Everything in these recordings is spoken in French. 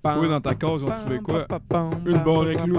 Oui, dans ta cause, on trouvait quoi? Une barre avec clou.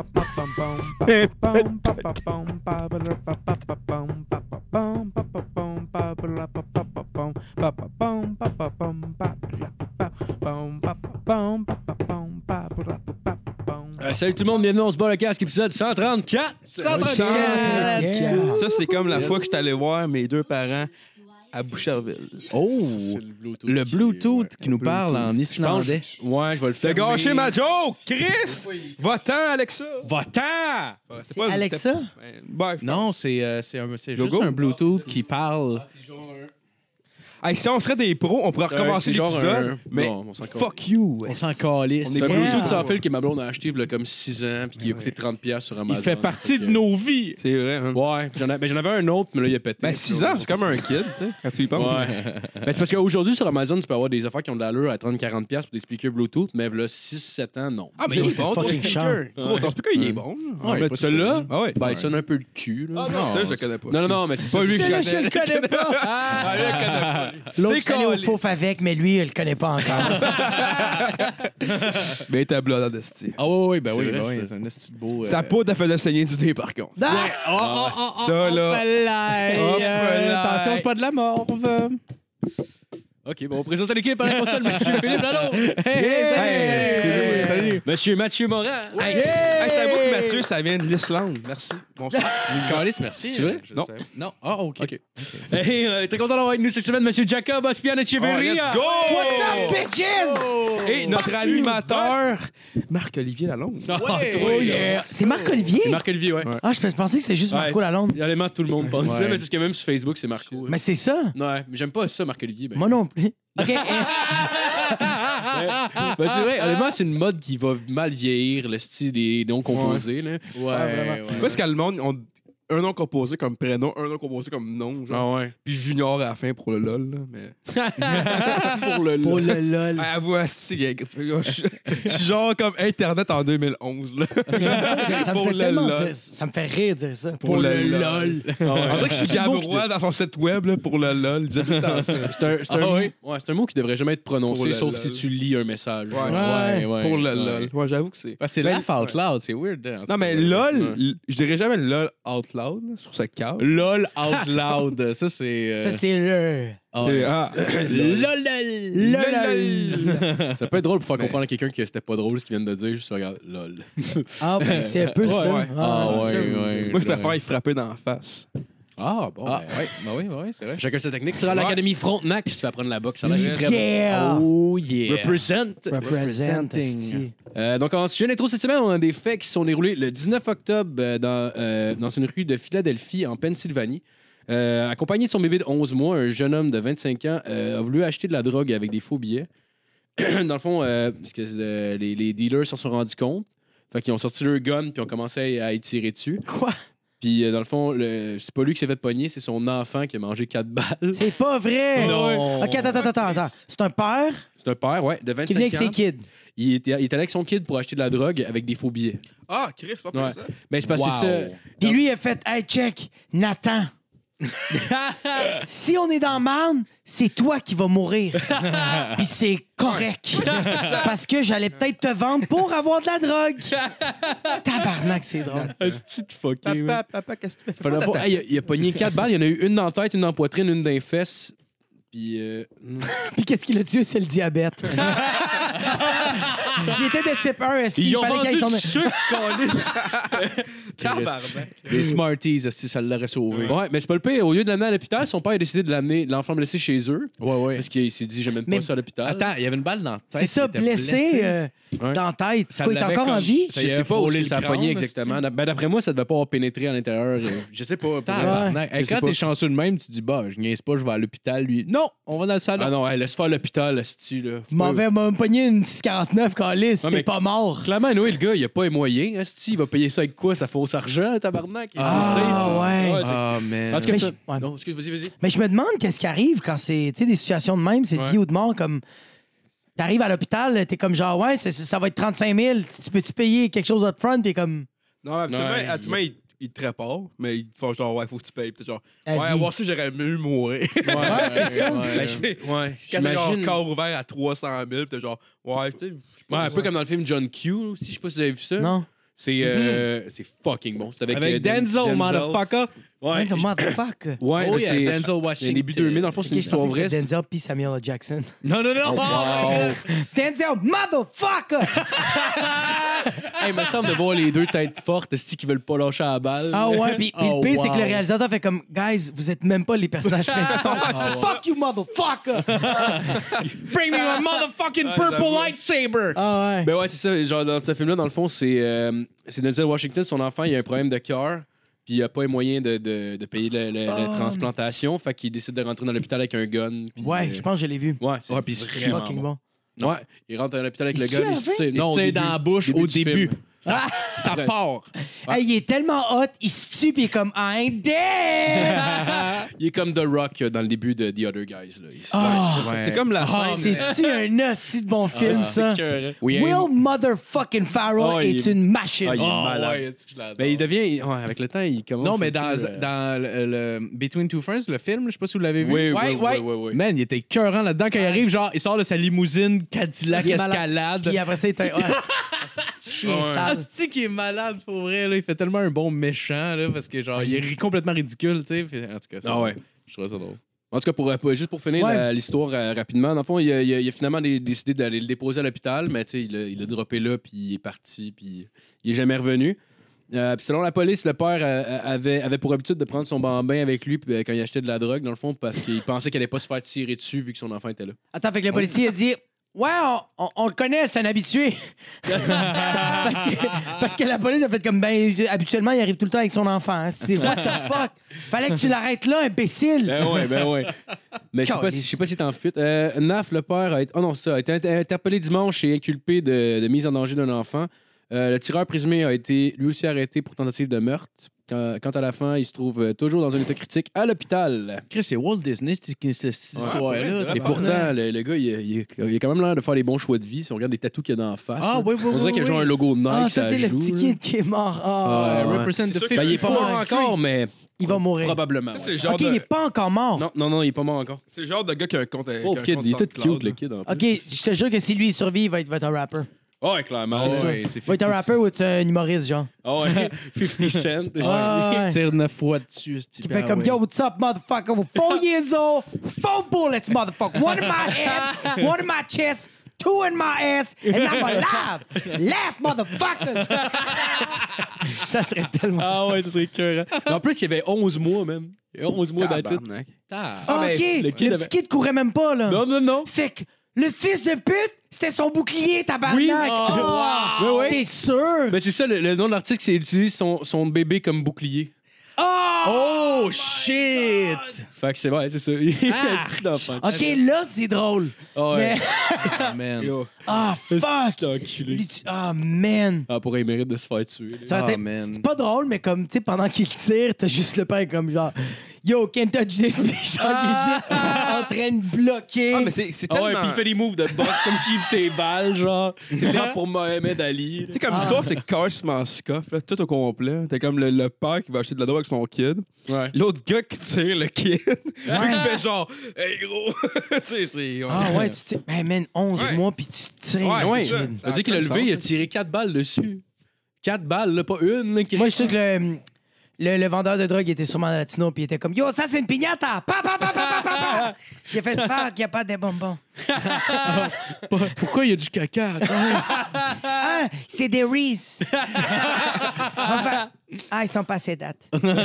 Salut tout le monde, bienvenue, on se bat le casque, épisode 134! 134! Ça, c'est comme la fois que je suis allé voir mes deux parents à Boucherville. Oh! Le Bluetooth qui nous Bluetooth. parle en islandais. Ouais, je vais le T'as faire. gâché ma joke! Chris! Va-t'en, Alexa! Va-t'en! C'est pas Alexa? Bref. Non, c'est juste Logo? un Bluetooth qui parle. Hey, si on serait des pros, on pourrait recommencer c'est genre l'épisode. Mais non, on s'en calisse. fuck you! On s'en calisse. C'est un Yeah. Bluetooth sans fil que ma blonde a acheté il y a comme 6 ans puis qui a coûté 30$ sur Amazon. Il fait partie Fait de que- nos vies. C'est vrai, hein? Ouais, j'en avais un autre, mais là, il a pété. Ben, 6 ans, c'est comme un kid, tu sais, quand tu y penses. Ouais. Ben, c'est parce qu'aujourd'hui, sur Amazon, tu peux avoir des affaires qui ont de l'allure à 30-40$ pour des speakers Bluetooth, mais là, 6-7 ans, non. Ah, mais il est bon, ton fucking speaker. Gros, ton speaker, il est bon. On va mettre Celui-là, Ah ouais. ben, il sonne un peu le cul. Là. Ah non, ça, je le connais pas. Non, mais c'est Pas ça. lui que Celui-là, je je le connais pas. Ah, lui, je le connais pas. L'autre, Les je suis allé au câlisses. Fauve avec, mais lui, il le connaît pas encore. Mais ta blonde en esti. Ah oui, ben C'est oui, vrai, ben oui. ça. C'est un esti de beau. Sa poudre a fait le saigner du nez, par contre. Ça, là. Hop là. Attention, c'est pas de la morve. OK, bon, on présente l'équipe à la console, monsieur Philippe Lalonde. Hey! Salut! Monsieur Mathieu Morin. Hey, hey, savez-vous que Mathieu, ça vient de l'Islande? Merci. Bonsoir. Calice, merci. C'est vrai? Non. Non. Ah, OK. OK. Hey, très content d'avoir avec nous cette semaine, monsieur Jacob Ospian Oh, Echeverria. let's go! What's up, bitches? Et notre animateur, Marc-Olivier Lalonde. Ah, Ouais. toi, Oh yeah! C'est Marc-Olivier? C'est Marc-Olivier, ouais. Ah, je pensais que c'était juste Marco Ouais. Lalonde. Honnêtement, tout le monde pense ça, Ouais. mais c'est parce que même sur Facebook, c'est Marco. Mais c'est ça. Ouais, mais j'aime pas ça, Marc-Olivier. Ben. Moi non plus. OK. Ben, c'est vrai, honnêtement, c'est une mode qui va mal vieillir, le style des noms composés. Là. Ouais. Parce que le monde, un nom composé comme prénom, un nom composé comme nom. Genre. Ah ouais. Puis Junior à la fin pour le LOL. Là, mais... Pour le Pour le lol. Ah, avoue, je suis genre comme Internet en 2011. Là. Ça me Pour fait le tellement lol. dire, ça me fait rire de dire ça. Pour le lol. On dirait que je suis C'est le mot qui Gabrois dans son site web là, pour le LOL. Il disait tout le temps ça. C'est un, ouais, c'est un mot qui devrait jamais être Pour prononcé, le sauf lol. si tu lis un message. Ouais. Pour le LOL. Ouais, j'avoue que c'est. C'est laugh out loud, c'est weird. hein, en Non, tout mais cas. LOL, je dirais jamais LOL out loud là, sur cette carte. LOL out loud. Ça, c'est. Ça, c'est le. Ah, Lol. Ça peut être drôle pour faire comprendre à quelqu'un que c'était pas drôle ce qu'ils viennent de dire, juste regarde, lol. Ah, ben, c'est un peu ça. ouais. Ah, ouais, j'avoue. ouais. Moi, je préfère y frapper dans la face. Ah, bon. Ah, ben, ouais, c'est vrai. Chacun sa technique. Tu seras à l'Académie Frontenac si tu vas apprendre la boxe. Ça a l'air très bon. Yeah! Oh, yeah. Represent. Representing. esti. Donc, en sujet d'intro cette semaine, on a des faits qui se sont déroulés le 19 octobre dans une rue de Philadelphie, en Pennsylvanie. Accompagné de son bébé de 11 mois, un jeune homme de 25 ans a voulu acheter de la drogue avec des faux billets. Dans le fond, parce que les dealers s'en sont rendus compte. Fait qu'ils ont sorti leur gun puis ont commencé à y tirer dessus. Quoi? Puis, dans le fond, c'est pas lui qui s'est fait pogner, c'est son enfant qui a mangé 4 balles. C'est pas vrai! Non. OK, attends. C'est un père C'est un père, ouais, de 25 qui vient avec ses ans. kids. Il était avec son kid pour acheter de la drogue avec des faux billets. Ah, Chris, c'est pas Ouais. pour ça. Ben, c'est parce que c'est ça. Puis lui, il a fait Hey, check, Nathan. Si on est dans marne, c'est toi qui vas mourir. Puis c'est correct. Parce que j'allais peut-être te vendre pour avoir de la drogue. Tabarnak, c'est drôle. Asti de fucké, man. Papa, qu'est-ce que tu fais? Fallait pas- Hey, il a pogné 4 balles. Il y en a eu une dans la tête, une dans la poitrine, une dans les fesses. Puis. Puis qu'est-ce qui l'a tué? C'est le diabète. Il était de type 1. Ils Il ont fallait vendu qu'il du ait son... sucre, câlisse. Tabarnak. Les Smarties, esti, ça l'aurait sauvé. Ouais, mais c'est pas le pire. Au lieu de l'amener à l'hôpital, son père a décidé de l'amener l'enfant blessé chez eux. Ouais. Parce qu'il s'est dit, j'aime Mais- pas ça à l'hôpital. Attends, il y avait une balle dans la tête. C'est ça, il était blessé Ouais. dans la tête. Ça Quoi, il est l'avait encore en comme- vie? Ça Je y sais a pas où frôlé ça a le pogné crâne, exactement. esti. Ben, d'après moi, ça devait pas avoir pénétré à l'intérieur. Je sais pas. Tabarnak. Je Hey, sais quand pas. t'es chanceux de même, tu dis, bah, je niaise pas, je vais à l'hôpital, lui. Non, on va dans le salon. Ah non, hey, laisse faire l'hôpital, esti, là. M'a pogné une 649 calice. Ouais, T'es mais- pas mort. Clairement, Noé, le gars, il a pas les moyens. Esti, il va payer ça avec quoi? Ça fausse argent, tabarnak? Ah, C'est aux States, ouais. c'est- Ah, man. En tout cas, Mais ça- je- ouais. Non, excuse, vas-y. Mais je me demande qu'est-ce qui arrive quand c'est des situations de même, c'est de Ouais. vie ou de mort, comme t'arrives à l'hôpital, t'es comme genre ouais, ça va être 35 000, tu peux-tu payer quelque chose up front, t'es comme Non, absolument. Ouais, Absolument, ils te réparent, mais ils te font genre, ouais, faut que tu payes. Puis t'es genre, À ouais, vie. avoir ça, j'aurais mieux mourir. Ouais, c'est ça. Ouais, Ouais, Quand t'es genre j'imagine. corps ouvert à 300 000, puis t'es genre, ouais, tu sais. Ouais, un peu comme dans le film John Q aussi, je sais pas si vous avez vu ça. Non. C'est fucking bon. C'est avec, Avec Denzel, motherfucker. Ouais, Denzel, motherfucker. ouais, Oh, c'est yeah, Denzel Washington. début 2000, dans le fond, c'est Ok, une je pensais histoire que vraie. c'était Denzel puis Samuel L. Jackson. Non. Wow. Denzel, motherfucker! Hey, il me semble de voir les deux têtes fortes, c'est qui veulent pas lâcher la balle. Ah ouais, puis Oh, le pire, c'est wow. que le réalisateur fait comme, guys, vous êtes même pas les personnages principaux. Fuck you, motherfucker! Bring me my motherfucking purple lightsaber. Ah ouais. Ben ouais, c'est ça. Genre, dans ce film-là, dans le fond, c'est Denzel Washington, son enfant, il a un problème de cœur, puis il a pas les moyens de payer la transplantation, fait qu'il décide de rentrer dans l'hôpital avec un gun. Puis, Ouais, je pense que je l'ai vu. Ouais, c'est Ouais, puis C'est vraiment fucking bon. bon. Ouais, il rentre dans l'hôpital avec Il le se tue à gun, la il se fin? tire. Non, C'est au dans début. la bouche au du début. film. Ça part. Hey, il est tellement hot, il se tue, puis il est comme, I'm dead! Il est comme The Rock dans le début de The Other Guys. Là. Ouais. C'est comme la scène. C'est-tu un hostie de bon film, ça? Oui, Will motherfucking Farrell Oh, il est est- une machine. Ah, il est Oh, malade. ouais, est-ce que je l'adore. Ben, il devient... Ouais, avec le temps, il commence... Non, mais un peu, dans le Between Two Ferns, le film, je sais pas si vous l'avez vu. Oui, Ouais, oui, ouais. oui. Man, il était écœurant là-dedans quand il arrive, genre, il sort de sa limousine Cadillac Il est malade. Escalade. Puis après ça, il était... Ouais. Chien Ouais. sale. Asti qui est malade pour vrai, là. Il fait tellement un bon méchant, là, parce que genre, il est complètement ridicule, tu sais. Puis, en tout cas, ça, Ah ouais. je trouve ça drôle. En tout cas, juste pour finir Ouais. l'histoire rapidement, dans le fond, il a finalement décidé d'aller le déposer à l'hôpital, mais tu sais, il a droppé là, puis il est parti, puis il est jamais revenu. Puis selon la police, le père avait pour habitude de prendre son bambin avec lui quand il achetait de la drogue, dans le fond, parce qu'il pensait qu'il allait pas se faire tirer dessus vu que son enfant était là. Attends, fait que le policier a dit... Ouais, on le connaît, c'est un habitué. parce que la police a fait comme, ben, habituellement, il arrive tout le temps avec son enfant. Hein. C'est what the fuck? Fallait que tu l'arrêtes là, imbécile. Ben ouais. Mais je sais pas si t'es en fuite. Naf, le père, a été interpellé dimanche et inculpé de mise en danger d'un enfant. Le tireur présumé a été lui aussi arrêté pour tentative de meurtre. Quant à la fin, il se trouve toujours dans un état critique à l'hôpital. Chris, c'est Walt Disney, cette histoire-là. Et pourtant, le gars, il a quand même l'air de faire les bons choix de vie. Si on regarde les tatous qu'il y a dans la face. Ah, là. oui, On dirait qu'il y a genre un logo de Nike. Ah, ça, c'est le joue, petit là. kid qui est mort. Ah. Ouais. Represent C'est the sûr fifth. que- Ben, il est pas mort encore, mais Il va mourir. probablement. Ça, c'est ouais. le genre OK, il de... est pas encore mort. Non, il est pas mort encore. C'est le genre de gars qui a un compte. Pauvre kid, il est tout cute, le kid. En plus. OK, je te jure que si lui il survit, il va être un rapper. Ouais, clairement. Ah, c'est ouais, c'est Il va être un rapper ou être un humoriste, genre. Ah ouais, 50 Cent. Ah, ouais. Il tire 9 fois dessus. ce Qui type. fait Ah, comme, ouais. yo, what's up, motherfucker? I'm 4 years old, 4 bullets, motherfucker. One in my head, one in my chest, 2 in my ass, and I'm alive. Laugh, motherfuckers. Ça serait tellement... Ah ouais, ça serait cœur. En plus, il y avait 11 mois, même. Il y a 11 mois d'attitude. Ah. OK, ben, le petit kid courait même pas, là. Non. Fait que le fils de pute, c'était son bouclier, tabarnak. Oui. Oh, Ouais, ouais. c'est sûr. Ben, c'est ça, le nom de l'article, c'est utilise son bébé comme bouclier. Oh, shit! Fait que c'est vrai, c'est ça. C'est d'enfant. OK, là, c'est drôle. Ah ouais. Mais... Man. Yo, Ah, fuck. c'est enculé. Ah, man. Ah, pour il mérite de se faire tuer. là. Ça aurait Ah, été- man. C'est pas drôle, mais comme, tu sais, pendant qu'il tire, t'as juste le père comme genre, yo, can't touch this, puis genre, il est juste en train de bloquer. Ah, mais c'est Ah ouais, tellement... puis il fait des moves de boxe comme s'il veut tes balles, genre. C'est là pour Mohamed Ali. là. Tu sais, comme l'histoire, c'est carrément scoff, là, tout au complet. T'es comme le père qui va acheter de la drogue avec son kid. Ouais. L'autre gars qui tire le kid. Il fait genre, hey gros. Tu sais, c'est. Ah ouais, tu tires. Ben, man, 11 Ouais. mois, puis tu tires. Ouais, Ouais, c'est ça. ça veut dire qu'il a levé, il a tiré 4 balles dessus. 4 balles, là, pas une. Là, qui Moi, je suis sûr que le vendeur de drogue était sûrement latino, puis il était comme, yo, ça, c'est une piñata. Pa, pa, pa, pa, pa, pa, pa. Il a fait, fuck, il n'y a pas de bonbons. Pourquoi il y a du caca? Ah, c'est des Reese. Enfin, ils sont passés date.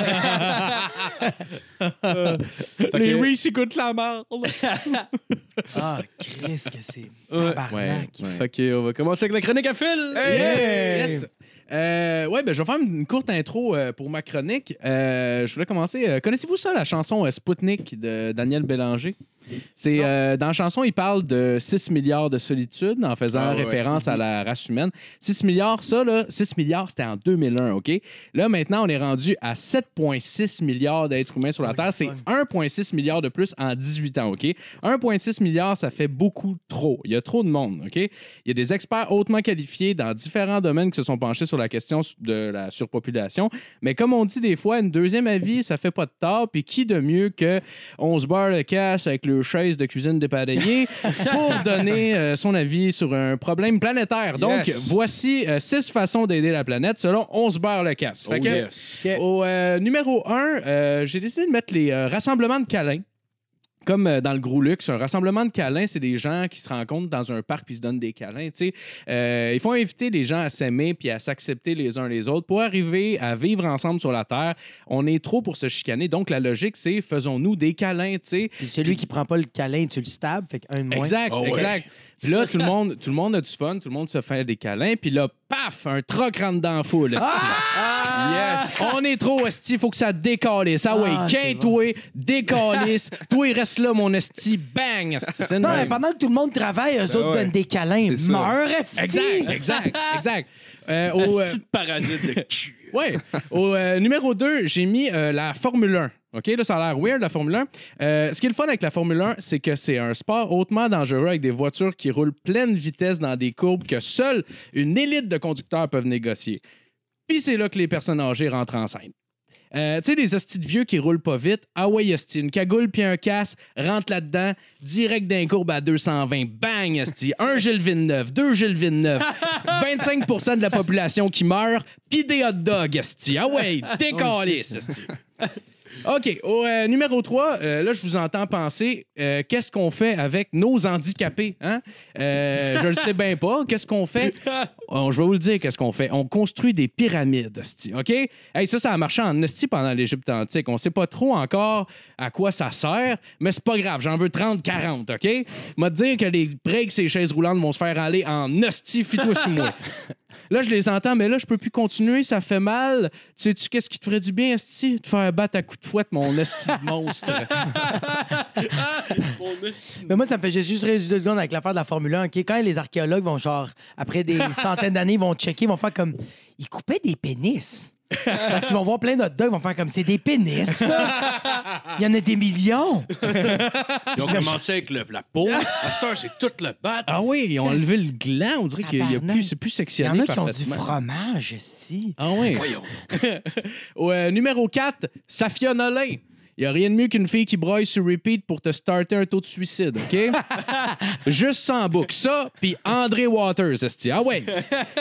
Les Reese, ils goûtent la merde. Ah, Christ, que c'est Ouais. tabarnak. Fait que, on va commencer avec la chronique à fil. Yes! Ouais, ben, je vais faire une courte intro pour ma chronique. Je voulais commencer. Connaissez-vous ça, la chanson Spoutnik de Daniel Bélanger? C'est, dans la chanson, il parle de 6 milliards de solitude en faisant référence à la race humaine. 6 milliards, ça, là, 6 milliards, c'était en 2001, OK? Là, maintenant, on est rendu à 7,6 milliards d'êtres humains sur la Terre. C'est 1,6 milliard de plus en 18 ans, OK? 1,6 milliard, ça fait beaucoup trop. Il y a trop de monde, OK? Il y a des experts hautement qualifiés dans différents domaines qui se sont penchés sur la question de la surpopulation. Mais comme on dit des fois, une deuxième avis, ça fait pas de tort. Puis qui de mieux que on se barre le cash avec le chaise de cuisine dépareillée pour donner son avis sur un problème planétaire. Donc, voici 6 façons d'aider la planète selon On se barre le casse. Au numéro 1, j'ai décidé de mettre les rassemblements de câlins. Comme dans le Gros Luxe, un rassemblement de câlins, c'est des gens qui se rencontrent dans un parc puis se donnent des câlins. Il faut inviter les gens à s'aimer puis à s'accepter les uns les autres pour arriver à vivre ensemble sur la Terre. On est trop pour se chicaner. Donc, la logique, c'est faisons-nous des câlins. Puis celui qui prend pas le câlin, tu le stabs, fait qu'un de moins. Exact, exact. Puis là, tout le monde a du fun, tout le monde se fait des câlins. Puis là, paf, un troc rentre dans la foule. Yes! On est trop, esti, faut que ça décalisse. Ah ouais, quinte-toi, décalisse. Toi, il reste là, mon esti, bang! Esti. Non, pendant que tout le monde travaille, eux autres donnent des câlins. Meurs, esti! Exact. Esti de parasite de cul. Oui. Au numéro 2, j'ai mis la Formule 1. OK, là, ça a l'air weird, la Formule 1. Ce qui est le fun avec la Formule 1, c'est que c'est un sport hautement dangereux avec des voitures qui roulent pleine vitesse dans des courbes que seule une élite de conducteurs peuvent négocier. Puis c'est là que les personnes âgées rentrent en scène. Tu sais, les hosties de vieux qui roulent pas vite, ah ouais, hostie, une cagoule puis un casque, rentre là-dedans, direct d'un courbe à 220, bang, hostie, un Gilles Villeneuve, 2 Gilles Villeneuve, 25% de la population qui meurt, puis des hot dogs, hostie, ah ouais, décalisse, hostie. OK. Au numéro 3, là, je vous entends penser, qu'est-ce qu'on fait avec nos handicapés? Hein? Je le sais bien pas. Qu'est-ce qu'on fait? Je vais vous le dire, qu'est-ce qu'on fait. On construit des pyramides, hostie, OK? Hey, ça a marché en hostie pendant l'Égypte antique. On sait pas trop encore à quoi ça sert, mais c'est pas grave. J'en veux 30-40, OK? M'a dire que les breaks et les chaises roulantes vont se faire aller en hostie, fis-toi sur moi. Là, je les entends, mais là, je peux plus continuer, ça fait mal. Sais-tu qu'est-ce qui te ferait du bien, esti? Te faire battre à coups de fouette, mon esti de monstre. Mais moi, ça me fait juste réagir 2 secondes avec l'affaire de la Formule 1. Okay? Quand les archéologues vont, genre, après des centaines d'années, ils vont checker, ils vont faire comme... Ils coupaient des pénis. Parce qu'ils vont voir plein d'autres dogs, ils vont faire comme c'est des pénis, ça. Il y en a des millions. Ils ont commencé avec la peau. À cette heure, c'est tout le bat. Ah oui, ils ont enlevé le gland. On dirait qu'il y a plus, c'est plus sectionné. Il y en a qui ont du fromage, esti. Ah oui. Voyons. Au numéro 4, Safia Nolin. Il n'y a rien de mieux qu'une fille qui broye sur repeat pour te starter un taux de suicide, OK? Juste ça en boucle. Ça, puis André Waters, esti. Ah ouais.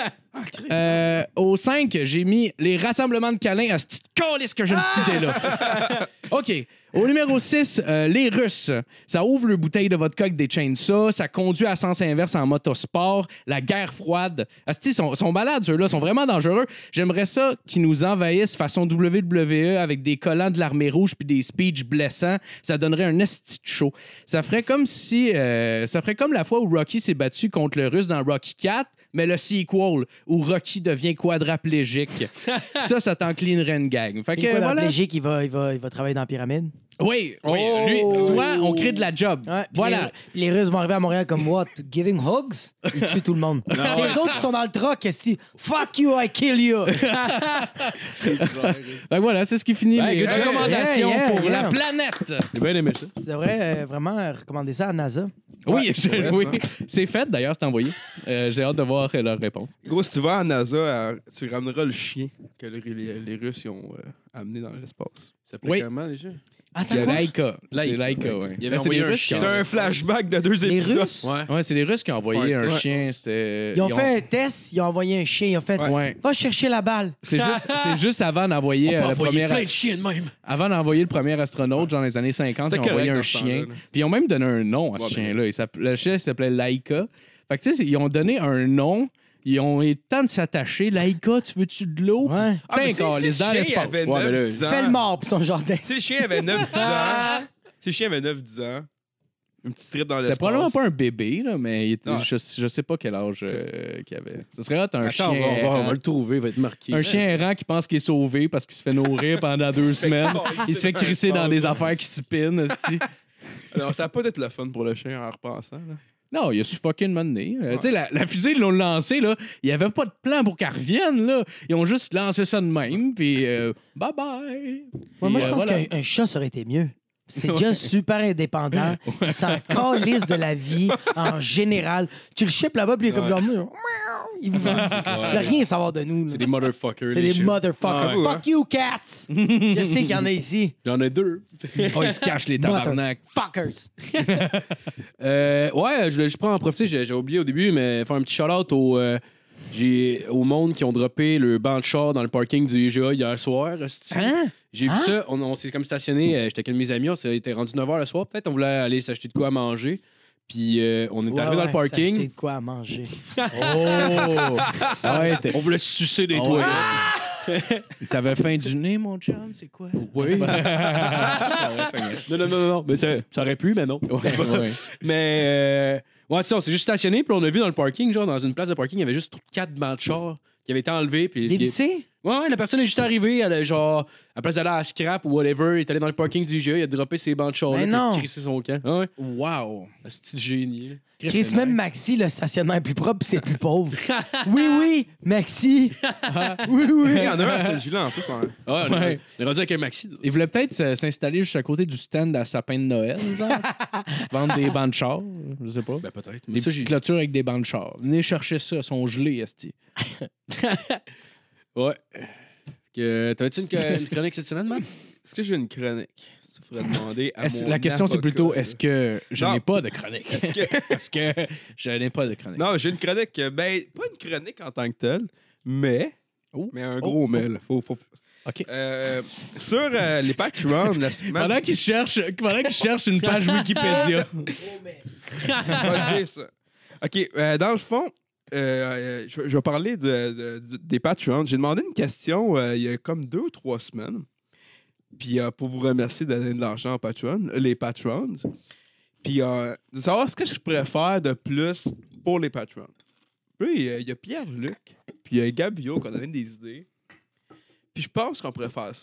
Au 5, j'ai mis les rassemblements de câlins à cette petite calisse que j'ai cette idée-là. OK. Au numéro 6, les Russes. Ça ouvre le bouteille de vodka avec des chainsaws. Ça conduit à sens inverse en motosport. La guerre froide. Asti, sont malades, ceux-là. Sont vraiment dangereux. J'aimerais ça qu'ils nous envahissent façon WWE avec des collants de l'armée rouge puis des speeches blessants. Ça donnerait un esti de show. Ça ferait comme si... ça ferait comme la fois où Rocky s'est battu contre le Russe dans Rocky 4, mais le sequel, où Rocky devient quadraplégique. ça t'enclinerait une gang. Fait que, quadraplégique, il va travailler dans la pyramide. Oui, lui, tu vois, on crée de la job. Ouais, voilà. Les Russes vont arriver à Montréal comme what? Giving hugs? Ils tuent tout le monde. C'est les autres qui sont dans le truck, esti. Fuck you, I kill you. C'est clair. Donc voilà, c'est ce qui finit les recommandations pour la planète. J'ai bien aimé ça. Tu devrais vraiment recommander ça à NASA. Oui, oui. C'est fait, d'ailleurs, c'est envoyé. J'ai hâte de voir leur réponse. Gros, si tu vas à NASA, tu ramèneras le chien que les Russes ont amené dans l'espace. Ça s'appelait comment déjà? C'est Laika. C'est Laika, oui. Il avait envoyé un chien. C'était un flashback de 2 épisodes. Les Russes? Ouais, c'est les Russes qui ont envoyé un chien. Ils ont fait un test, ils ont envoyé un chien. Ils ont fait va chercher la balle. C'est juste avant d'envoyer le premier. Plein de chiens de même. Avant d'envoyer le premier astronaute, genre dans les années 50, ils ont envoyé un chien. Puis ils ont même donné un nom à ce chien-là. Le chien s'appelait Laika. Fait que tu sais, ils ont donné un nom. Ils ont eu le temps de s'attacher. Laïka, tu veux-tu de l'eau? Ouais. Mais si le chien avait 9-10 ans... Fais le mort pour son jardin. Si le chien avait 9-10 ans... Si le chien avait 9-10 ans... Une petite trip dans l'espace... C'était probablement pas un bébé, là, mais il était, je sais pas quel âge qu'il avait. Ce serait un chien on va le trouver, il va être marqué. Un chien errant qui pense qu'il est sauvé parce qu'il se fait nourrir pendant 2 semaines. Il se fait crisser dans des affaires qui se pinent. Non, ça va pas être le fun pour le chien en repensant. Là. Non, il a suffoqué une moment donné. Tu sais, la fusée, ils l'ont lancée, là. Il n'y avait pas de plan pour qu'elle revienne, là. Ils ont juste lancé ça de même, puis bye-bye. Moi, je pense voilà. qu'un chat, ça aurait été mieux. C'est déjà super indépendant. Il s'en calisse de la vie en général. Tu le chippes là-bas, puis il est comme genre... miaou. Il veut rien savoir de nous. là. C'est des motherfuckers. C'est les des chiens. motherfuckers. Ouais. Fuck you, cats! Je sais qu'il y en a ici. Il y en a 2. Oh, ils se cachent les tabarnak. Motherfuckers! Ouais, je prends en profiter. J'ai oublié au début, mais faire un petit shout-out au monde qui ont droppé le banc de char dans le parking du IGA hier soir. esti. Hein? J'ai vu ça. On s'est comme stationné. J'étais avec un de mes amis. On était rendu 9h le soir. Peut-être on voulait aller s'acheter de quoi à manger. Puis on est arrivé dans le parking. S'acheter de quoi à manger. Oh! Ouais, On voulait sucer des Oh, toilettes. T'avais faim du nez, mon chum? C'est quoi? Oui. Non. Mais ça aurait pu, mais non. Ouais. Mais, ouais, ça, on s'est juste stationné, puis on a vu dans le parking, genre, dans une place de parking, il y avait juste 4 bancs de char qui avaient été enlevés. Puis Dévissé? Ouais, la personne est juste arrivée, elle a, genre, à place d'aller à la scrap ou whatever, il est allé dans le parking du IGA, il a droppé ses bancs de char, Mais là, non. puis crissé son camp. Ah ouais, Wow! c'est génie. Là. Chris, même Maxi, le stationnement est plus propre puis c'est plus pauvre. Oui, Maxi. Oui. Il y en a un à Saint-Gilles en plus. Hein. Ah, on Ouais. est rendu avec un maxi. Il voulait peut-être s'installer juste à côté du stand à sapin de Noël, genre. Vendre des bancs de char, je sais pas. Ben, peut-être. Des Mais ça, petites clôtures avec des bancs de char. Venez chercher ça, ils sont gelés, esti. Ouais. T'avais-tu une chronique cette semaine, man? Est-ce que j'ai une chronique? Il faudrait demander à mon La question, c'est avocat, plutôt, là. est-ce que je Non. n'ai pas de chronique? Est-ce que... Est-ce que je n'ai pas de chronique? Non, j'ai une chronique. Ben, pas une chronique en tant que telle, mais... Oh. Mais un gros mais, là. Faut... OK. Sur les Patreons, la semaine... Pendant qu'il cherche une page Wikipédia. Bonne idée, ça. OK, dans le fond, je vais parler des Patreons. J'ai demandé une question il y a comme 2 ou 3 semaines. Puis pour vous remercier de donner de l'argent aux Patreons, les Patrons. Puis de savoir ce que je pourrais faire de plus pour les Patrons. Puis il y a Pierre-Luc, puis il y a Gabio qui ont donné des idées. Puis je pense qu'on pourrait faire ça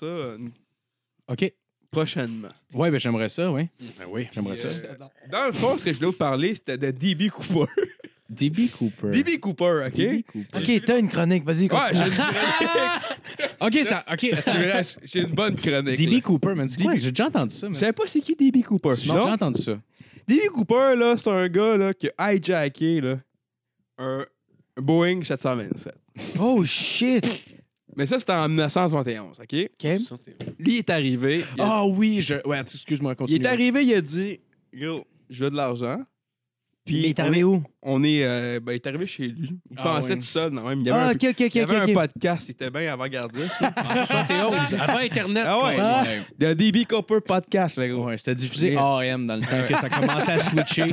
OK. prochainement. Ouais, ben j'aimerais ça, oui. Ben oui. J'aimerais Puis, ça. dans le fond, ce que je voulais vous parler, c'était de D.B. Cooper. D.B. Cooper. D.B. Cooper, OK? D.B. Cooper. OK, t'as une chronique. Vas-y, Ouais, continue. j'ai une chronique. OK, ça. OK. attends. J'ai une bonne chronique. D.B. là. Cooper, man. C'est quoi? D.B. J'ai déjà entendu ça, Vous man. savez pas c'est qui D.B. Cooper? Non, j'ai entendu ça. D.B. Cooper, là, c'est un gars là, qui a hijacké là, un Boeing 727. Oh, shit. Mais ça, c'était en 1971, OK? OK. Lui, il est arrivé. Ah oui, ouais, excuse-moi, Il continue. est arrivé, il a dit Yo, je veux de l'argent. Puis Il est arrivé où? il est arrivé chez lui. Il Ah, pensait oui. tout seul, non, même. Il y avait, Ah, un, OK. il y avait un podcast, il était bien avant-gardiste. 71, avant Internet. Ah ouais. quoi. Le D.B. Cooper podcast, le gros. Ouais, c'était diffusé Et- AM dans le temps que ça commençait à switcher.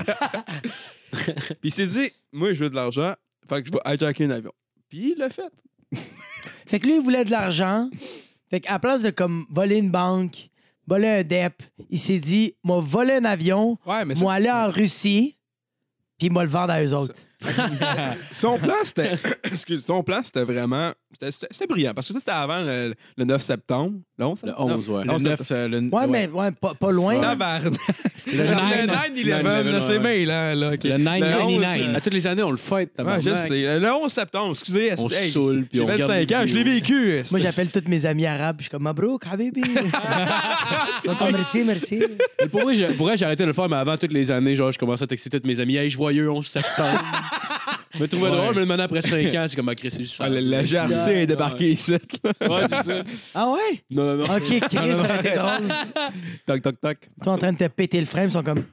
Puis il s'est dit Moi, je veux de l'argent, fait que je vais hijacker un avion. Puis il l'a fait. Fait que lui, il voulait de l'argent. Fait qu'à place de comme voler une banque, voler un DEP, il s'est dit, moi, voler un avion, Ouais, mais moi, aller en Russie, puis moi, le vendre à eux autres. son plan, c'était. Son plan, c'était vraiment. C'était brillant. Parce que ça, c'était avant le 9 septembre. Le 11 Le septembre? 11, ouais. Non, Le c'est- 9, Ouais, mais ouais, pas loin. Tabarnak. Le Le 9-11, là, c'est ouais. bien, là. OK. Le 9-99. À toutes les années, on le fête, Ouais, tabarnak. je sais. Le 11 septembre, excusez. On hey, saoule, puis j'ai on regarde 25 les ans, je l'ai vidéos. vécu. Moi, j'appelle tous mes amis arabes, puis je suis comme, Mabrouk, Habibi. Ils sont comme, merci. Mais pour vrai, j'ai arrêté de le faire, mais avant toutes les années, genre, je commençais à texter tous mes amis. Hey, joyeux 11 septembre. Je me trouvais drôle, mais maintenant, après 5 ans, c'est comme à c'est juste ça. La GRC est débarquée ici. Ouais, c'est ça. Ah ouais? Non. OK, Chris, ça aurait été drôle. Toc, toc, toc. Toi, en train de te péter le frame, ils sont comme,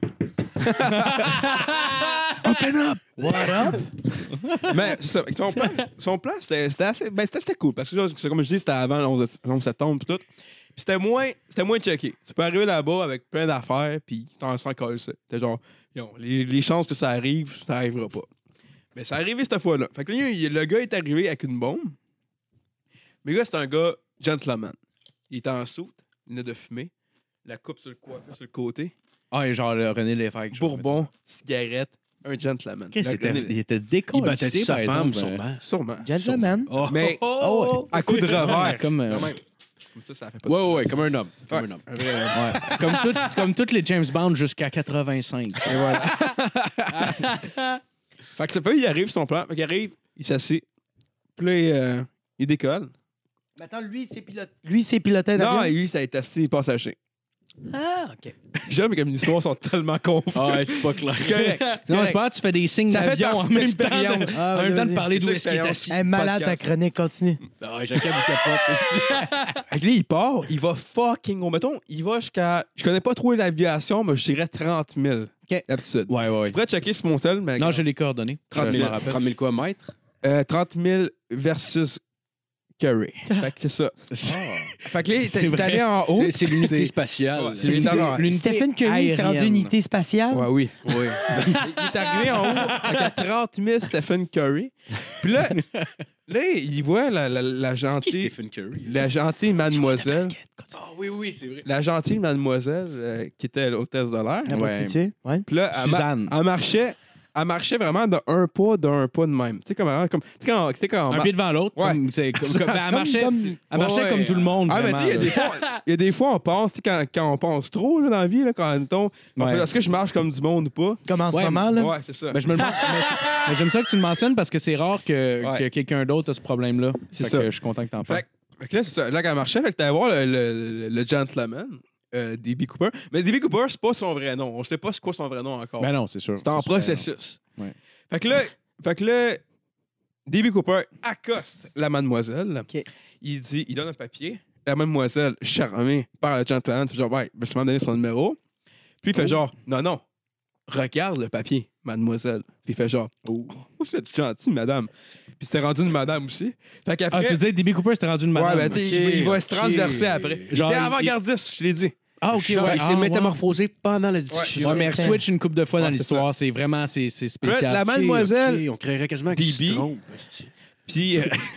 Open up! what up? Mais c'est ça, son plan c'était assez. Ben, c'était cool. Parce que, genre, c'est comme je dis, c'était avant le 11 septembre et tout. Puis c'était moins checké. Tu peux arriver là-bas avec plein d'affaires, puis t'en sens coller ça. T'es genre, les chances que ça arrive, ça arrivera pas. Mais ça arrivé cette fois-là. Fait que là, le gars est arrivé avec une bombe. Mais le gars, c'est un gars gentleman. Il est en soute, il venait de fumer, la coupe sur le coiffeur sur le côté, Ah, et genre le René Lévesque. genre. bourbon, cigarette, un gentleman. Chris, il était Il décollé. battait sa femme, sûrement. Sûrement. Gentleman. Oh, Mais Oh, à coup de revers. Comme. Quand même. Comme ça fait pas de Ouais, place. comme un homme. Comme Ouais. un homme. Un vrai homme. Ouais. Comme toutes les James Bond jusqu'à 85. Et voilà. Fait que ça peut, il arrive son plan. Fait qu'il arrive, il s'assied. Puis là, il décolle. Maintenant, lui, c'est piloté un Non, avion. lui, ça a été assis passager. Ah, OK. J'aime comme les histoires sont tellement confuses. Ah, ouais, c'est pas clair. C'est correct. Non, correct. c'est pas grave, tu fais des signes Ça fait d'avion en partie de même temps, l'expérience. Ah, en même temps de vas-y. parler d'où C'est est-ce qu'il est l'expérience. assis. Hey, malade ta Podcast. chronique, continue. Ah, ouais, Jacob, il capote. Fait que là, il part, il va fucking haut. Mettons, il va jusqu'à. Je connais pas trop l'aviation, mais je dirais 30 000. OK. D'habitude. Ouais, ouais, Je ouais. pourrais checker sur mon sel, mais. Non, j'ai les coordonnées. 30 Je 000. m'en rappelle. 30 000 quoi, mètres? 30 000 versus Curry. Fait que c'est ça. Fait que là, C'est t'es vrai. allé en haut. C'est l'unité spatiale. Ouais, c'est l'unité- Stephen Curry s'est rendu aérienne. unité spatiale. Ouais, oui. Il est arrivé en haut avec 30 000 Stephen Curry. Puis là, il voit la Qui gentille. Stephen Curry? La gentille mademoiselle. Ah oui, c'est vrai. La gentille mademoiselle qui était l'hôtesse de l'air. La Ouais. prostituée. Ouais. Puis là, Suzanne. elle marchait vraiment d'un pas de même. Tu sais, comme. Tu sais, quand Un pied devant l'autre. Ouais. Elle marchait, elle marchait Ouais. comme tout le monde. Ah, mais tu sais, vraiment, il y a des fois, on pense, tu sais, quand on pense trop là, dans la vie, là, quand on Ouais. fait, est-ce que je marche comme du monde ou pas? Comme en ce Ouais, moment, là. Ouais, c'est ça. Ben, je me demande. mais j'aime ça que tu le mentionnes parce que c'est rare que Ouais. quelqu'un d'autre a ce problème-là. C'est Fait ça. que je suis content que t'en parles. Fait que là, c'est ça. Là, quand elle marchait, fait que t'allais voir le gentleman, D.B. Cooper. Mais D.B. Cooper, c'est pas son vrai nom. On sait pas c'est quoi son vrai nom encore. Ben non, c'est sûr. c'est en C'est sûr. processus. Ouais. Fait que là, D.B. Cooper accoste la mademoiselle. OK. Il donne un papier. La mademoiselle, charmée par le gentleman, fait genre, ouais, je vais donner son numéro. Puis il fait genre, non, regarde le papier, mademoiselle. Puis il fait genre, oh, vous êtes gentil, madame. Puis c'était rendu une madame aussi. Fait qu'après. Ah, tu disais que D.B. Cooper s'était rendu une madame. Ouais, ben, tu sais, Ok, il va se ok. transverser après. Genre, Genre, il- avant-gardiste, je l'ai dit. Ah, ok. Genre, ouais. il s'est Ah, métamorphosé pendant la discussion. Ouais, mais elle switch une couple de fois Ouais, dans c'est l'histoire. C'est vraiment c'est Puis là, spécial. la mademoiselle, Ok, on créerait quasiment qu'il DB. se trompe. esti. puis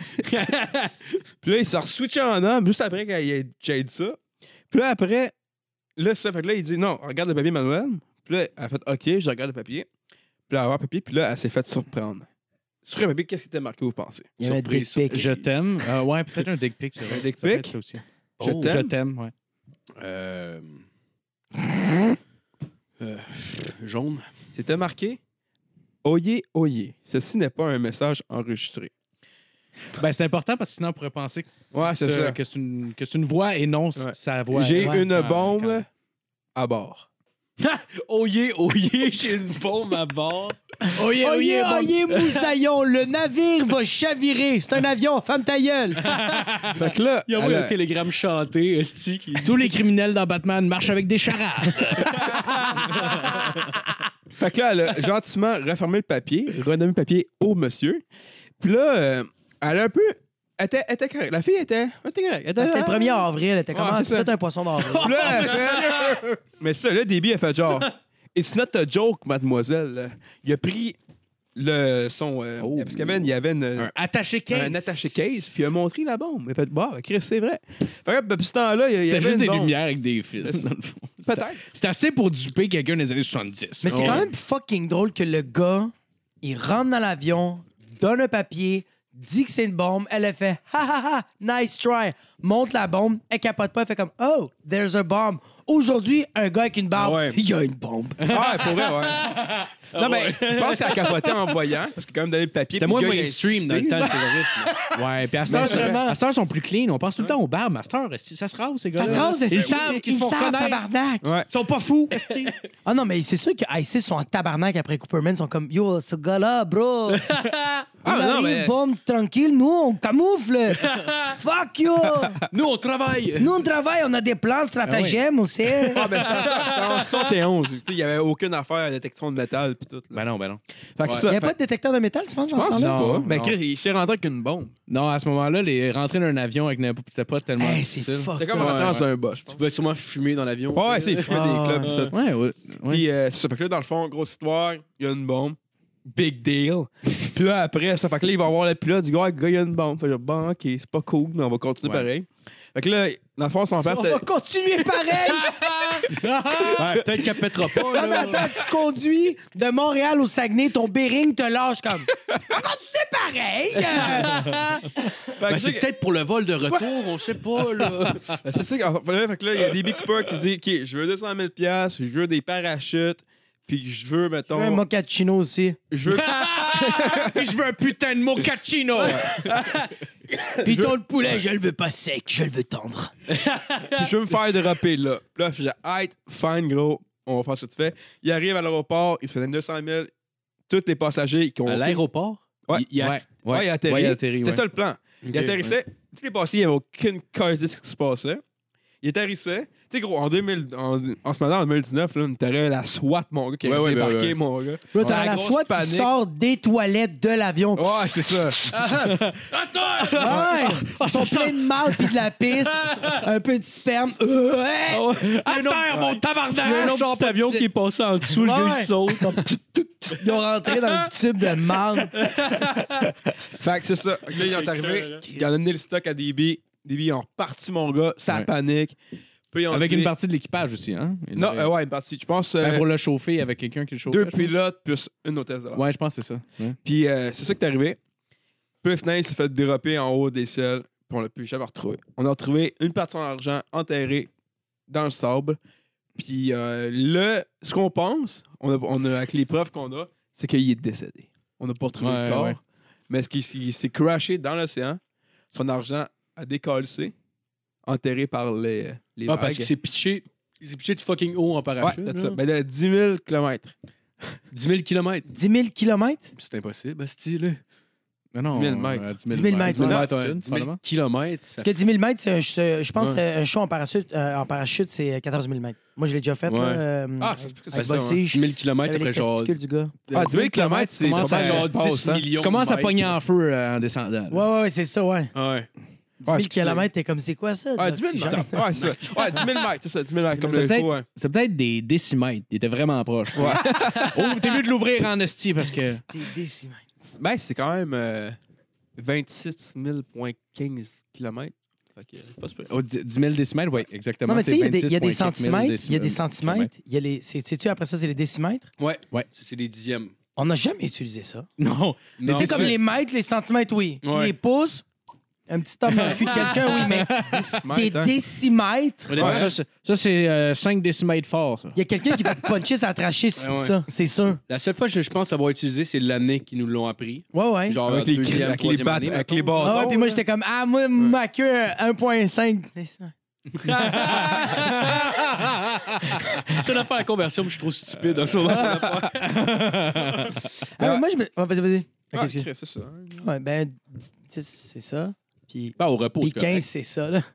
puis là, il s'est switché en homme juste après qu'il ait dit ça. Puis là, après, là, ça, fait que là, il dit, non, regarde le papier, Manuel. Puis là, elle a fait, OK, je regarde le papier. Puis là, elle a ouvert le papier, puis là, elle s'est fait surprendre. Sur le papier, qu'est-ce qui était marqué, vous pensez? Il y avait des Surprise, dick pics. Je t'aime. Ouais, peut-être un dick pic, c'est vrai. Un dick Ça peut pic? être ça aussi. Je Oh, t'aime. Je t'aime, ouais. Euh, Jaune. C'était marqué, oyez, oyez. Ceci n'est pas un message enregistré. Ben, c'est important parce que sinon, on pourrait penser que, Ouais, c'est ça. que c'est une voix et non Ouais. sa voix. J'ai Ouais. une Ah, bombe quand même. à bord. Oyez, j'ai une bombe à bord. Oyez, moussaillon, le navire va chavirer. C'est un avion, ferme ta gueule. Fait que là, Il y a elle un a- télégramme chanté, esti, qui Tous les criminels dans Batman marchent avec des charades. Fait que là, elle a gentiment refermé le papier, renommé le papier au monsieur. Puis là, elle a un peu. Elle était correcte. La fille était correcte. C'était le 1er avril. Elle était comme, Ouais, ah, c'est c'est ça. peut-être un poisson d'avril. Puis là, elle fait. Mais ça, là, Debbie, elle fait genre. It's not a joke, mademoiselle. Il a pris son. Parce qu'il y avait une. Un attaché case. Un attaché case, puis il a montré la bombe. Il a fait, bah, Chris, c'est vrai. Fait que depuis ce temps-là, il y C'était avait juste une des bombe. lumières avec des fils, dans le fond. Peut-être. C'était assez pour duper quelqu'un des années 70. Mais c'est quand même fucking drôle que le gars, il rentre dans l'avion, donne un papier, dit que c'est une bombe, elle a fait ha ha ha, nice try, monte la bombe, elle capote pas, elle fait comme oh, there's a bomb. Aujourd'hui, un gars avec une barbe, Ah ouais. il y a une bombe. Ah, pour vrai, ouais. Non, mais je pense qu'elle a capoté en voyant, parce qu'il a quand même donné le papier. C'était puis moins le gars, il a mainstream dans le insisté. temps, le terrorisme. Ouais, puis à cette Mais heure, c'est vraiment- à cette heure, ils sont plus clean. On pense tout le temps aux barbes. À cette heure, ça se rase, ces Ça gars-là. se rase, Ils savent qu'ils se font reconnaître. tabarnak. Ouais. Ils sont pas fous. esti. Ah non, mais c'est sûr que ISIS sont en tabarnak après Cooperman, ils sont comme yo, ce gars-là, bro. Ah, Il non, arrive, mais- bombe, tranquille, nous, on camoufle. Fuck you. Nous, on travaille. Nous, on travaille, on a des plans stratagèmes aussi. Ah, ben, c'était en 71. Tu sais, il n'y avait aucune affaire à détection de métal, puis tout. là. Ben non, ben non. Fait que Ouais. ça, Il n'y a fait- pas de détecteur de métal, tu penses, dans je ce pense temps-là? pas. Non, Mais non. Chris, il s'est rentré avec une bombe. Non, à ce moment-là, rentrer dans un avion avec n'importe c'était pas tellement Hey, c'est difficile. fucked C'était comme up. rentrer dans un boss. Tu pouvais sûrement fumer dans l'avion. Ouais, c'est il fumait des clubs. Ah, tout ça. Ouais, ouais. Puis c'est ça. Fait que là, dans le fond, grosse histoire, il y a une bombe. Big deal. Puis là, après, ça fait que là, il va voir le pilote. Du gars, il y a une bombe. Fait genre, bon, ok, c'est pas cool, mais on va continuer Ouais. pareil. Fait que là, dans le fond, son père, On c'était. va continuer pareil. Ouais, peut-être qu'elle pètera pas. Non, Là. mais attends, tu conduis de Montréal au Saguenay, ton Bering te lâche comme. On va continuer pareil. Fait que Ben, tu c'est sais, peut-être pour le vol de retour, on sait pas. Là. ben, c'est ça. Fait que là, il y a DB Cooper qui dit OK, je veux 200 000 $, je veux des parachutes, puis je veux, mettons. Un mochaccino aussi. Je veux. Puis je veux un putain de mochaccino. Puis ton poulet, je le veux pas sec, je le veux tendre. Puis je veux me faire dropper là. Puis là, je dis, hey, fine, gros, on va faire ce que tu fais. Il arrive à l'aéroport, il se fait donner 200 000. Tous les passagers qui ont. À l'aéroport? Ouais. Il a... Ouais, il atterrit. Ouais, il atterrit, C'est ouais. ça le plan. Il atterrissait. Tous les passagers, il n'y avait aucune carte de ce qui se passait. Il atterrissait. Tu sais, gros, en ce moment, en 2019, là, on était la SWAT, mon gars, qui a Ouais, débarqué, ouais. mon gars. Là, t'as Ouais, la grosse SWAT qui panique. sort des toilettes de l'avion. Ouais, c'est ça. Ouais. Ils sont pleins de mal puis de la pisse. Un peu de sperme. Ouais. À terre, mon tabarnak! Il y a un autre petit avion qui est passé en dessous, le gars, Ouais. il saute. Ils ont rentré dans le tube de marde. Fait que c'est ça. Fait que là, ils sont arrivés. Ils ont donné le stock à DB. DB, ils ont reparti, mon gars. Ça Ouais. panique. Puis ils ont Avec dit- une partie de l'équipage aussi, hein? Non, ouais, une partie. Je pense Ben, pour le chauffer avec quelqu'un qui le chauffe. deux pilotes plus une hôtesse de l'air. Ouais, je pense que c'est ça. Ouais. Puis c'est ça qui est arrivé. Puis finalement, il s'est fait dérober en haut des ciels. Puis on l'a plus jamais retrouvé. On a retrouvé une partie de son argent enterrée dans le sable. Puis ce qu'on pense, avec les preuves qu'on a, c'est qu'il est décédé. On n'a pas retrouvé Ouais, le corps. ouais. Mais ce qu'il s'est crashé dans l'océan, son argent a décalcé, enterré par les Ah, vagues. parce qu'il s'est pitché. Il s'est pitché de fucking haut en Ouais, parachute. c'est là. ça. Ben, de 10 000 km. 10 000 km. 10 000 kilomètres? C'est impossible, Asti, là. Non, 10 000 mètres. 10 000 mètres, ouais. 10 000 probablement. km. Ça... Parce que 10 000 mètres, je pense un show en parachute, c'est 14 000 mètres. Moi, je l'ai déjà fait. Ouais. Là, Ah, ça se peut que c'est avec ça, Voltige. 10 000 km, ça Avec ferait les genre... testicules du gars. Ah, 10 000 km, c'est commences à genre l'espace, 10 hein. millions Tu commences de à pogner mètres. en feu en descendant. là. Ouais, c'est ça, ouais. Ouais. 10 000 kilomètres, t'es comme, c'est quoi ça? Ouais, 10 000 Si mètres. j'en- Ouais, c'est ça. Ouais, 10 000 mètres, c'est ça. 10 000 mètres, comme C'est le peut-être faut, ouais. c'est peut-être des décimètres. Il était vraiment proche. Ouais. Oh, t'es mieux de l'ouvrir en esti parce que. T'es décimètre. Ben, c'est quand même 26 000,15 km. Fait que c'est pas super. Oh, 10 000 décimètres, oui, exactement. Non, mais tu sais, il y a des C'est 26,4 000 centimètres, il y a des kilomètres. centimètres, il y a les. Sais-tu, après ça, c'est les décimètres? Ouais. Ouais. Ça, c'est des dixièmes. On n'a jamais utilisé ça. Non. Mais tu sais, comme les mètres, les centimètres, oui. Ouais. Les pouces, un petit homme dans le cul de quelqu'un, oui, mais des Hein? décimètres. Ouais. Ça, c'est 5 décimètres fort, ça. Il y a quelqu'un qui va te puncher sa trachée si tu dis Ouais. ça, c'est sûr. La seule fois que je pense avoir utilisé, c'est l'année qu'ils nous l'ont appris. Ouais, ouais. Genre Avec les deuxième, avec les troisième battes, année, avec mettons. les bâtons. Ah ouais, puis moi, j'étais comme, ah, moi, ma queue, 1,5 décimètres. C'est la faire la conversion, mais je suis trop stupide en ce moment. Ah, mais moi, je me. Ouais, vas-y. Ah, Ok, excuse. Chris, c'est ça. Ouais, ben, 10, c'est ça. Puis, Pas au repos. puis c'est correct. 15, c'est ça, là.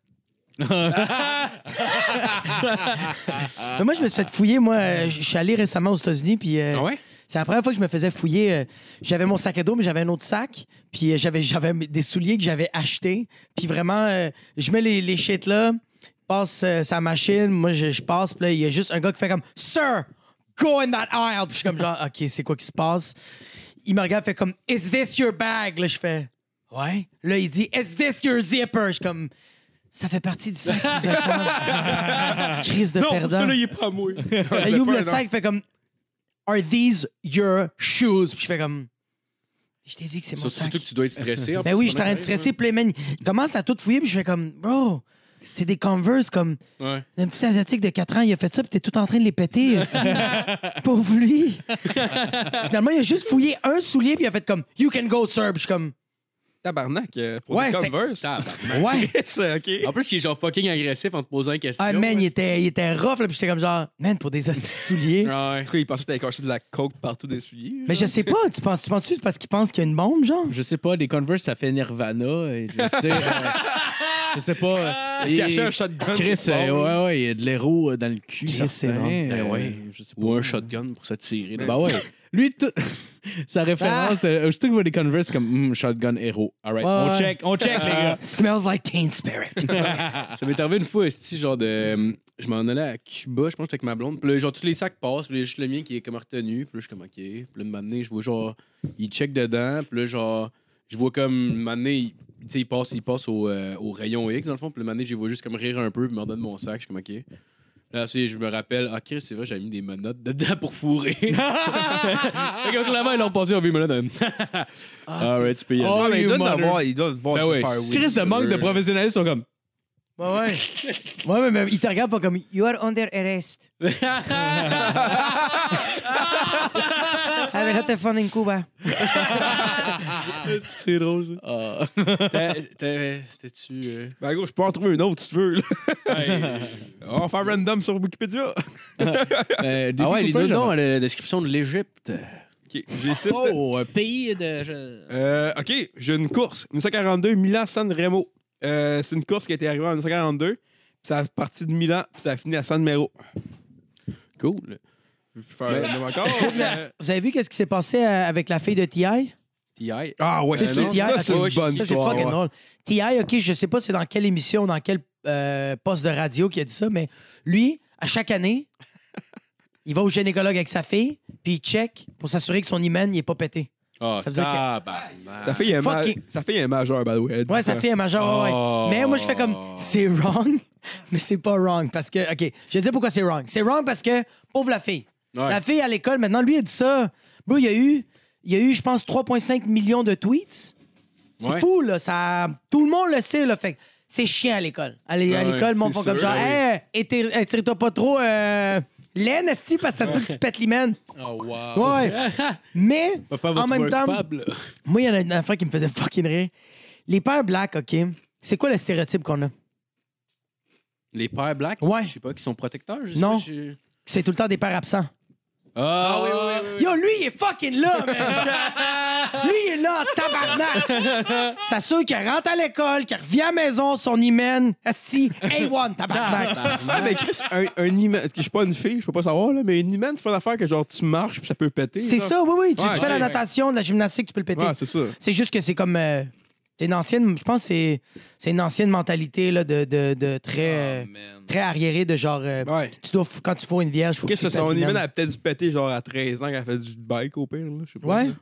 Mais moi, je me suis fait fouiller. Moi, je suis allé récemment aux États-Unis, puis Ah ouais? c'est la première fois que je me faisais fouiller. J'avais mon sac à dos, mais j'avais un autre sac. Puis j'avais des souliers que j'avais achetés. Puis vraiment, je mets les shit là, passe sa machine. Moi, je passe. Puis là, il y a juste un gars qui fait comme « Sir, go in that aisle! » Puis je suis comme genre « OK, c'est quoi qui se passe? » Il me regarde, fait comme « Is this your bag? » Là, je fais « Ouais. » Là, il dit « Is this your zipper? » Je suis comme « Ça fait partie du sac qu'ils apprennent. » Crise de Non, perdant. ça là, il est pas à moi. Là, il ouvre le sac, il fait comme Are these your shoes? Puis je fais comme Je t'ai dit que c'est mon sac. Surtout que tu dois être stressé. en Ben plus, oui, j'étais en train de pendant stresser, puis là, man, il commence à tout fouiller, puis je fais comme Bro, c'est des Converse, comme que- Ouais. un petit Asiatique de 4 ans, il a fait ça, puis t'es tout en train de les péter. Pauvre lui. Finalement, il a juste fouillé un soulier, puis il a fait comme You can go, sir. Puis je suis comme Tabarnak, pour Ouais, des c'était- Converse. Tabarnak. Ouais. C'est OK. En plus, il est genre fucking agressif en te posant une question. Ah, man, là. il était rough, là, puis j'étais comme genre Man, pour des hosties de souliers. Ouais. C'est quoi, il pensait que t'avais caché de la coke partout des souliers? Mais je sais pas, tu penses-tu c'est parce qu'il pense qu'il y a une bombe, genre? Je sais pas, des Converse, ça fait Nirvana. Et je sais pas. Il cachait un shotgun. Chris, ouais, il y a de l'héros dans le cul. Chris, certain. c'est énorme. Ben ouais. Je sais pas. Ou un shotgun pour se tirer. là. Ben ouais. Lui, sa référence, aussitôt qu'il voit des Converse, c'est comme shotgun héros. All right, Ouais. on check, les gars. Smells like teen spirit. Ça m'est arrivé une fois, esti, genre de. Je m'en allais à Cuba, je pense que j'étais avec ma blonde. Puis là, genre, tous les sacs passent, puis là, il y a juste le mien qui est comme retenu. Puis là, je suis comme, OK. Puis là, une matinée, je vois genre, il check dedans. Puis là, genre, je vois comme, une matinée, il sais, il passe au rayon X, dans le fond. Puis le moment donné, j'ai vu juste comme rire un peu, puis il me redonne mon sac. Je suis comme, OK. Là, je me rappelle, Chris, c'est vrai, j'avais mis des menottes dedans pour fourrer. Fait que clairement, ils l'ont passé, on a vu les menottes. Alright, tu peux y aller. Ah, mais il doit you avoir, il doit voir Ben ouais, Chris de manque de professionnalisme sont comme. Ouais, mais il te regarde pas comme You are under arrest. Avec la fun in Cuba. C'est drôle, ça. C'était-tu. Ben gros, je peux en trouver une autre si tu veux. Là. On va faire random sur Wikipédia. Ah ouais, les deux noms à la description de l'Égypte. OK, j'essaie. Oh, un pays de. OK, j'ai une course. 1942, Milan-San Remo. C'est une course qui a été arrivée en 1942. Puis ça a parti de Milan, puis ça a fini à San Mero. Cool. Je peux faire le même encore. Vous avez vu qu'est-ce qui s'est passé avec la fille de T.I.? T.I. Ah ouais, Ça, c'est c'est non, T.I. ça, c'est Ok, une bonne ça, c'est histoire. fucking Ouais. drôle. T.I., OK, je sais pas c'est dans quelle émission, dans quel poste de radio qui a dit ça, mais lui, à chaque année, il va au gynécologue avec sa fille, puis il check pour s'assurer que son hymen n'est pas pété. Ah, Ça veut dire que- tabarnak. Sa fille est Fucking- sa fille est majeure, by the way. Elle dit Ouais, sa ça. fille est majeure, ouais. Oh. Mais moi, je fais comme, c'est wrong, mais c'est pas wrong. Parce que, OK, je vais dire pourquoi c'est wrong. C'est wrong parce que, pauvre la fille. Ouais. La fille à l'école, maintenant, lui, a dit ça. Bro, il y a eu, je pense, 3,5 millions de tweets. C'est Ouais. fou, là. Ça, tout le monde le sait, là. Fait que c'est chiant à l'école. À l'école, le monde c'est font comme sûr, genre, oui. hey, étire-toi pas trop laine, esti, parce que ça se peut que tu pètes l'hymen. Oh, wow. Ouais. Mais, Papa, en même temps, coupable. moi, il y en a une affaire qui me faisait fucking rire. Les pères blacks, OK, c'est quoi le stéréotype qu'on a? Les pères blacks, Ouais. je sais pas, qui sont protecteurs. Je sais Non. pas, C'est tout le temps des pères absents. Ah, oui. Yo, lui, il est fucking là, man! Lui, il est là, tabarnak! S'assure qu'il rentre à l'école, qu'il revient à la maison, son hymen, esti, A1, tabarnak! Ah, mais Chris, un hymen. Je suis pas une fille, je peux pas savoir, là, mais une hymen, c'est pas une affaire que genre tu marches puis ça peut péter. C'est genre. ça, oui. Tu Ouais, fais la ok. natation, de la gymnastique, tu peux le péter. Ouais, c'est ça. C'est juste que c'est comme. C'est une ancienne. Je pense que c'est une ancienne mentalité là, de très, très arriérée, de genre. Ouais. Tu dois, quand tu fous une vierge, faut que Chris, tu son pètes hymen l'hymen. a peut-être dû péter genre à 13 ans quand elle fait du bike au pire, là. Je sais pas. Ouais.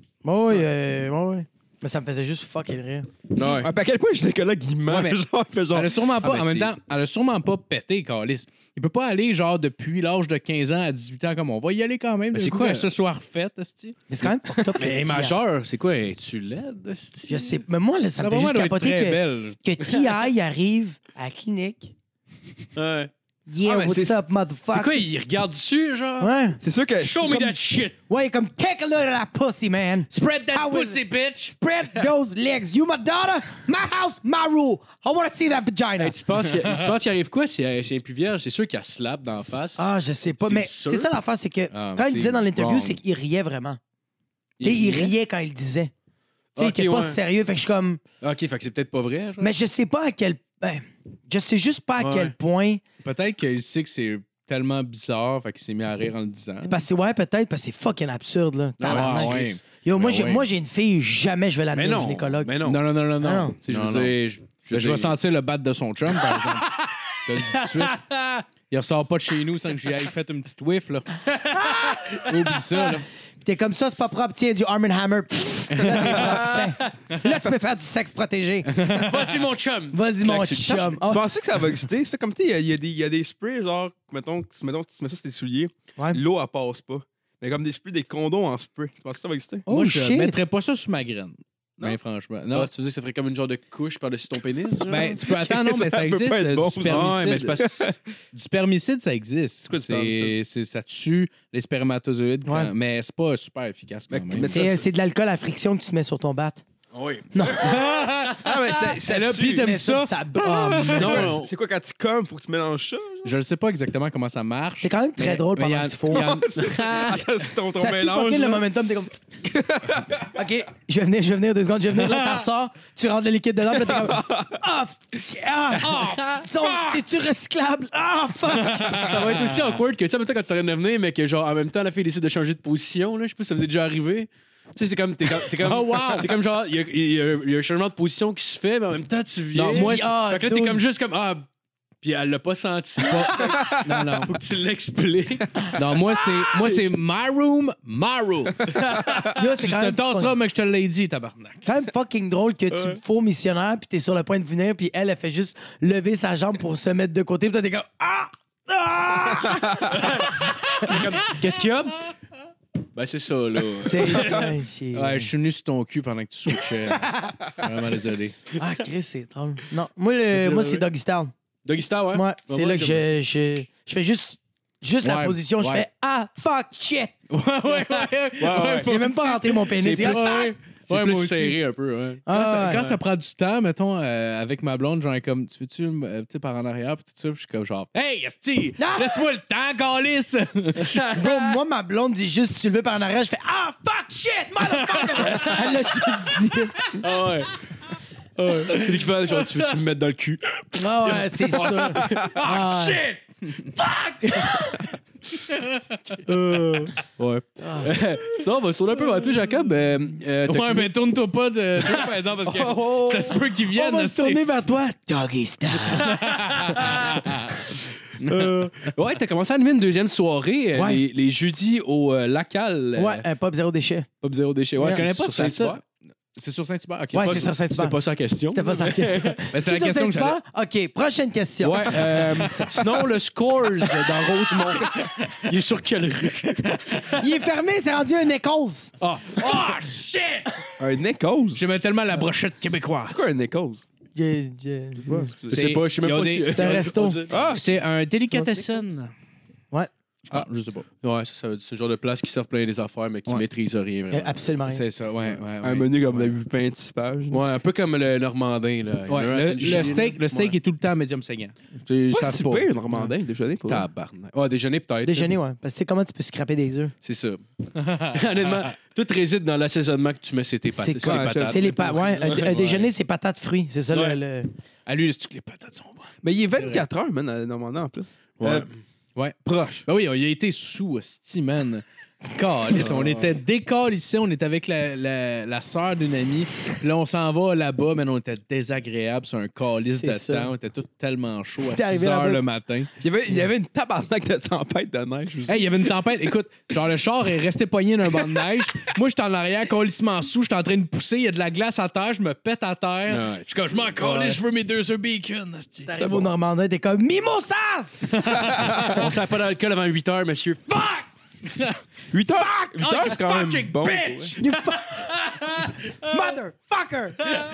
là. Ouais. Mais ça me faisait juste fucking rire. Ouais. Ouais, puis à quel point le gynécologue il ment, mais- genre, il fait genre. Elle a sûrement pas, ben, en même c'est- temps, elle a sûrement pas pété, Calis. Il peut pas aller, genre, depuis l'âge de 15 ans à 18 ans, comme on va y aller quand même. Mais C'est c'est quoi quoi? ce soir fait, esti? Mais c'est quand même fucked up. Mais que majeur, c'est quoi? Es-tu laide? esti? Je sais. Mais moi, là, ça me fait Vraiment, juste elle doit être capoter très belle. que T.I. arrive à la clinique. Ouais. Yeah, Ah, mais what's c'est- up, motherfucker? C'est quoi, il regarde dessus, genre? Ouais. C'est sûr que. Show me that shit! Ouais, comme take a look at that pussy, man. Spread that I was- pussy, bitch! Spread those legs. You my daughter, my house, my rule. I want to see that vagina. Hey, tu penses qu'il arrive quoi si elle est plus vierge? C'est sûr qu'il y a slap d'en face. Ah, je sais pas, C'est mais sûr? c'est ça l'affaire, c'est que Ah, quand il c'est disait dans l'interview, wrong. c'est qu'il riait vraiment. Tu sais, il riait quand il le disait. Tu sais, il Ok, était pas ouais. sérieux, fait que je suis comme... Ok, fait que c'est peut-être pas vrai, genre. Mais je sais pas à quel... Ben, je sais juste pas à Ouais. quel point... Peut-être qu'il sait que c'est tellement bizarre, fait qu'il s'est mis à rire en le disant. C'est parce que, ouais, peut-être, parce que c'est fucking absurde, là. Tabarnak. ouais. Yo, moi, Ben j'ai, ouais. moi, j'ai une fille, jamais je vais Mais l'amener au non. gynécologue. Mais non. Non. Ah, non. Tu sais, je Non, veux dire. Je vais sentir le bat de son chum, par exemple. Je te le dis tout de suite. Il ressort pas de chez nous sans que j'y aille fait une petite whiff, là. Oublie ça, là. Puis t'es comme ça, c'est pas propre, tiens, du Arm & Hammer. Pff, là, c'est propre. Ben, là, tu peux faire du sexe protégé. Vas-y, mon chum! Vas-y, mon Claque sur le chum. Tu Oh, pensais que ça va exister? Ça, comme tu sais, il y a des sprays, genre, mettons que tu mets ça sur tes souliers, Ouais. l'eau, elle passe pas. Mais comme des sprays, des condoms en spray. Tu penses que ça va exister? Oh, Moi, je shit. mettrais pas ça sur ma graine. Non? Ben, franchement. Non, Non. tu veux dire que ça ferait comme une genre de couche par-dessus ton pénis? genre? Ben, tu peux attendre, non, mais ça Ça peut existe. pas être bon, du ça. Ouais, mais c'est spermicide. pas. Du spermicide, ça existe. C'est quoi du spermicide? Ça tue les spermatozoïdes, Ouais. mais c'est pas super efficace quand Mais- même. mais- c'est de l'alcool à friction que tu te mets sur ton bat. Oui. Non. Ah, mais ça là, tue. puis t'aimes Mais ça? Non, C'est quoi quand tu commes? Faut que tu mélanges ça? Je ne sais pas exactement comment ça marche. C'est quand même très drôle mais pendant y a- que tu fous. y a- Attends, c'est ton Ça tue mélange. fucking le là. momentum, t'es comme... OK, je vais venir 2 secondes, je vais venir, là, t'en ressors, tu rentres le liquide dedans, puis là, t'es comme... C'est-tu recyclable? Ah, fuck! ça va être aussi awkward que, tu sais, mettons, quand t'aurais de venir, mais que, genre, en même temps, la fille décide de changer de position, là. Je sais pas si ça vous est déjà arrivé. Tu sais, c'est comme. T'es comme Oh, wow! c'est comme genre, il y a un changement de position qui se fait, mais en même temps, tu viens. Non, moi, c'est- fait que là, t'es dude. comme juste comme. Ah. Puis elle l'a pas senti. Non. Faut que tu l'expliques. Non, moi, c'est my room, my rules. Là, c'est Tu quand te même, tasseras, mais je te l'ai dit, tabarnak. quand même fucking drôle que tu faux missionnaire, puis t'es sur le point de venir, puis elle fait juste lever sa jambe pour se mettre de côté, puis toi, t'es comme ah! Qu'est-ce qu'il y a? Ben, c'est ça, là. C'est Ouais, je suis venu sur ton cul pendant que tu switchais. Vraiment désolé. Ah, Chris, c'est drôle. Non, moi, ouais. c'est Doggy Style. Doggy Style, ouais? Moi, c'est Ouais, là que j'aime je fais juste la Ouais, position, je ouais. fais ah, fuck, shit! ouais. J'ai même pas rentré mon pénis. C'est C'est plus, comme, c'est Ouais, plus moi aussi. serré un peu, ouais. Quand ça prend du temps, mettons, avec ma blonde, genre, comme, tu veux-tu, tu sais, par en arrière, puis tout ça, puis je suis comme, genre, hey, esti, Non! laisse-moi le temps, calice! Bro, moi, ma blonde dit juste, tu le veux par en arrière, je fais ah, fuck, shit, motherfucker! Elle l'a juste dit. esti. Ah ouais. C'est l'équivalent, genre, tu veux-tu me mettre dans le cul? Ah ouais, c'est ça. Ah, Ouais. Ça, on va se tourner un peu vers toi, Jacob. Ouais, mais tourne-toi pas de toi, par exemple, parce que ça se peut qu'ils On viennent. va se esti. tourner vers toi. Doggy Style. Ouais, t'as commencé à animer une deuxième soirée Ouais. les jeudis au Lacal. Ouais, un pop zéro déchet. Pop Zéro Déchet. Ouais, Ouais. Je connais pas sur ça. Saint-Hubert. C'est sur Saint-Hubert, ok. Ouais, Pas c'est sur Saint-Hubert. C'était pas ça la question. C'était pas ça la question. Ben, c'était C'est la sur question que j'avais. Saint-Hubert? OK, prochaine question. Ouais, sinon, le Scores dans Rosemont, il est sur quelle rue? Il est fermé, c'est rendu un Echoes. Ah, Oh, shit! Un Nichols? J'aimais tellement la brochette québécoise. C'est quoi un Nichols? je sais pas, je sais même ils ont pas des- si... C'est un resto. Ah! C'est un délicatessen. Ouais. Ah, je sais pas. Ouais, ça veut dire c'est le genre de place qui servent plein des affaires, mais qui Ouais. maîtrisent rien, vraiment. Absolument rien. C'est ça, ouais. Un menu comme on a vu 26 pages. Ouais, un peu comme le Normandin, là. Ouais, le steak est tout le temps médium saignant. C'est pas Ça si se passe. pire, Normandin, déjeuner pour Tabarnak. Ah, déjeuner peut-être. Déjeuner, ouais. Parce que tu sais comment tu peux scraper des œufs. C'est ça. Honnêtement, tout réside dans l'assaisonnement que tu mets sur tes C'est sur les quoi? patates. C'est les ouais, un déjeuner, c'est patates fruits. C'est ça Ouais. le. À lui, c'est que les patates sont bonnes. Mais il est 24 heures, man, à Normandin en plus. Ouais. Ouais. Proche. Ben oui, il a été sous, esti, man. Calisse, on était décalissés, on était avec la sœur d'une amie. Puis là, on s'en va là-bas, mais on était désagréable sur un calice C'est de ça. temps. On était tous tellement chauds T'es à arrivé 6 heures là-bas. le matin. Il y avait une tabarnak de tempête de neige aussi. Hey, il y avait une tempête. Écoute, genre, le char est resté poigné d'un banc de neige. Moi, j'étais en arrière, calissement sous. J'étais en train de pousser. Il y a de la glace à terre. Je me pète à terre. Ouais. Je suis comme, je m'en calisse, je veux mes 2 œufs bacon. esti. T'arrives au Normandin, t'es comme Mimosas! On sert pas d'alcool avant 8 heures, monsieur. 8 heures, 8 heures c'est quand même fucking bon. bitch! You Motherfucker!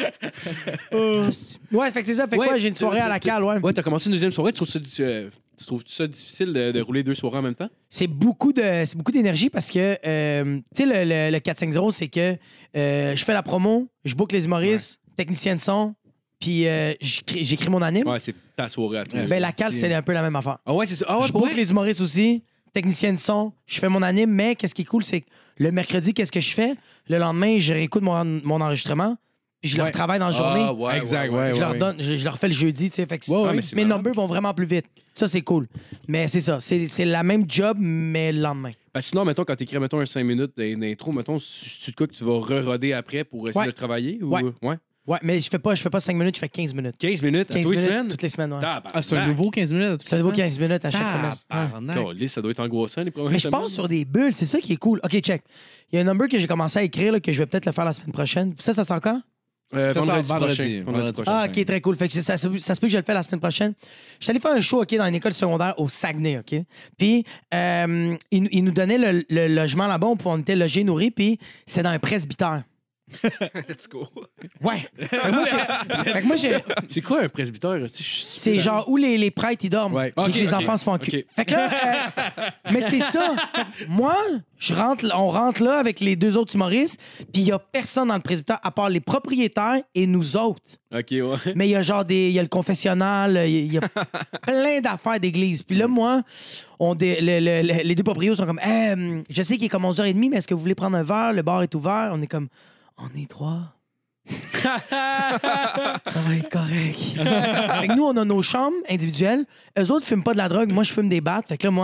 Ouais, fait que c'est ça. Fait que Ouais, ouais, j'ai une soirée à la cale, ouais. Ouais, t'as commencé une deuxième soirée. Tu trouves ça difficile de rouler 2 soirées en même temps? C'est beaucoup d'énergie parce que, tu sais, le 4-5-0, c'est que je fais la promo, je book les humoristes, technicien de son, puis j'écris mon anime. Ouais, c'est ta soirée à toi. Ben, la cale, c'est un peu la même affaire. Ah ouais, c'est ça. Ah ouais, Je pour book vrai? les humoristes aussi, technicien de son, je fais mon anime, mais qu'est-ce qui est cool, c'est que le mercredi, qu'est-ce que je fais? Le lendemain, je réécoute mon enregistrement, puis je le retravaille dans la journée. Ah, ouais, Exact, ouais. ouais. Je leur donne, je leur fais le jeudi, tu sais. Fait que Ouais, mais c'est mes malade. numbers vont vraiment plus vite. Ça, c'est cool. Mais c'est ça. C'est la même job, mais le lendemain. Ben, sinon, mettons, quand t'écris, mettons, un 5 minutes d'intro, mettons, tu te quoi que tu vas re-roder après pour essayer Ouais. de le travailler? Ou... Ouais. Ouais, mais je fais pas 5 minutes, je fais 15 minutes. 15 minutes 15 à tous les minutes semaines? toutes les semaines, ouais. Ah, c'est un nouveau 15 minutes. C'est un nouveau 15 minutes à chaque semaine. Ouais. Caliste, ça doit être angoissant les premières Mais je semaines. pense sur des bulles, c'est ça qui est cool. OK, check. Il y a un number que j'ai commencé à écrire, là, que je vais peut-être le faire la semaine prochaine. Ça sort quand? Vendredi sort prochain. vendredi. Vendredi prochain. Ah, OK, très cool. Fait que ça se peut que je le fais la semaine prochaine. Je suis allé faire un show, OK, dans une école secondaire au Saguenay, OK? Puis, ils nous donnaient le logement là-bas, on était logés, nourris, puis c'est dans un presbytère. Let's go. Ouais. Fait que moi, j'ai... C'est quoi un presbytère? C'est genre où les prêtres, ils dorment. Ouais. Et que Ok, les ok, enfants se font ok. cul. Fait que là, mais c'est ça. Fait que moi, on rentre là avec les 2 autres humoristes, puis il y a personne dans le presbytère à part les propriétaires et nous autres. OK, ouais. Mais il y a genre il y a le confessionnal, il y a plein d'affaires d'église. Puis là, moi, les 2 propriétaires sont comme, je sais qu'il est comme 11h30, mais est-ce que vous voulez prendre un verre? Le bar est ouvert. On est comme, on est 3. Ça va être correct. Fait que nous, on a nos chambres individuelles. Eux autres fument pas de la drogue. Moi, je fume des battes. Fait que là, moi,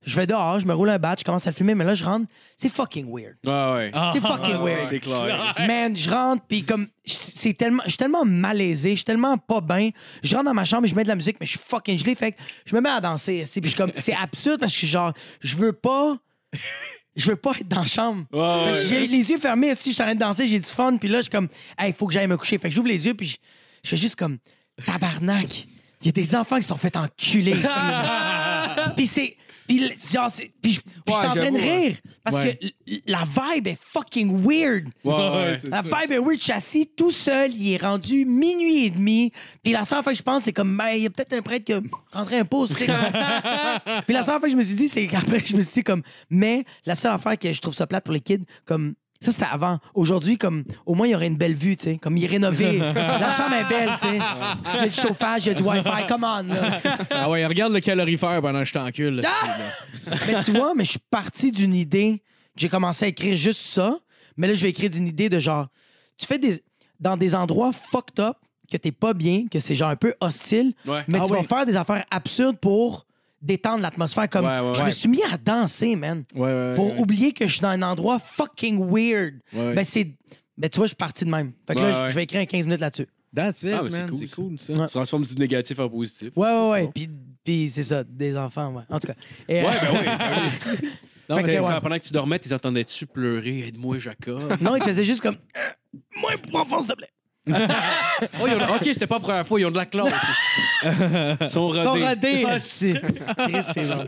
Je vais dehors, je me roule un bat, je commence à le fumer, mais là, je rentre. C'est fucking weird. Ah ouais. C'est fucking weird. C'est clair. Man, je rentre, puis comme, je suis tellement malaisé, je suis tellement pas bien. Je rentre dans ma chambre et je mets de la musique, mais je suis fucking gelé. Fait que je me mets à danser. Puis je suis comme, c'est absurde parce que genre, je veux pas être dans la chambre. Fait que j'ai les yeux fermés. Si je suis en train de danser, j'ai du fun. Puis là, je suis comme, hey, il faut que j'aille me coucher. Fait que j'ouvre les yeux, puis je fais juste comme, tabarnak. Il y a des enfants qui sont fait enculer ici. Puis c'est. Puis je suis en train de rire parce que la vibe est fucking weird. La vibe est weird. Je suis assis tout seul. Il est rendu 00:30. Puis la seule fois que je pense, c'est comme, ben, il y a peut-être un prêtre qui a rentré un pouce. Puis la seule fois que je me suis dit, c'est qu'après, je me suis dit, comme, mais la seule affaire que je trouve ça plate pour les kids, comme, ça, c'était avant. Aujourd'hui, comme, au moins, il y aurait une belle vue, tu sais. Comme, il est rénové. La chambre est belle, tu sais. Il y a du chauffage, il y a du Wi-Fi. Come on, là. Ah ouais, regarde le calorifère pendant que je t'encule. Mais tu vois, mais je suis parti d'une idée. J'ai commencé à écrire juste ça. Mais là, je vais écrire d'une idée de genre, tu fais dans des endroits fucked up, que t'es pas bien, que c'est genre un peu hostile, mais tu vas faire des affaires absurdes pour détendre l'atmosphère. Comme, je me suis mis à danser, man. Pour oublier que je suis dans un endroit fucking weird. Ben, tu vois, je suis parti de même. Fait que là, je vais écrire un 15 minutes là-dessus. That's it, Ah, man. c'est cool, ça. Tu transformes du négatif en positif. Ouais. Puis c'est ça, des enfants, ouais. En tout cas. Et, Non, Fait que, ouais. pendant que tu dormais, tu entendais-tu pleurer? Aide-moi, Jacob. Non, il faisait juste comme, moi, enfant, s'il te plaît. OK, c'était pas la première fois. Ils ont de la classe. Ils sont rodés. Ils sont rodés. Chris, c'est bon.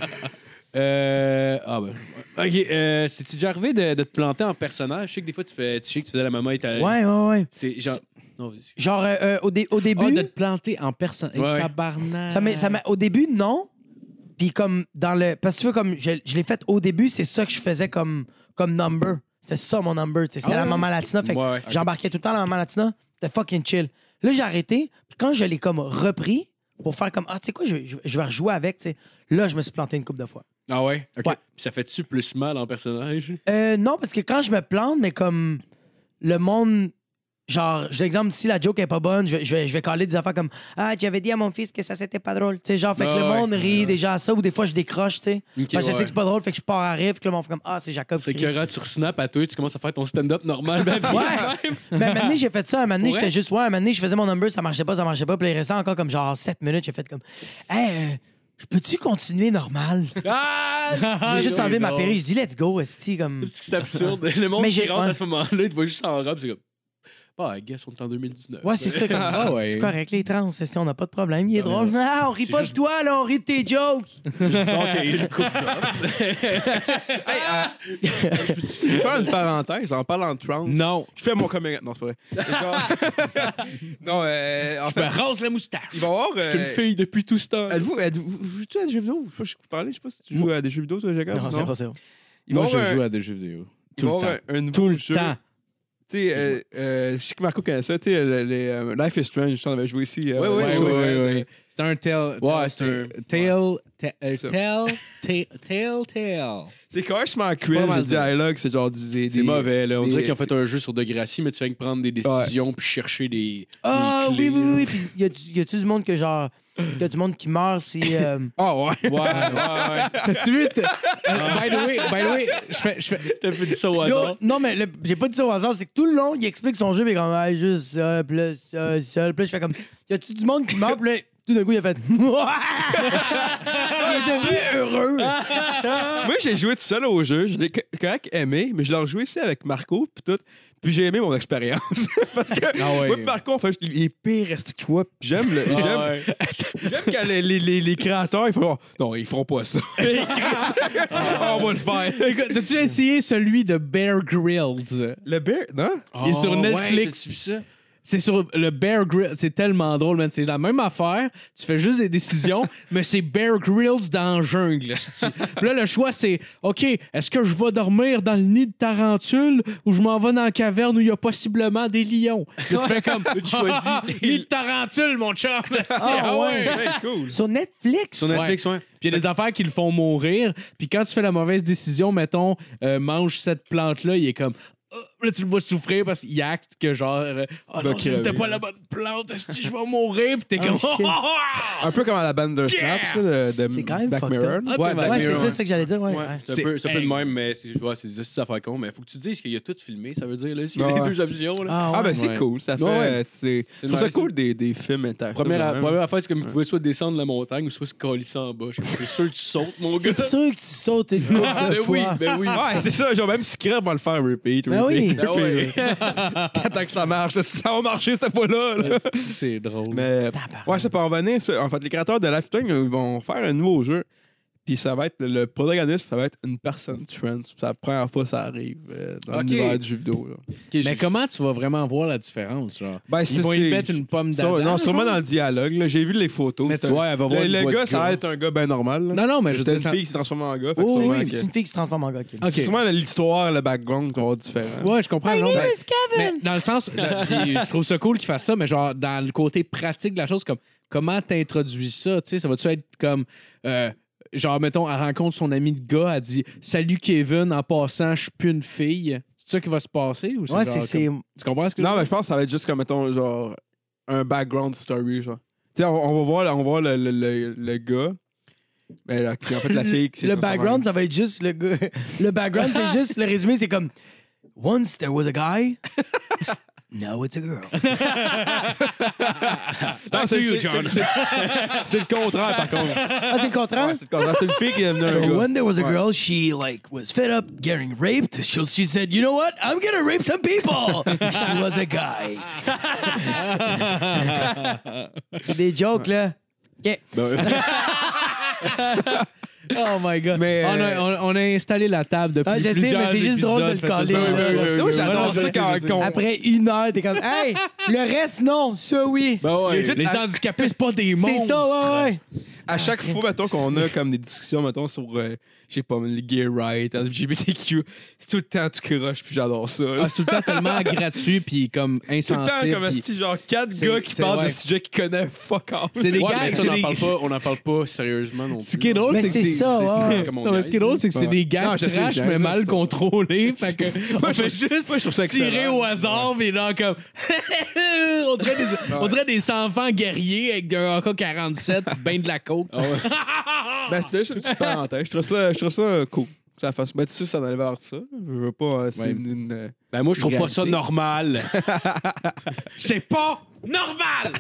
OK. C'est-tu déjà arrivé de te planter en personnage? Je sais que des fois, tu faisais la maman et ta... Ouais. C'est genre... Non, vas-y. Genre, au début... de te planter en personne. Ouais. Tabarnak. Au début, non. Puis comme dans le... Parce que tu vois, comme je l'ai fait au début, c'est ça que je faisais comme number. C'était ça, mon number. C'était la Maman Latina. Fait que j'embarquais tout le temps la Maman Latina. C'était fucking chill. Là, j'ai arrêté. Puis quand je l'ai comme repris pour faire comme... Ah, tu sais quoi, je vais rejouer avec, tu sais. Là, je me suis planté une couple de fois. Ah ouais? OK. Ouais. Puis ça fait-tu plus mal en personnage? Non, parce que quand je me plante, mais comme le monde... Genre, l'exemple, si la joke est pas bonne, je vais caler des affaires comme « Ah, j'avais dit à mon fils que ça, c'était pas drôle. » Tu sais, genre, fait que le monde rit déjà à ça, ou des fois, je décroche, tu sais. Okay, Parce que je sais que c'est pas drôle, fait que je pars à rire, puis que le monde fait comme « Ah, c'est Jacob qui C'est rit. que quand tu re-snap à toi, tu commences à faire ton stand-up normal. Ben, Ouais! Mais un moment donné, j'ai fait ça. Un moment donné, Ouais. j'étais juste... Ouais, un moment donné, je faisais mon number, ça marchait pas. Puis là, il restait encore comme genre 7 minutes. J'ai fait comme « Hey, je peux-tu continuer normal? » Ah! J'ai juste enlevé ma perruque. Je dis « Let's go, esti. » comme... C'est absurde. Le monde Mais qui j'ai- rentre ouais. à ce moment-là, il te voit juste en robe, c'est comme... Ah, I guess, on est en 2019. Ouais, c'est ça. Comme... ouais. C'est correct, les trans. Si on n'a pas de problème, il est drôle. Ah, on rit pas juste- de toi, là, on rit de tes jokes. OK, une coupe Je vais faire une parenthèse en parlant de trans. Non. Je fais mon coming out. Non, c'est pas vrai. Non, en Je me fait, rase la moustache. il va y avoir. Je suis une fille depuis tout ce temps. Vous jouez-tu à des jeux vidéo? Je sais pas si tu joues à des jeux vidéo, toi, Jacob. Non, c'est pas ça. Il va y Moi, je avoir joue à des jeux vidéo. il va y Tout le avoir temps. un nouveau Tout le jeu. temps. Tu sais, je sais que Marco connaît ça. Tu sais, Life is Strange, tu en avais joué ici. Ouais. C'est un tell. Ouais, c'est un- Tell. C'est carrément Pas cringe, mal le dialogue, c'est genre des... C'est mauvais, là. On des- dirait qu'ils ont fait un jeu sur Degrassi, mais tu fais que prendre des décisions puis chercher des. Ah, des oui, clés, oui. Puis y a-tu du monde que genre. Y a du monde qui meurt si. Ah ouais. Ouais. T'as-tu vu? By the way, je fais. T'as fait du ça au Yo, hasard. non, mais j'ai pas dit ça au hasard. C'est que tout le long, il explique son jeu, mais comme, ah, juste ça, puis là, ça. Puis là, je fais comme, y a-tu du monde qui meurt? Puis là, tout d'un coup, il a fait. Il est devenu heureux. Moi, j'ai joué tout seul au jeu. Je l'ai correct aimé, mais je l'ai rejoué ici avec Marco, puis tout. Puis j'ai aimé mon expérience. Parce que moi, puis Marco, en fait, il est pire resté que toi. Puis j'aime j'aime quand les créateurs, ils font non, ils feront pas ça. On va le faire. Écoute, t'as-tu essayé celui de Bear Grylls? Le bear, non? Il est sur Oh, Netflix. ouais, t'as-tu vu ça? C'est sur le Bear Grylls. C'est tellement drôle, man. C'est la même affaire. Tu fais juste des décisions, mais c'est Bear Grylls dans la jungle. esti. Puis là, le choix, c'est OK, est-ce que je vais dormir dans le nid de tarentule ou je m'en vais dans la caverne où il y a possiblement des lions? Puis tu fais comme tu choisis nid de tarentule, mon chum. Ah ouais. Ouais, cool. Sur Netflix? Sur Netflix, ouais. Puis il y a des affaires qui le font mourir. Puis quand tu fais la mauvaise décision, mettons, mange cette plante-là, il est comme Là, tu le vois souffrir parce qu'il acte que genre, oh non, c'était pas la bonne plante, est-ce que je vais mourir? Puis t'es comme, shit. Un peu comme à la bande de Snatch là, de C'est quand même Black fucked Mirror. up. Ah, Ouais, Black Ouais, Mirror, c'est ça que j'allais dire. Ouais. C'est un peu de même, mais c'est des astuces à faire con. Mais faut que tu dises qu'il y a tout filmé, ça veut dire, là, s'il y a les deux options. Là. Ah, ben c'est Ouais. cool. Ça fait. Ouais. Je trouve ça nice. cool des films intéressants. Première affaire, c'est comme vous pouvez soit descendre la montagne ou soit se colisser en bas. C'est sûr que tu sautes, mon gars. C'est sûr que tu sautes une couple de Ben oui, fois. ben oui. Ouais, c'est ça. Genre, même secret, on va le faire repeat. Ben oui. Ben ouais. Tant que ça marche. Ça va marcher cette fois-là. là. c'est drôle. Mais ouais, ça peut en revenir. En fait, les créateurs de Life Time vont faire un nouveau jeu. Puis ça va être le protagoniste, ça va être une personne trans. C'est la première fois que ça arrive dans Ok. l'univers du jeu vidéo. Là. Mais comment tu vas vraiment voir la différence, genre? Ben, Ils vont y mettre une pomme d'Adam? Non, sûrement dans le dialogue. Là. J'ai vu les photos. Mais C'est tu un- vois, elle va voir une le voix gars, de ça va gars. être un gars bien normal. là. Non, mais je C'était veux une dire, fille qui s'est transformée en gars. Fait que Oh, sûrement oui, que- c'est une fille qui se transforme en gars. ok. Ok. C'est sûrement l'histoire, le background qu'on va avoir différent. Ouais, je comprends. non, ben, Kevin! mais dans le sens, puis je trouve ça cool qu'ils fassent ça, mais genre, dans le côté pratique de la chose, comme comment t'introduis ça, tu sais, ça va-tu être comme, genre, mettons, elle rencontre son ami de gars, elle dit « Salut Kevin, en passant, je suis plus une fille ». C'est ça qui va se passer? Ou Ouais, genre c'est. comme- Tu comprends ce que je Non, veux mais dire? je pense que ça va être juste comme, mettons, genre, un background story, genre. Tu sais, on va voir le gars. Mais là, qui, en fait, la fille qui s'est Le transformée en background, gars. ça va être juste le gars. Le background, c'est juste le résumé, c'est comme Once there was a guy, now it's a girl. Non, c'est c'est le contraire, par contre. Ah, c'est le contraire? Ouais, c'est le contraire. C'est une fille qui est devenue un So gars. when there was a Ouais. girl, she was fed up getting raped. She said, "You know what? I'm gonna rape some people." She was a guy. C'est des jokes là. Ok. Oh my God. Mais, on a installé la table depuis Ah, je sais, plusieurs mais c'est juste drôle de le épisodes, caler, fait que là. ça- Non, j'adore Ouais, ça ouais, quand c'est- Après 1 heure, t'es comme, hey, le reste non, ça oui. Ben ouais. Les handicapés, c'est pas des monstres. C'est ça, ouais. À chaque fois, mettons, qu'on a comme des discussions, mettons, sur, je sais pas, les gay rights, LGBTQ, c'est tout le temps tout croche, puis j'adore ça. là. Ah, c'est tout le temps tellement gratuit puis comme Tout le insensible. temps, comme puis- si, genre, 4 C'est- gars qui c'est- parlent ouais. de sujets qu'ils connaissent fuck off. C'est des Ouais, gars, mais ça, c'est on des- n'en parle pas sérieusement non plus. Ce qui est drôle, Mais c'est que c'est ça, ouais. c'est comme on Non, mais ce qui est drôle, c'est que c'est des gars Non, je sais, trash, j'ai- mais j'ai- mal j'ai- contrôlés. Fait que on fait juste Moi, je trouve ça tirer excellent. au hasard, puis genre comme. on dirait des enfants guerriers avec un AK-47, ben de la coke. Ben, c'était juste une petite parenthèse. Je trouve ça cool. Que ça fasse. Ben, tu sais, ça en allait vers ça. Je veux pas. C'est Ouais. Ben moi, je trouve pas Réalité. ça normal. C'est pas normal!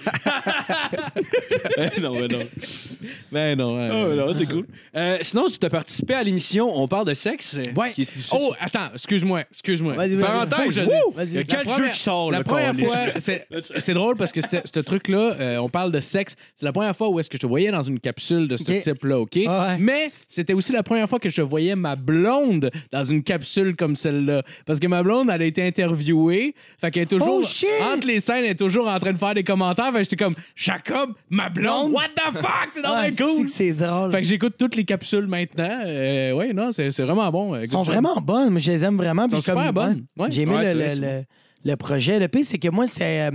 non, mais non. Ben non. Oh, mais non, c'est cool. Sinon, tu t'as participé à l'émission On parle de sexe. Ouais. Qui est diffusée Oh, attends, excuse-moi. Vas-y, Parenthèse, Faut que je- wouh! Vas-y. Il y a quel La jeu première- qui sort, La là, première câlisse? fois, c'est drôle parce que ce truc-là, on parle de sexe. C'est la première fois où est-ce que je te voyais dans une capsule de ce Ok. type-là, OK? Ah ouais. Mais c'était aussi la première fois que je voyais ma blonde dans une capsule comme celle-là. Parce que ma blonde, elle a été interviewée. Fait qu'elle est toujours... Oh, shit! Entre les scènes, elle est toujours en train de faire des commentaires. Fait que j'étais comme, Jacob, ma blonde, what the fuck? C'est Ah, vraiment cool! c'est drôle. Fait que j'écoute toutes les capsules maintenant. Ouais, non, c'est vraiment bon. Elles sont vraiment bonnes, mais je les aime vraiment. Elles sont Puis comme, super bonnes. ouais, Ouais. J'ai aimé Ouais, c'est le, vrai, le- le projet. Le pire, c'est que moi, c'est.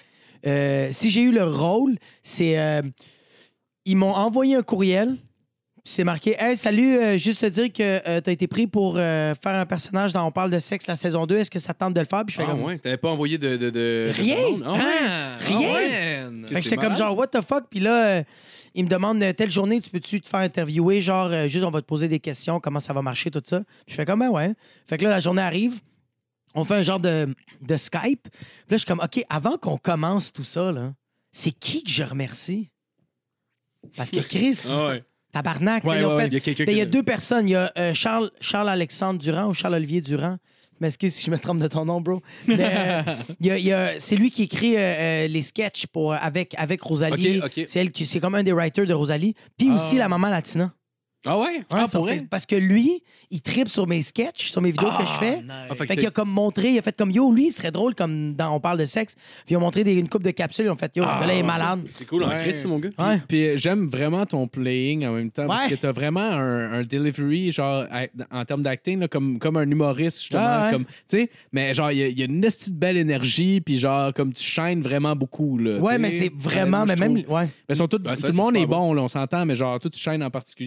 Si j'ai eu le rôle, c'est. Ils m'ont envoyé un courriel. Puis c'est marqué Hey, salut, juste te dire que t'as été pris pour faire un personnage dans On parle de sexe la saison 2. Est-ce que ça te tente de le faire? Puis je fais Ah comme. ouais, t'avais pas envoyé de Rien. de- Ah ouais. Rien. Fait que C'est j'étais comme malade. genre, what the fuck? Puis là, ils me demandent telle journée, tu peux-tu te faire interviewer? Genre, juste on va te poser des questions, comment ça va marcher, tout ça. Puis je fais comme, ben ouais. Fait que là, la journée arrive, on fait un genre de Skype. Puis là, je suis comme, OK, avant qu'on commence tout ça, là, c'est qui que je remercie? Parce que Chris, Ah ouais. tabarnak, Ouais, ils ont ouais, fait- Il y a quelqu'un ben, il y a qui- deux personnes. Il y a Charles-Alexandre Durand ou Charles-Olivier Durand. Je m'excuse si je me trompe de ton nom, bro. Mais c'est lui qui écrit les sketchs avec Rosalie. Ok, ok. C'est comme un des writers de Rosalie. Puis aussi la maman Latina. Ah ouais? Ouais, Ah, ça pour fait- vrai? parce que lui, il tripe sur mes sketchs, sur mes vidéos que je fais. Ah, Fait qu'il a comme montré, il a fait comme yo, lui, il serait drôle comme dans On parle de sexe. Puis ils ont montré une coupe de capsules, ils ont fait yo, le gars-là est malade. C'est cool, en Ouais. Chris, mon gars. Ouais. Puis j'aime vraiment ton playing en même temps parce Ouais. que t'as vraiment un delivery genre en termes d'acting là, comme un humoriste justement Ah ouais. comme tu sais mais genre il y a une esti de belle énergie puis genre comme tu shines vraiment beaucoup là. Ouais, tu mais sais. c'est vraiment, moi, mais je même. trouve- Ouais. mais tout Ben, ça, le c'est monde est super bon là, on s'entend mais genre toi tu shines en particulier parce que Ouais,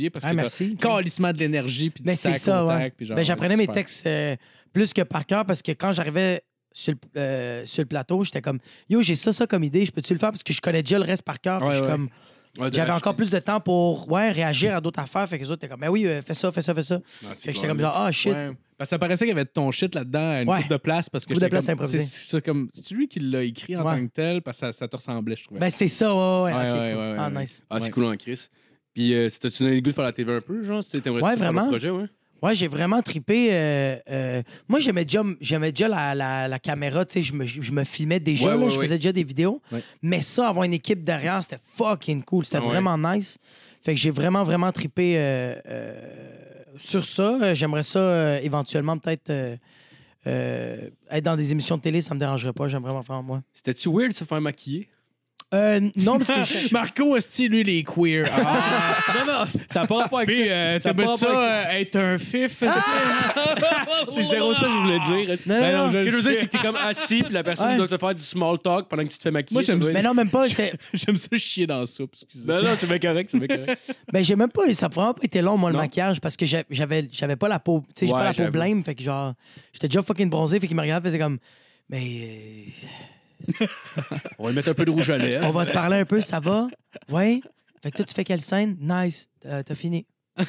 assis. calissement de l'énergie, puis du Mais c'est tac ça, au ouais. tac, puis genre, Ben, j'apprenais c'est mes super. textes plus que par cœur parce que quand j'arrivais sur le plateau, j'étais comme yo, j'ai ça comme idée, je peux-tu le faire parce que je connais déjà le reste par cœur. Fait que Ouais, je suis ouais. comme Ouais, j'avais encore plus de temps pour réagir à d'autres affaires. Fait que les autres étaient comme ben oui, fais ça. Ah, c'est Fait que j'étais comme clair. genre ah shit. Ouais. Parce que ça paraissait qu'il y avait de ton shit là-dedans à une Ouais. coupe de place. Parce que Coupe de j'étais place comme, improvisée. c'est ça comme. C'est lui qui l'a écrit en Ouais. tant que tel, parce que ça te ressemblait, je trouvais. Ben c'est ça, ouais. Ouais, ok, ouais, cool. ouais, Ah ouais. nice. Ah, c'est Ouais. cool en Chris. Puis, t'as-tu donné le goût de faire la TV un peu, genre? T'aimerais Ouais, faire vraiment. le projet, ouais? Ouais, j'ai vraiment trippé. Moi, j'aimais déjà la caméra. Tu sais, je me filmais déjà. Ouais, là, ouais, je ouais. faisais déjà des vidéos. Ouais. Mais ça, avoir une équipe derrière, c'était fucking cool. C'était Ouais. vraiment nice. Fait que j'ai vraiment trippé sur ça. J'aimerais ça éventuellement peut-être être dans des émissions de télé. Ça me dérangerait pas. J'aime vraiment faire moi. C'était-tu weird de se faire maquiller? Non, parce que Marco, est-ce lui, les queer? Ah. Non, ça n'a pas rapport avec Puis, ça. t'as n'a pas ça, rapport avec être un fif? C'est zéro ça que je voulais dire. Non, Ben non, Ce que je veux sais. dire, c'est que t'es comme assis, puis la personne Ouais. doit te faire du small talk pendant que tu te fais maquiller. Moi, j'aime- ça doit être- mais non, même pas. J'étais- J'aime ça chier dans la soupe, excusez. Non, c'est bien correct, c'est bien correct. Ben, j'ai même pas. Ça a vraiment pas été long, moi, le Non. maquillage, parce que j'avais pas la peau. Tu sais, j'ai Ouais, pas la peau j'avoue. blême. Fait que genre, j'étais déjà fucking bronzé. Fait qu'il me regardait, faisait comme. Mais. On va lui mettre un peu de rouge à lèvres. On va te parler un peu, ça va? Ouais? Fait que toi, tu fais quelle scène? Nice. T'as fini.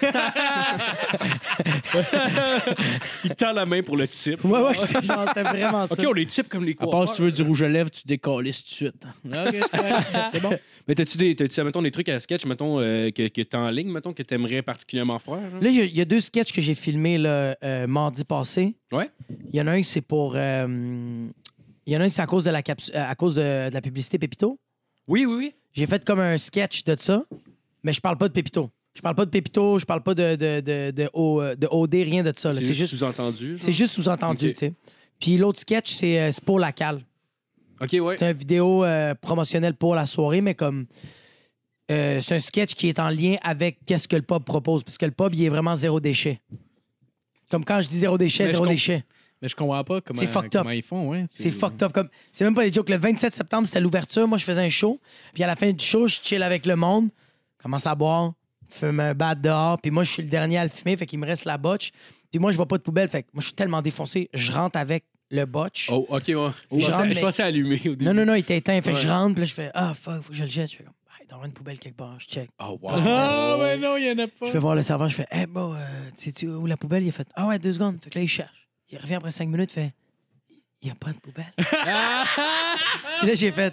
Il tend la main pour le type. Ouais, c'était vraiment ça. OK, on les type comme les À part coiffeurs. si tu veux du rouge à lèvres, tu décolles tout de suite. OK, c'est bon. Mais t'as-tu, mettons, des trucs à sketch, mettons, que t'es en ligne, mettons, que t'aimerais particulièrement faire? Genre? Là, il y a 2 sketchs que j'ai filmés là, mardi passé. Ouais. Il y en a un qui c'est pour. Il y en a un, c'est à cause de la publicité Pépito. Oui. J'ai fait comme un sketch de ça, mais je parle pas de Pépito. Je parle pas de Pépito, je parle pas de OD, rien de ça. là. C'est juste sous-entendu. genre? C'est juste sous-entendu, Ok. tu sais. Puis l'autre sketch, c'est pour la cale. OK, ouais. C'est une vidéo promotionnelle pour la soirée, mais comme c'est un sketch qui est en lien avec qu'est-ce que le pub propose, parce que le pub, il est vraiment zéro déchet. Comme quand je dis zéro déchet, Mais zéro je déchet. Mais je comprends pas comment, C'est fucked up. comment ils font, ouais. C'est fucked up. Comme... C'est même pas des jokes. Le 27 septembre, c'était l'ouverture. Moi, je faisais un show. Puis à la fin du show, je chill avec le monde. Commence à boire. Fume un bat dehors. Puis moi, je suis le dernier à le fumer. Fait qu'il me reste la botche. Puis moi, je vois pas de poubelle. Fait que moi, je suis tellement défoncé. Je rentre avec le botch. Oh, OK, ouais. Je rentre, Je mais- pensais allumer au début. Non, il était éteint. Fait que Ouais. je rentre. Puis là, je fais ah, fuck, faut que je le jette. Je fais comme, ah, il doit y avoir une poubelle quelque part. Je check. Oh, wow. Ah, ouais, non, il y en a pas. Je vais voir le serveur. Je fais, hey, bon, sais-tu où la poubelle? Il a fait, ah ouais, 2 secondes. Fait que là, il cherche. Il revient après 5 minutes. Il fait, il n'y a pas de poubelle. Puis là, j'ai fait.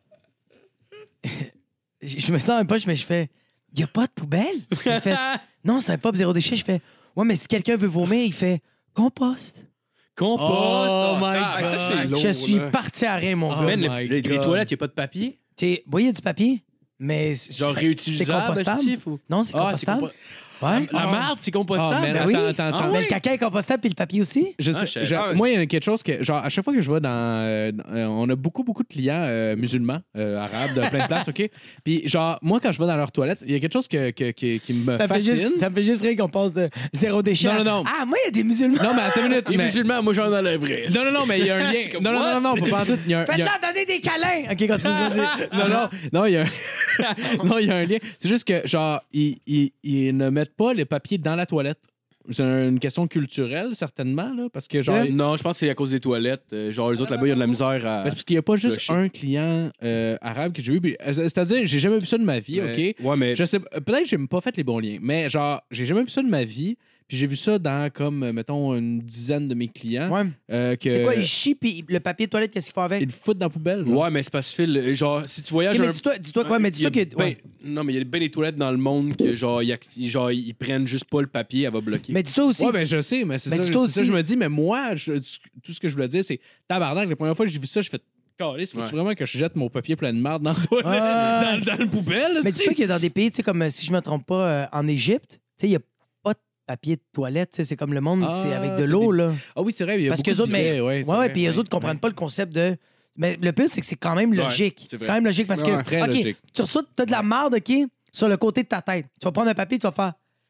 Je me sens un poche, mais je fais. Il n'y a pas de poubelle. Il a fait. Non, c'est un pub zéro déchet. Je fais. Ouais, mais si quelqu'un veut vomir, il fait. Compost. Compost. Oh my ah, God. ça, c'est lourd. Je suis là. parti à rien, mon Oh gars. Man, my les God. toilettes, il n'y a pas de papier? Tu sais, oui, il y a du papier, mais. Genre c'est réutilisable, compostable. Steve, ou- Non, c'est Ah, c'est compostable. Ouais. La marde, c'est compostable? Ah, man, Ben oui. attends. Ah Mais ouais? le caca est compostable, puis le papier aussi. Je sais, Ah, je savais pas. moi, il y a quelque chose que, genre, à chaque fois que je vais on a beaucoup de clients musulmans, arabes, de plein de places, OK? Puis, genre, moi, quand je vais dans leurs toilettes, il y a quelque chose qui me Ça me, fait fascine. ça me fait juste rire qu'on passe de zéro déchet. Non, à, non. Ah, moi, il y a des musulmans. Non, mais attends une minute. Les mais- musulmans, moi, j'en enlèverais. Non, mais il y a un lien. C'est comme, Non, pas en tout. Il y a un- il y a- Faites-leur donner des câlins. OK, continue, vas-y. Non, il y a un... non, il y a un lien. C'est juste que, genre, ils ne mettent pas les papiers dans la toilette. C'est une question culturelle, certainement, là, parce que, genre... Non, je pense que c'est à cause des toilettes. Genre, les autres, là-bas, il y a de la misère à... Ben, c'est parce qu'il n'y a pas juste Flusher. un client arabe que j'ai eu. Puis, c'est-à-dire, j'ai jamais vu ça de ma vie, OK? Ouais, mais... Je sais, peut-être que j'ai pas fait les bons liens, mais genre, j'ai jamais vu ça de ma vie. Puis j'ai vu ça dans, comme, mettons, une dizaine de mes clients. Ouais. Que C'est quoi, ils chient, puis le papier de toilette, qu'est-ce qu'il faut avec? ils le foutent dans la poubelle. genre. Ouais, mais c'est parce que, Phil, genre, si tu voyages... Ok, mais un- dis-toi quoi, mais il y a dis-toi que. ben- Ouais. Non, mais il y a bien des toilettes dans le monde que, genre, ils prennent juste pas le papier, elle va bloquer. Mais dis-toi aussi. Ouais, ben je sais, mais c'est Mais ça, dis-toi c'est ça que aussi- je me dis. Mais moi, tout ce que je voulais dire, c'est tabarnak. La première fois que j'ai vu ça, je fais calisse, faut-tu Ouais. vraiment que je jette mon papier plein de merde dans, la toilette, Ouais. dans le poubelle? Mais dis-toi qu'il y a dans des pays, tu sais, comme si je me trompe pas, en Égypte, tu sais, il n'y a pas de papier de toilette, tu sais, c'est comme le monde, Ah, c'est avec de c'est l'eau, des- là. Ah oui, c'est vrai, il y a Parce beaucoup que de autres, mais. billets, ouais, c'est Ouais, vrai, puis eux ouais, autres comprennent ouais. pas le concept de. Mais le pire, c'est que c'est quand même logique. c'est C'est vrai. quand même logique parce Ouais, que. très OK, logique. tu reçois, t'as de la marde, OK, sur le côté de ta tête. Tu vas prendre un papier, tu vas faire.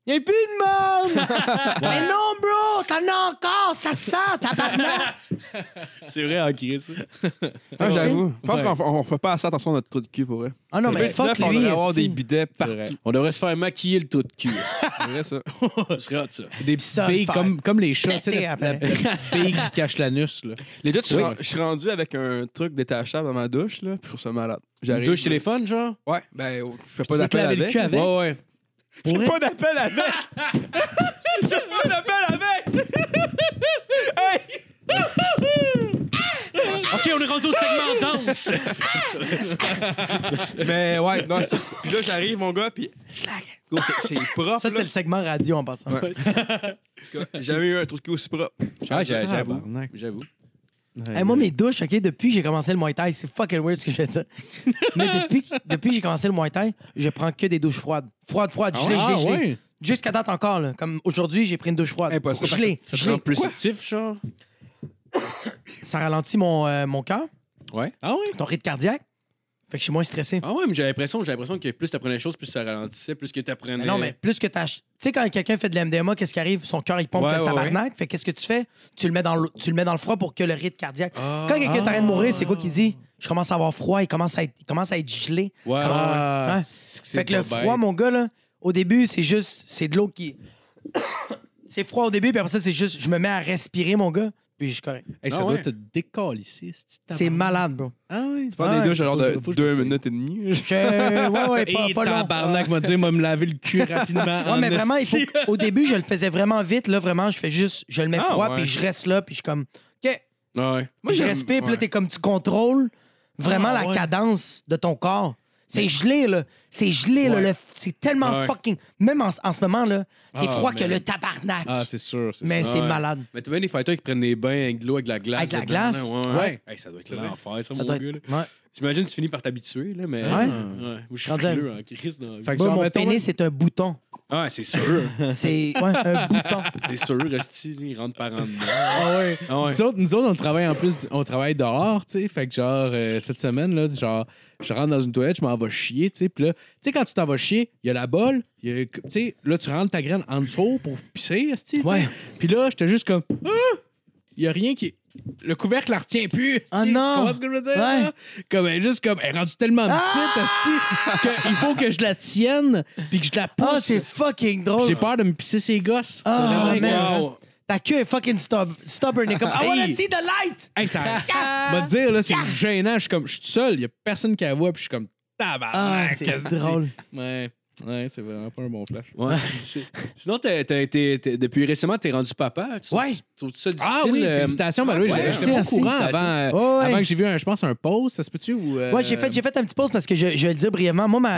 Il n'y a plus de monde! Mais non, bro! T'en as encore! Ça sent, tabarnak! C'est vrai, en crise. Ah, j'avoue. Je pense Ouais. qu'on fait pas assez attention à notre trou de cul, pour vrai. Ah non, mais fuck on lui, devrait avoir esti. des bidets C'est partout. vrai. On devrait se faire maquiller le tout de cul. C'est vrai, ça. Ce serait hot, ça. Des petites Ça, billes faire comme les chats, tu sais, péter la après. petite bille qui cache l'anus, là. Les gars, je suis rendu avec un truc détachable dans ma douche, là, puis je trouve ça malade. J'arrive. Douche téléphone, genre? Ouais, ben, je fais Tu pas peux te d'appel laver le avec. cul avec? Ouais, ouais. Je fais pas d'appel avec! Je fais pas d'appel avec! Hey! OK, on est rendu au segment danse. Mais ouais, non, c'est. Puis là, j'arrive, mon gars, puis. Gros, c'est propre. Ça, c'était là. le segment radio en passant. Ouais. En tout cas, j'ai jamais eu un trou de cul aussi propre. Ah, j'avoue. Tabarnak. J'avoue. Hey, moi, mes douches, OK, depuis que j'ai commencé le Muay Thai, c'est fucking weird ce que je vais dire. Mais depuis que j'ai commencé le Muay Thai, je prends que des douches froides. Froides, gelées. ouais? Jusqu'à date encore, là. Comme aujourd'hui, j'ai pris une douche froide. Impossible. Gelée. Ça te gelée. rend plus stiff, genre? Ça ralentit mon cœur, Ouais. Ah oui? ton rythme cardiaque. Fait que je suis moins stressé. Ah ouais, mais j'ai l'impression que plus t'apprenais les choses, plus ça ralentissait, plus que t'apprenais... Mais non, mais plus que tu sais, quand quelqu'un fait de l'MDMA, qu'est-ce qui arrive? Son cœur, il pompe Ouais, que le ouais, tabarnak. Fait qu'est-ce que tu fais? Tu le mets dans le froid pour que le rythme cardiaque. Quand quelqu'un t'arrête de mourir, c'est quoi qu'il dit? Je commence à avoir froid, il commence à être gelé. Ouais, Comment- ouais. Ouais. c'est que Fait que le froid, mon gars, là, au début, c'est de l'eau qui. C'est froid au début, puis après ça, c'est juste, je me mets à respirer, mon gars, puis je suis correct. Hey, ça Ah doit ouais. te décalisser. C'est malade, bro. Ah oui? C'est pas des douches, genre de Faut que je 2 fasse ça. minutes et demie. Ouais, Et pas long. tabarnak m'a dit, moi, me laver le cul rapidement. Ouais, mais vraiment, au début, je le faisais vraiment vite. Là, vraiment, je fais juste, je le mets Ah, froid, ouais. puis je reste là, puis je suis comme, OK. Ouais. Moi, je j'aime- respire, puis là, ouais. t'es comme, tu contrôles vraiment Ah, la ouais. cadence de ton corps. C'est gelé, là. C'est gelé, là. Ouais. C'est tellement Ouais. fucking. Même en ce moment, là, c'est Ah, froid que man. le tabarnak. Ah, c'est sûr. Mais ça. c'est Ouais. malade. Mais t'as bien des fighters qui prennent des bains avec de l'eau, avec de la glace. Avec de la dedans, glace? là. Ouais. Ouais. Hey, ça doit être l'enfer, ça, Ça mon doit gars. être. là. Ouais. J'imagine que tu finis par t'habituer, là, mais... Ouais. Moi, je suis Rendu frileux en crise. Dans... Fait que Moi, genre, mon mettons, pénis, c'est un bouton. Ah, c'est sûr. C'est un bouton. C'est sûr, Resti, il rentre par en dedans. Ah ouais. Ah ouais. Nous autres, on travaille en plus, on travaille dehors, tu sais. Fait que genre, cette semaine, là, genre, je rentre dans une toilette, je m'en vais chier, tu sais. Puis là, tu sais, quand tu t'en vas chier, il y a la bolle, tu sais, là, tu rentres ta graine en dessous pour pisser, tu sais. Ouais. Puis là, j'étais juste comme, il y a rien qui. Le couvercle la retient plus. Ah esti. non! Tu comprends ce que je veux dire? Ouais. là? Comme, elle est juste comme, elle est rendue tellement petite, qu'il faut que je la tienne, puis que je la pousse. Ah, c'est fucking drôle. J'ai peur de me pisser ses gosses. Ah, C'est vraiment- man. Wow. Ta queue est fucking stubborn. Elle est comme, I wanna Hey. see the light! Hey, ça va te dire, là, c'est gênant. Je suis comme, je suis tout seul, il y a personne qui la voit, puis je suis comme, Ah, tabarnak. c'est qu'est-ce que drôle. Ouais, c'est vraiment pas un bon flash. Ouais. Sinon, depuis récemment, t'es rendu papa. Ouais. Tu trouves ça difficile? Ah oui, félicitations. Ben oui, ouais, j'étais pas au merci, courant félicitations. avant, Ouais, ouais. avant que j'ai vu, je pense, un post. Ça se peut-tu? Ou, Ouais, j'ai fait un petit pause parce que je vais le dire brièvement. Moi,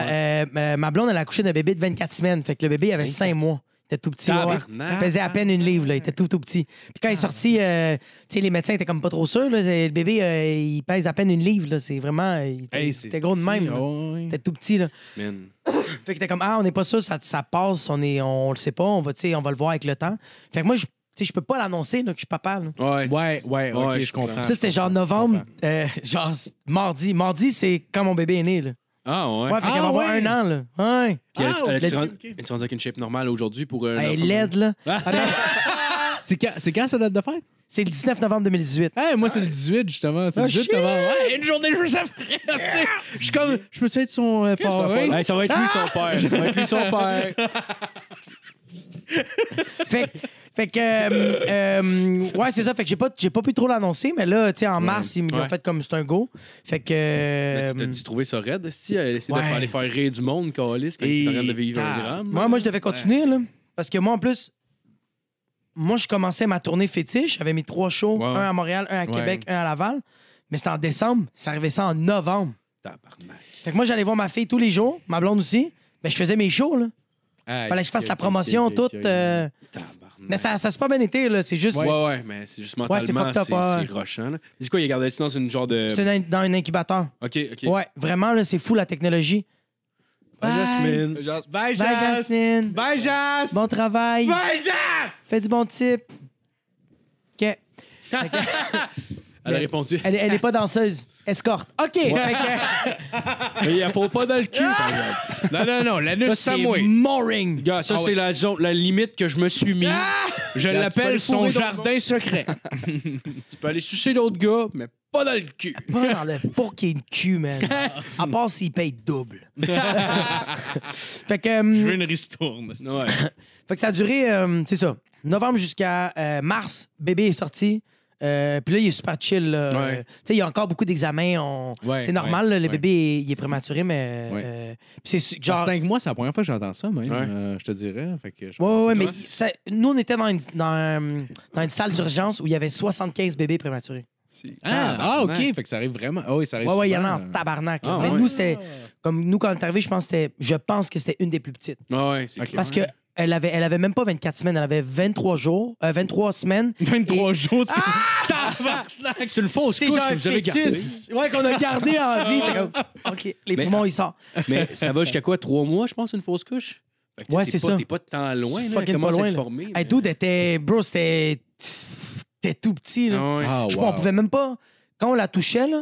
ma blonde, elle a accouché d'un bébé de 24 semaines. Fait que le bébé avait 5 mois. Il était tout petit. Ouais. Tabarnak. Il pesait à peine une livre. Là. Il était tout petit. Puis quand il est sorti, tu sais, les médecins étaient comme pas trop sûrs. Là. Le bébé, il pèse à peine une livre. Là. C'est vraiment. Il était gros de même. là. Il était tout petit. Là. Man. Fait que t'es comme, on n'est pas sûr, ça passe, on le sait pas, on va le voir avec le temps. Fait que moi, je peux pas l'annoncer là, que je suis papa. Là. Ouais. Ouais, ok, Ouais, je comprends. Ça, c'était genre novembre, genre mardi. Mardi, c'est quand mon bébé est né. Là. Ah, ouais. Ouais, fait qu'elle va avoir ouais. 1 an. Là. Ouais. Puis le es-tu dit- rendu avec une shape normale aujourd'hui pour un Elle est enfant? laide, là. C'est quand ça date de fête? C'est le 19 novembre 2018. Hey, moi, c'est le 18, justement. C'est le 18 novembre. Ouais, une journée juste après. tu sais. Je suis comme, je peux être son parrain. Hey, ça va être lui son père. Ça va être lui son père. Fait que, ouais, c'est ça. Fait que j'ai pas pu trop l'annoncer, mais là, tu sais, en mars, ils m'ont Ouais. fait comme c'est un go. Fait que. Mais t'as-tu trouvé ça raide, esti? Essayer ouais. de aller faire rire du monde, Calis, quand Et t'es en train de vivre un drame. moi, je devais continuer, là. Parce que moi, en plus, moi, je commençais ma tournée fétiche. J'avais mis 3 shows, Ouais. un à Montréal, un à Québec, un à Laval. Mais c'était en décembre. Ça arrivait ça en novembre. Tabarnak. Fait que moi, j'allais voir ma fille tous les jours, ma blonde aussi. Mais je faisais mes shows, là. Fallait que je fasse la promotion, toute. Tabarnak. Mais ça s'est pas bien été, là. C'est juste. Ouais, mais c'est juste Ouais, c'est mentalement, fucked up, ouais. c'est rushant. Là. Dis quoi, il gardait-tu dans une genre de... C'était dans un incubateur. OK. Ouais, vraiment, là, c'est fou, la technologie. Bye, Jasmine. Bye, Bye, Jasmine. Bye, Jas. Bon travail. Bye, Jas. Fais du bon type. OK. Elle a répondu. Elle est pas danseuse. Escorte. OK. Fait que- Mais il faut pas dans le cul, par exemple. Non, l'anus, ça, c'est c'est moi. mooring. Gars, ça, c'est la limite que je me suis mis. Je Regarde, tu peux l'appelle aller son fourrer d'autres jardin secret. Tu peux aller sucer d'autres gars, mais pas dans le cul. Pas dans le fucking cul, man. À part s'il paye double. Fait que, Je veux une ristourne. Ouais. fait que ça a duré, c'est ça, novembre jusqu'à mars. Bébé est sorti. Puis là, il est super chill. Là. Ouais. Tu sais, il y a encore beaucoup d'examens. Ouais, c'est normal, ouais, là, le ouais. bébé, il est prématuré, mais... Ouais. puis c'est Genre genre... 5 mois, c'est la première fois que j'entends ça, même. Ouais. Je te dirais. Fait que je Ouais, pense ouais, que mais c'est- nous, on était dans une salle d'urgence où il y avait 75 bébés prématurés. OK. Fait que ça arrive vraiment. Ah oui, ça arrive Ouais, ouais, il y en souvent, a en tabarnak. là. Ah, mais ouais. nous, c'était... Comme nous, quand on est arrivé, je pense que c'était une des plus petites. Ouais, c'est clair. Parce que elle avait même pas 24 semaines, elle avait 23 jours, 23 semaines. 23 jours, c'est C'est une fausse C'est couche genre que un vous avez gardée. fœtus. Ouais, qu'on a gardé en vie. T'es comme, OK, les Mais- poumons, ils sortent. Mais ça va jusqu'à quoi? 3 mois, je pense, une fausse couche? Fait que, Ouais, t'es c'est pas- ça. T'es pas tant loin, C'est là. fucking Comment pas loin, c'est là. formé? Hey, dude, bro, c'était tout petit, là. Ah ouais. Ah, Je sais pas, on pouvait même pas... Quand on la touchait, là,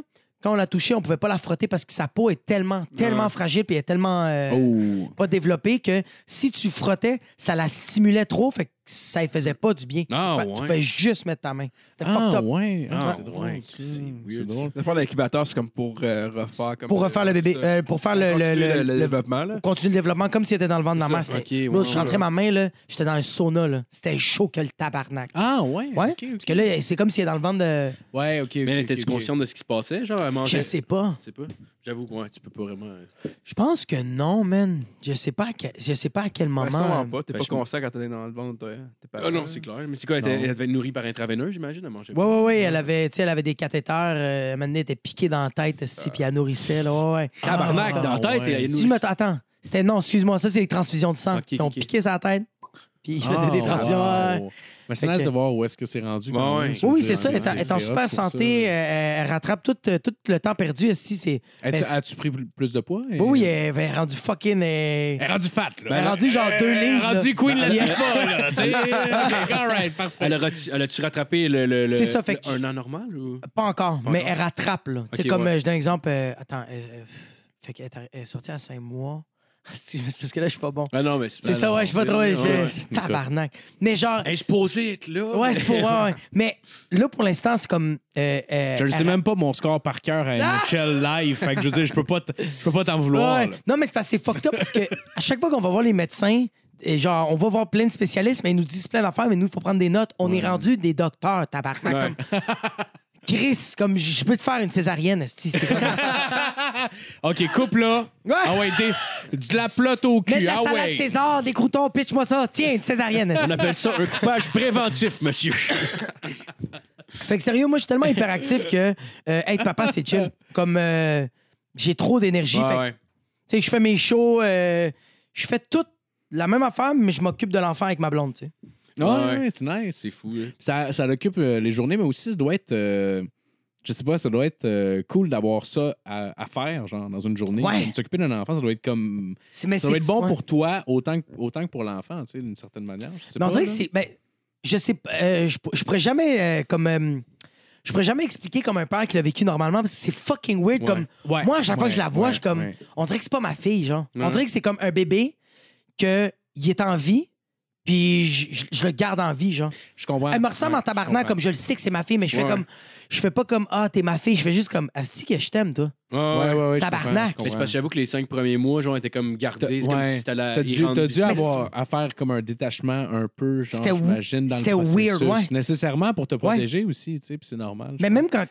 on pouvait pas la frotter parce que sa peau est tellement fragile puis elle est tellement Oh. pas développée que si tu frottais, ça la stimulait trop, fait que ça ne faisait pas du bien. Ah, Tu ouais. fais juste mettre ta main. C'était Ah, fucked up. ouais. Ah, c'est ouais, drôle. c'est C'est weird. drôle. Le faire l'incubateur, c'est comme pour refaire. Comme Pour refaire le bébé, ça. pour faire Continuer le le développement. Là. continuer le développement comme s'il était dans le ventre de ma mère. C'est C'était- ça. Ok, Bro, ouais, je rentrais ma main, là, j'étais dans un sauna. Là. C'était chaud que le tabarnak. Ah, ouais. Ouais, OK, parce que là, c'est comme s'il est dans le ventre de... Ouais, OK. Mais ok, étais-tu ok, ok. consciente de ce qui se passait? Genre, à manger? Je sais pas. Tu sais pas? J'avoue que ouais, tu peux pas vraiment. Je pense que non, man. Je sais pas à quel moment. Ouais, sûrement pas. T'es Ben, pas je- conscient quand t'es dans le ventre. Toi. T'es pas Ah non, c'est clair. Mais c'est quoi? Non. Elle devait être nourrie par intraveineuse, j'imagine, à manger. Ouais, elle avait des cathéters. Maintenant, elle était piquée dans la tête, puis elle nourrissait. Là, ouais. Tabarnak, Ah, dans la tête, ouais. elle Si je me... Attends, c'était non, excuse-moi, ça, c'est les transfusions de sang. Ok, Ils ont ok. piqué sa tête, puis ils faisaient des Ah, transfusions. ouais. wow. Mais c'est Fait nice que- de voir où est-ce que c'est rendu. Ouais, quand même, ouais. je veux Oui, dire, c'est ça. Elle est en c'est super hot pour santé. ça. Elle rattrape tout le temps perdu. Esti, c'est... As-tu Ben, as-tu pris plus de poids? Oui, elle est rendue fucking... Elle est rendue fat, là. Elle est rendue genre 2 livres. Elle est rendue là. Queen la Yeah. Diva, là. Tu sais, OK, all right, parfait. Elle a-tu rattrapé le C'est ça, fait que- un an normal ou? Pas encore, mais encore? elle rattrape. Là. Tu sais, Ok, comme, ouais. je donne un exemple. Attends, fait qu'elle est sortie à 5 mois. C'est parce que là, je suis pas bon. Ah non, mais C'est ça, ouais, je suis pas trop... Tabarnak. Mais genre... Elle est supposée être là. Ouais, c'est pour... Ouais. Mais là, pour l'instant, c'est comme... Je ne sais même pas mon score par cœur à NHL Live. Fait que je veux dire, je peux pas t'en vouloir. Ouais. là. Non, mais c'est parce que c'est fucked up parce que à chaque fois qu'on va voir les médecins, et genre, on va voir plein de spécialistes, mais ils nous disent plein d'affaires, mais nous, il faut prendre des notes. On est rendu des docteurs, tabarnak. Ouais. Comme... Chris, comme je peux te faire une césarienne, esti, c'est comme... OK, coupe là. Ouais. Ah ouais, de la plotte au Mets cul. de la Ah salade ouais. César, des croutons, pitch-moi ça. Tiens, une césarienne. esti. On appelle ça un coupage préventif, monsieur. Fait que sérieux, moi, je suis tellement hyperactif que être papa, c'est chill. Comme j'ai trop d'énergie. Fait que, Ouais. tu sais, je fais mes shows, je fais tout la même affaire, mais je m'occupe de l'enfant avec ma blonde, tu sais. Ouais, Ouais. ouais, c'est nice. C'est fou. Là. Ça occupe les journées, mais aussi, ça doit être. Je sais pas, ça doit être cool d'avoir ça à faire, genre, dans une journée. Ouais. Comme s'occuper d'un enfant, ça doit être comme. Mais Ça doit être bon ouais. pour toi autant que pour l'enfant, tu sais, d'une certaine manière. Je sais Mais on pas, dirait que là. c'est. Ben, je sais pas. Je pourrais jamais je pourrais jamais expliquer comme un père qui l'a vécu normalement parce que c'est fucking weird. Ouais. Comme, Ouais, moi, à chaque fois que je la vois, ouais, je suis comme. ouais. On dirait que c'est pas ma fille, genre. Ouais. On dirait que c'est comme un bébé qu'il est en vie, puis je le garde en vie, genre. Je comprends. Elle me ressemble Ouais, en tabarnak, je comprends. comme je le sais que c'est ma fille, mais je fais Ouais. comme. Je fais pas comme ah, t'es ma fille. Je fais juste comme asti que je t'aime, toi. Ouais, ouais, je Tabarnak. comprends, je Mais c'est comprends. parce que j'avoue que les 5 premiers mois, genre, étaient comme gardés. C'est comme Ouais. si c'était la. T'as ils dû, rendent t'as dû visite. avoir à faire comme un détachement un peu, genre, C'était j'imagine, dans le c'était processus. weird, ouais. Nécessairement pour te protéger aussi, tu sais, puis c'est normal. je Mais même quand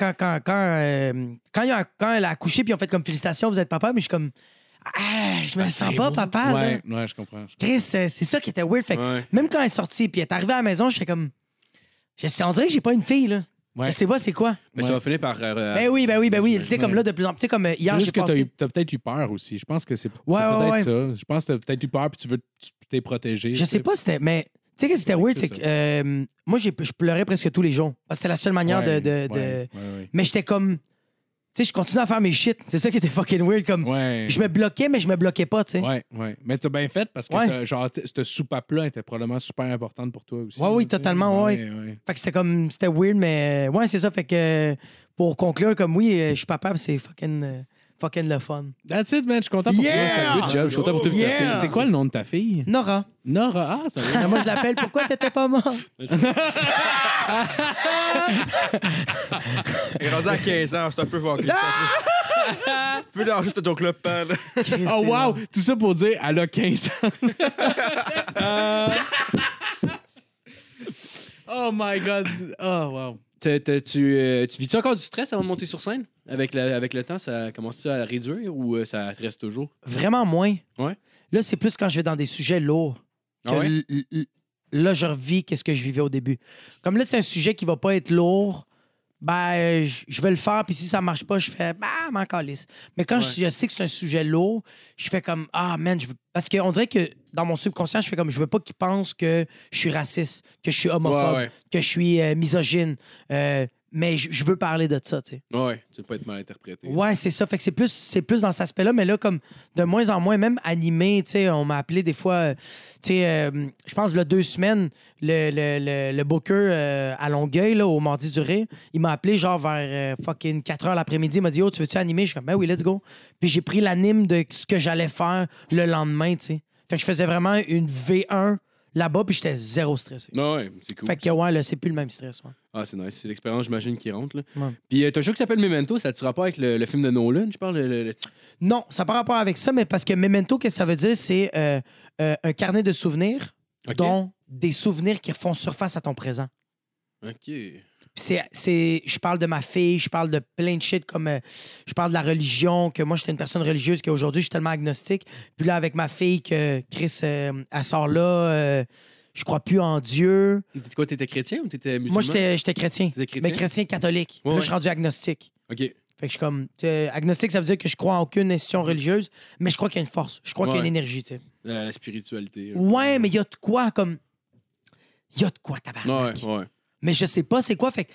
elle a accouché, puis on fait comme félicitations, vous êtes papa, mais je suis comme. Ah, je me sens pas papa, là. Ouais, ouais, je comprends. Chris, c'est ça qui était weird. Fait que Ouais. même quand elle est sortie, puis elle est arrivée à la maison, je fais comme. On dirait que j'ai pas une fille, là. Ouais. Je sais pas c'est quoi. Mais ça va finir par. Ben oui. Tu sais, comme là, de plus en plus. Tu sais, comme hier, C'est j'ai juste que passé. t'as peut-être eu peur aussi. Je pense que c'est Ouais, peut-être ouais. ça. Je pense que t'as peut-être eu peur puis tu t'es protégé. Je sais pas si c'était. Mais tu sais que c'était weird, c'est c'est que moi, je pleurais presque tous les jours. Parce que c'était la seule manière de. Ouais. Mais j'étais comme. sais, je continue à faire mes shit. C'est ça qui était fucking weird. Comme, Ouais. je me bloquais, mais je me bloquais pas, tu sais. Ouais. Mais t'as bien fait parce que cette soupape-là était probablement super importante pour toi aussi. Ouais, oui, tu sais. totalement, ouais. Fait que c'était weird, mais ouais, c'est ça. Fait que pour conclure, comme oui, je suis papa, c'est fucking le fun. That's it, man. Je suis content pour Yeah! toi. Good job, je suis content pour toi. Yeah! C'est quoi le nom de ta fille? Nora. Nora. Ah, ça va. Moi, je l'appelle. Pourquoi t'étais pas mort? Il est rendu à 15 ans, c'est un peu fucké. Tu peux lâcher ce joke-là, pan. Oh, wow! Tout ça pour dire, elle a 15 ans. Oh, my God. Oh, wow. Tu vis-tu encore du stress avant de monter sur scène? Avec le temps, ça commence-tu à réduire ou ça te reste toujours? Vraiment moins. Ouais. Là, c'est plus quand je vais dans des sujets lourds. Que Ah ouais? Là, je revis qu'est-ce que je vivais au début. Comme là, c'est un sujet qui va pas être lourd, ben, je vais le faire, puis si ça marche pas, je fais, bah, m'en calisse. Mais quand je sais que c'est un sujet lourd, je fais comme, ah, man, je veux... Parce qu'on dirait que dans mon subconscient, je fais comme, je veux pas qu'ils pensent que je suis raciste, que je suis homophobe, que je suis misogyne. Mais je veux parler de ça, tu sais. Ouais, tu veux pas être mal interprété. Ouais, c'est ça. Fait que c'est plus dans cet aspect-là. Mais là, comme de moins en moins, même animé, tu sais, on m'a appelé des fois, tu sais, je pense, il y a 2 semaines, le booker à Longueuil, là, au Mardi du Rire, il m'a appelé genre vers fucking 4 h l'après-midi. Il m'a dit, oh, tu veux-tu animer? Je suis comme, ben oui, let's go. Puis j'ai pris l'anime de ce que j'allais faire le lendemain, tu sais. Fait que je faisais vraiment une V1 là-bas, puis j'étais zéro stressé. Ouais, c'est cool. Fait que, ouais, là, c'est plus le même stress, ouais. Ah, c'est nice. C'est l'expérience, j'imagine, qui rentre. Là. Ouais. Puis t'as un jeu qui s'appelle Memento, ça a-tu rapport avec le film de Nolan? Je parle le titre. Non, ça n'a pas rapport avec ça, mais parce que Memento, qu'est-ce que ça veut dire? C'est un carnet de souvenirs, OK. dont des souvenirs qui font surface à ton présent. OK. Puis je parle de ma fille, je parle de plein de shit comme je parle de la religion, que moi j'étais une personne religieuse, qu'aujourd'hui je suis tellement agnostique. Puis là, avec ma fille, que Chris, elle sort là, je crois plus en Dieu. T'étais quoi, t'étais chrétien ou t'étais musulman? Moi, j'étais chrétien, T'étais chrétien? mais chrétien catholique. Puis là, je suis rendu agnostique. OK. Fait que je suis comme. Agnostique, ça veut dire que je crois en aucune institution religieuse, mais je crois qu'il y a une force. Je crois qu'il y a une énergie, tu sais. La spiritualité. Ouais, mais il y a de quoi comme. Il y a de quoi, tabarnak. Ouais. Mais je sais pas c'est quoi. Fait que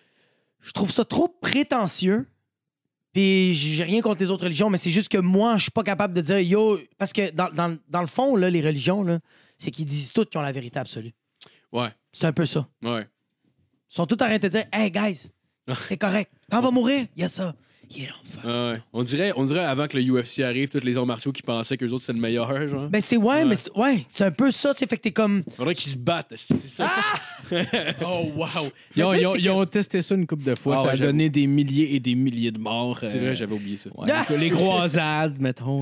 je trouve ça trop prétentieux. Puis j'ai rien contre les autres religions, mais c'est juste que moi, je suis pas capable de dire yo. Parce que dans le fond, là, les religions, là, c'est qu'ils disent toutes qu'ils ont la vérité absolue. Ouais. C'est un peu ça. Ouais. Ils sont tous arrêtés de dire hey, guys, c'est correct. Quand on va mourir, il y a ça. You don't fuck. Ouais. On dirait avant que le UFC arrive, tous les arts martiaux qui pensaient qu'eux autres c'était le meilleur, genre. Ben c'est mais c'est un peu ça, tu sais. Fait que t'es comme. On dirait qu'ils se battent, c'est ça. Oh, wow! Ils ont testé ça une couple de fois. Ah ça ouais, a j'avoue. donné des milliers et des milliers de morts. C'est vrai, j'avais oublié ça. Ouais, les croisades, mettons.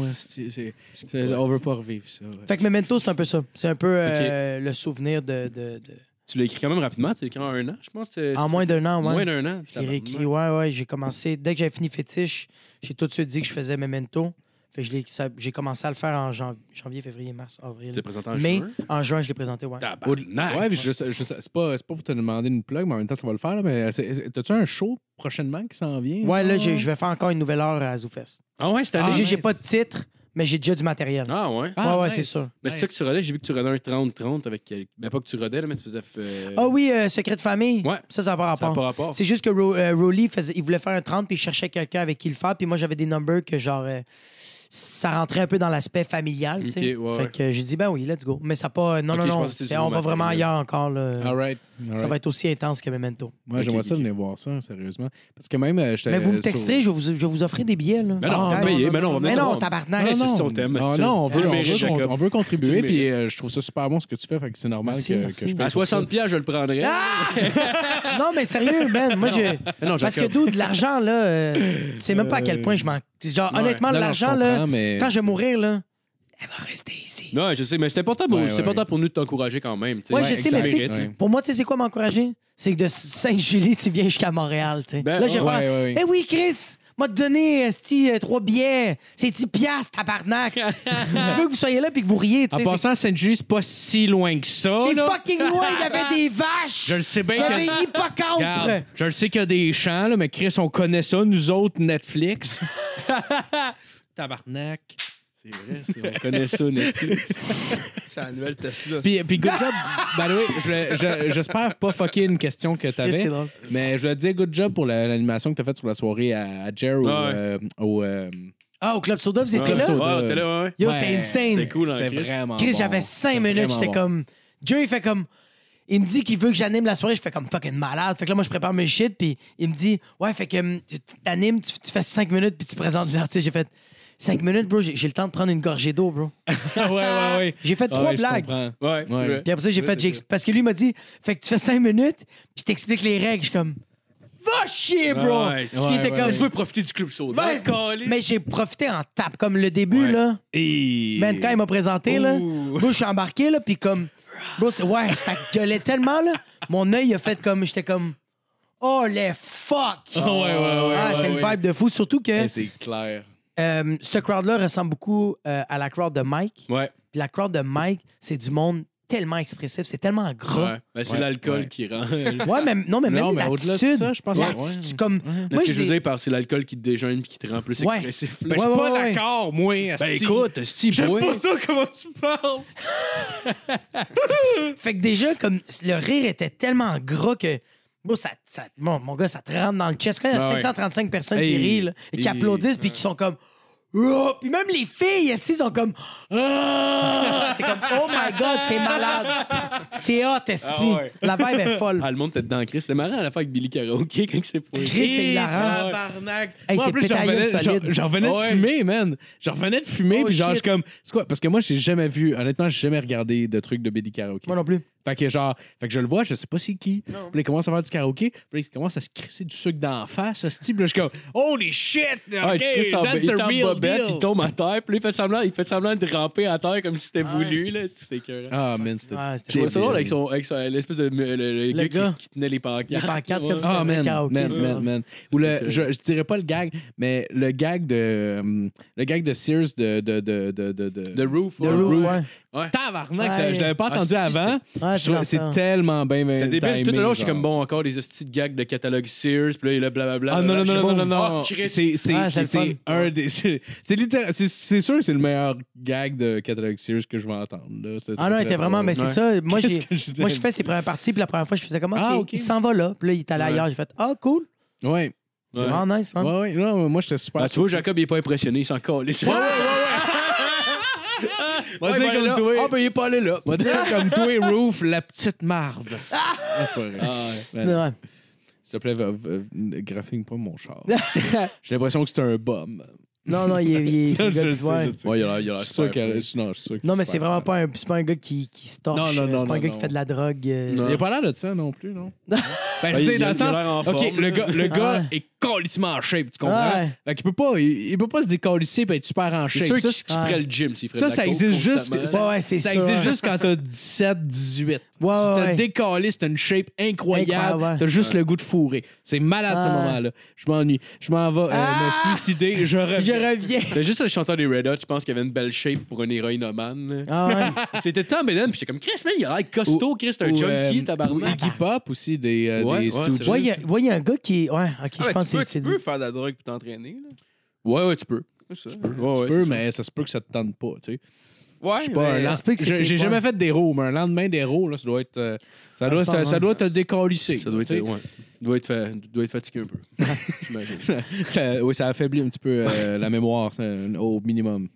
On veut pas revivre ça. Ouais. Fait que Memento, c'est un peu ça. C'est un peu le souvenir de... Tu l'as écrit quand même rapidement, tu l'as écrit en 1 an, je pense. En moins d'un an, ouais. Moins d'un an. Je l'ai réécrit, ouais. J'ai commencé... Dès que j'avais fini Fétiche, j'ai tout de suite dit que je faisais Memento. Fait que j'ai commencé à le faire en janvier, février, mars, avril. Tu l'as présenté en Mais juin. en juin, je l'ai présenté, ouais. Tabarnak. Ouais, puis c'est pas pour te demander une plug, mais en même temps, ça va le faire. Là, mais t'as-tu un show prochainement qui s'en vient? Ouais, là, je vais faire encore une nouvelle heure à ZooFest. Ah ouais, c'était C'est juste, j'ai nice. pas de titre, mais j'ai déjà du matériel. Ah ouais. ouais, nice. c'est ça. Mais c'est ça que tu rodais, j'ai vu que tu rodais un 30-30 avec. Ben pas que tu rodais, là, mais tu faisais. Ah oui, Secret de famille. Ouais. Ça n'a pas Ça n'a rapport. pas rapport. C'est juste que Rolly, il voulait faire un 30 puis il cherchait quelqu'un avec qui le faire. Puis moi, j'avais des numbers que genre... ça rentrait un peu dans l'aspect familial, tu sais. Ok, ouais, Fait que j'ai dit, ben oui, let's go. Mais ça pas... Non, Ok, non, je non. pensais que c'était du On va vraiment matériel. ailleurs encore, là. All right. Ça va être aussi intense que Memento. Moi, j'aimerais ça ok. venir voir ça, sérieusement. Parce que même. Mais vous me texterez, je vais vous offrir des billets, là. Ben non, on guys. va payer. Ben non, on va Mais venir non, te voir. tabarnak. Ouais, c'est non, son thème, non, c'est non, on ça. Tu le veut, mérites, Jacob. on veut Tu contribuer, le puis mérites. je trouve ça super bon ce que tu fais, fait que c'est normal Merci, que merci. je paye À pour ça. 60$, je le prendrais. Non, mais sérieux, man. Moi, Non, parce que Jacob. d'où de l'argent, là, tu sais même pas à quel point je m'en... Genre, Ouais. honnêtement, Non, non, l'argent, je là, comprends, mais- quand je vais mourir, là, elle va rester ici. Non, je sais, mais c'est important, Ouais, c'est ouais. important pour nous de t'encourager quand même. tu sais. Ouais, je sais, mais tu sais, mérite, là. pour moi, tu sais, c'est quoi m'encourager? C'est que de Sainte-Julie, tu viens jusqu'à Montréal, tu sais. Ben, Là, je vais ouais, faire, ouais. eh oui, Chris, m'a donné 3 billets. C'est 10 piastres, tabarnak. Je veux que vous soyez là puis que vous riez, tu En sais. passant, Sainte-Julie, c'est pas si loin que ça. C'est là. fucking loin, il y avait des vaches. Je le sais bien Il y que. avait une hippocampe. Regarde, je le sais qu'il y a des champs, là, mais Chris, on connaît ça, nous autres, Netflix. Tabarnak. C'est vrai, ça, on connaît ça, Netflix. c'est la nouvelle Tesla. Puis good job. By the way, j'espère pas fucker une question que C'est t'avais. drôle. Mais je voulais te dire good job pour l'animation que t'as faite sur la soirée à Jer au Ah, au Club Soda, vous étiez Club là? Soda. Ouais, t'es là, ouais. Yo, Ouais, c'était insane. C'était cool, hein, C'était Chris. vraiment Chris, bon. j'avais 5 C'était minutes, vraiment j'étais bon. comme... Joe, il fait comme... Il me dit qu'il veut que j'anime la soirée, je fais comme fucking malade. Fait que là, moi, je prépare mes shit, puis il me dit, ouais, fait que tu t'animes, tu fais 5 minutes, puis tu présentes l'artiste. J'ai fait 5 minutes, bro, j'ai le temps de prendre une gorgée d'eau, bro. ouais. J'ai fait 3 je blagues. comprends. Ouais, c'est vrai. Puis après ça, j'ai Ouais, fait... c'est ça. Parce que lui, il m'a dit, fait que tu fais 5 minutes, puis t'expliques les règles. Je suis comme, va chier, bro! Ouais, Puis il était comme... Tu peux profiter du club soda. Ouais, Calé. mais j'ai profité en tape. Comme le début, Ouais. là... Et... Man, quand il m'a présenté, là, moi, je suis embarqué, là, puis comme... Bro, ouais, ça gueulait tellement, là. Mon œil a fait comme... J'étais comme... Oh, les fuck! Ah, c'est une vibe de fou. Surtout que C'est clair. ce crowd-là ressemble beaucoup à la crowd de Mike. Ouais. Puis la crowd de Mike, c'est du monde tellement expressif. C'est tellement gras. Ouais. Ben, c'est Ouais. l'alcool Ouais. qui rend. Ouais, mais non, mais même Non, mais au-delà de l'attitude. ça, je pense que- L'attitude, comme... Mais Moi, ce que je veux l'ai- dire par c'est l'alcool qui te déjeune puis qui te rend plus Ouais. expressif. Ben, là. je suis Ouais, pas ouais, ouais. d'accord, moi. Ben asti. écoute, si J'aime boy. pas ça, comment tu parles. Fait que déjà, comme le rire était tellement gras que... Bon, mon gars, ça te rentre dans le chest. Quand il y a Ah ouais. 535 personnes qui Hey. rient là, et qui Et- applaudissent puis qui sont comme... Oh! Puis même les filles, elles sont comme... Ah! T'es comme, oh my God, c'est malade. C'est hot, esti. Ah ouais. La vibe est folle. Ah, le monde était dedans, Chris. C'était marrant à la fois avec Billy Karaoke quand c'est pour. Chris, c'était hilarant. Tabarnak. Hey, Moi, en c'est plus, pétailleux, solide. j'en revenais Ouais. de fumer, man. J'en revenais de fumer, Oh, puis genre, je shit. suis comme... C'est quoi? Parce que moi, j'ai jamais vu... Honnêtement, j'ai jamais regardé de trucs de Billy Karaoke. Moi non plus. Fait que genre, fait que je le vois, je sais pas c'est qui. Puis là, il commence à faire du karaoké. Puis là, il commence à se crisser du sucre d'en face, ce type. Là, je suis comme, holy shit! Ah, OK, il se crisse en- that's il the est en real bobette, deal. il tombe à terre, puis là, il fait semblant de ramper à terre comme si c'était voulu, là. C'était écœurant. Ah, man, c'était... Ouais, Je c'était trouvais ça drôle avec l'espèce de le Le gars. qui tenait les pancartes. Les pancartes Ouais. comme ça. Ah, man, karaoké, man, ça. man. Ou je dirais pas le gag, mais le gag de Sears de The Roof. The Roof, ouais. Ouais. Tabarnak, Ouais. je l'avais pas Ah, entendu si, avant. Ouais, Je trouve- c'est ça. tellement bien C'est débile. Tout à l'heure, j'étais genre. comme bon, encore des hosties de gags de catalogue Sears, puis là, il a blablabla. Ah non, non, Je suis non, non, bon. non, non. Ah, Chris. C'est Ouais, c'est le fun. un des. C'est sûr que c'est le meilleur gag de Catalogue Sears que je vais entendre. Là. Ah non, il était vraiment... Mais c'est Ouais. ça. Moi, Qu'est-ce que je moi, je l'aime? fais ses premières parties, puis la première fois, je faisais comme, OK, Ah, OK. il s'en va là. Puis là, il est allé Ouais. ailleurs. J'ai fait, ah, cool. Ouais. C'est Ouais. vraiment nice, hein? Ouais, ouais. Non, moi, j'étais super. Ah, tu vois, Jacob, il est pas impressionné, il s'en calisse. Ouais, ouais, Ouais, ouais. il va aller là. Comme toi. Ah, ben, il est pas allé là. On va dire comme toi, Roof, la petite marde. Ah, c'est pas vrai. Man, Ouais. s'il te plaît, graphine pas mon char. J'ai l'impression que c'est un bum. Non, c'est le gars Je qui- sais, ouais. je sais. Ouais, il a Je l'air suis sûr super que. fin. Non, je suis sûr que Non, mais super c'est vraiment fan. pas un gars qui se torche. Non, non, non, c'est pas un non, gars non. qui fait de la drogue. Non. Il a pas l'air de ça non plus, non? Ben, je Ouais, sais, il dans a- le il a sens. l'air en OK, forme, le là. gars Ouais. est calissement en shape, tu comprends? Ouais. Fait qu'il peut pas se décalisser et être super en shape. C'est sûr Ça, qu'il ferait le gym s'il ferait ça, de la ça coke existe juste. constamment. Ouais, c'est ça sûr, existe ouais. juste quand t'as 17, 18. Ouais, Tu te ouais. décalisses, t'as une shape incroyable, Incroyable, ouais. t'as juste le goût de fourrer. C'est malade, ce Ouais. moment-là. Je m'ennuie. Je m'en vais me suicider. Je reviens. Je reviens. C'était juste le chanteur des Red Hot, je pense qu'il avait une belle shape pour un héroïnomane. Ah ouais. C'était Tom Beden, puis j'étais comme, Chris, man, il a l'air costaud, Chris, c'est un Ou, junkie, ou tabarnak. Iggy Pop aussi, des Ouais, Stooges. c'est Ouais, il y a un gars qui. Ouais, OK, Ah, je ben, pense que tu c'est. peux faire de la drogue et t'entraîner. Là. Ouais, tu peux. C'est ça. Ouais, Tu ouais, peux, c'est mais ça se peut que ça te tente pas, tu sais. Ouais, Je sais pas, mais- ça se peut que c'était j'ai quoi? jamais fait d'héros, mais un lendemain d'héros, là, ça doit être. Ça doit te décalisser. Ça doit être, ouais. Doit être fatigué un peu. J'imagine. Oui, ça affaiblit un petit peu la mémoire, ça, au minimum.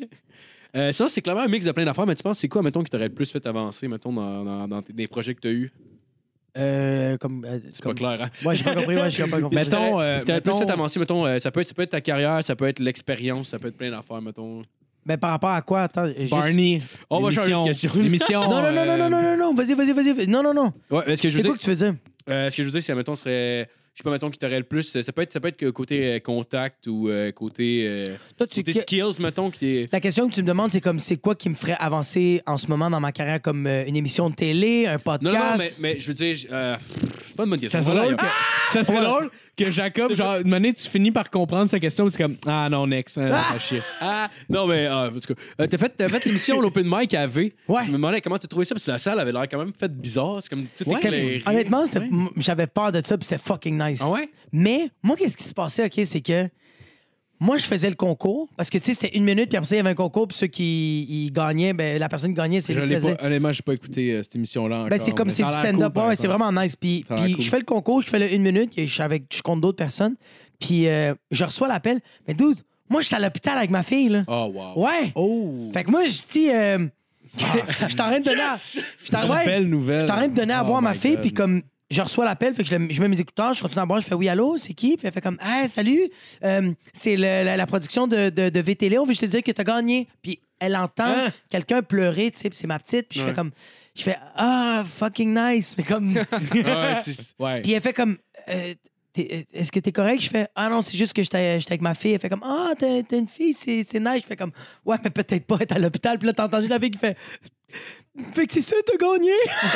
Ça, c'est clairement un mix de plein d'affaires, mais tu penses, c'est quoi, mettons, qui t'aurait le plus fait avancer, mettons, dans des projets que t'as eu? C'est pas clair, hein? Ouais, j'ai pas compris. Ouais, j'ai pas compris. Mettons, Qui t'aurait le plus mettons- fait avancer, mettons, ça peut être ta carrière, ça peut être l'expérience, ça peut être plein d'affaires, mettons. Ben, par rapport à quoi? Attends. juste- Barney. On va changer de l'émission- question. L'émission. Non, non, non, non, non, non, non, non. Vas-y. Non, non, non. Ouais, est-ce que je C'est veux quoi que tu veux dire? ce que je veux dire, c'est, mettons, serait. Je sais pas, mettons, qui t'aurait le plus. Ça peut être que côté contact ou côté Toi, tu. skills, mettons, qui est. La question que tu me demandes, c'est comme c'est quoi qui me ferait avancer en ce moment dans ma carrière, comme une émission de télé, un Non, podcast? mais je veux dire, c'est pas une bonne question. Ça serait Voilà, drôle ça serait drôle que Jacob, genre, une année, tu finis par comprendre sa question, tu es comme, ah non, next, pas chier. Ah, non, mais en tout cas, t'as fait l'émission l'Open Mic à V. Ouais. Je me demandais comment t'as trouvé ça, parce que la salle avait l'air quand même faite bizarre. C'est comme tout éclairé. Honnêtement, j'avais peur de ça, puis c'était fucking nice. Ah ouais? Mais moi, qu'est-ce qui se passait, OK, c'est que Moi, je faisais le concours parce que, tu sais, c'était 1 minute, puis après ça, il y avait un concours, puis ceux qui ils gagnaient, ben, la personne qui gagnait, c'est lui qui faisait. Honnêtement, j'ai pas écouté cette émission-là encore. Ben, c'est comme mais c'est ça du a l'air stand-up. cool, par Ouais, c'est exemple. vraiment nice. Puis Ça a l'air cool. je fais le concours, je fais le 1 minute, je compte d'autres personnes. Puis je reçois l'appel. Mais dude, moi, j'étais à l'hôpital avec ma fille, là. Oh, wow. Ouais. Oh! Fait que moi, je dis, je suis en train de donner à... C'est une belle nouvelle. Je suis en train de donner à boire Oh ma my fille, God. puis comme je reçois l'appel, fait que je mets mes écouteurs, je continue à boire, je fais oui, allô, c'est qui? Puis elle fait comme, hey, salut, c'est la production de VTL, on veut juste te dire que t'as gagné. Puis elle entend quelqu'un pleurer, tu sais, puis c'est ma petite, puis je fais, ah, fucking nice. Mais comme. Ouais. Puis elle fait comme, est-ce que t'es correct? Je fais, ah non, c'est juste que j'étais avec ma fille. Elle fait comme, ah, t'as une fille, c'est nice. Je fais comme, ouais, mais peut-être pas être à l'hôpital. Puis là, t'as entendu la fille qui fait que c'est ça, t'as gagné.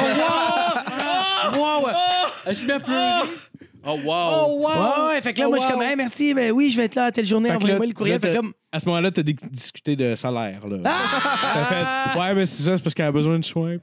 Wow! Elle s'est bien pleurée. Oh, wow! Ouais, fait que là, moi, je suis comme, hey, merci, mais oui, je vais être là à telle journée, Fait que envoyez-moi là, le courriel. là, Fait comme, À ce moment-là, t'as discuté de salaire. Là. T'as fait, ouais, mais c'est ça, c'est parce qu'elle a besoin de soins.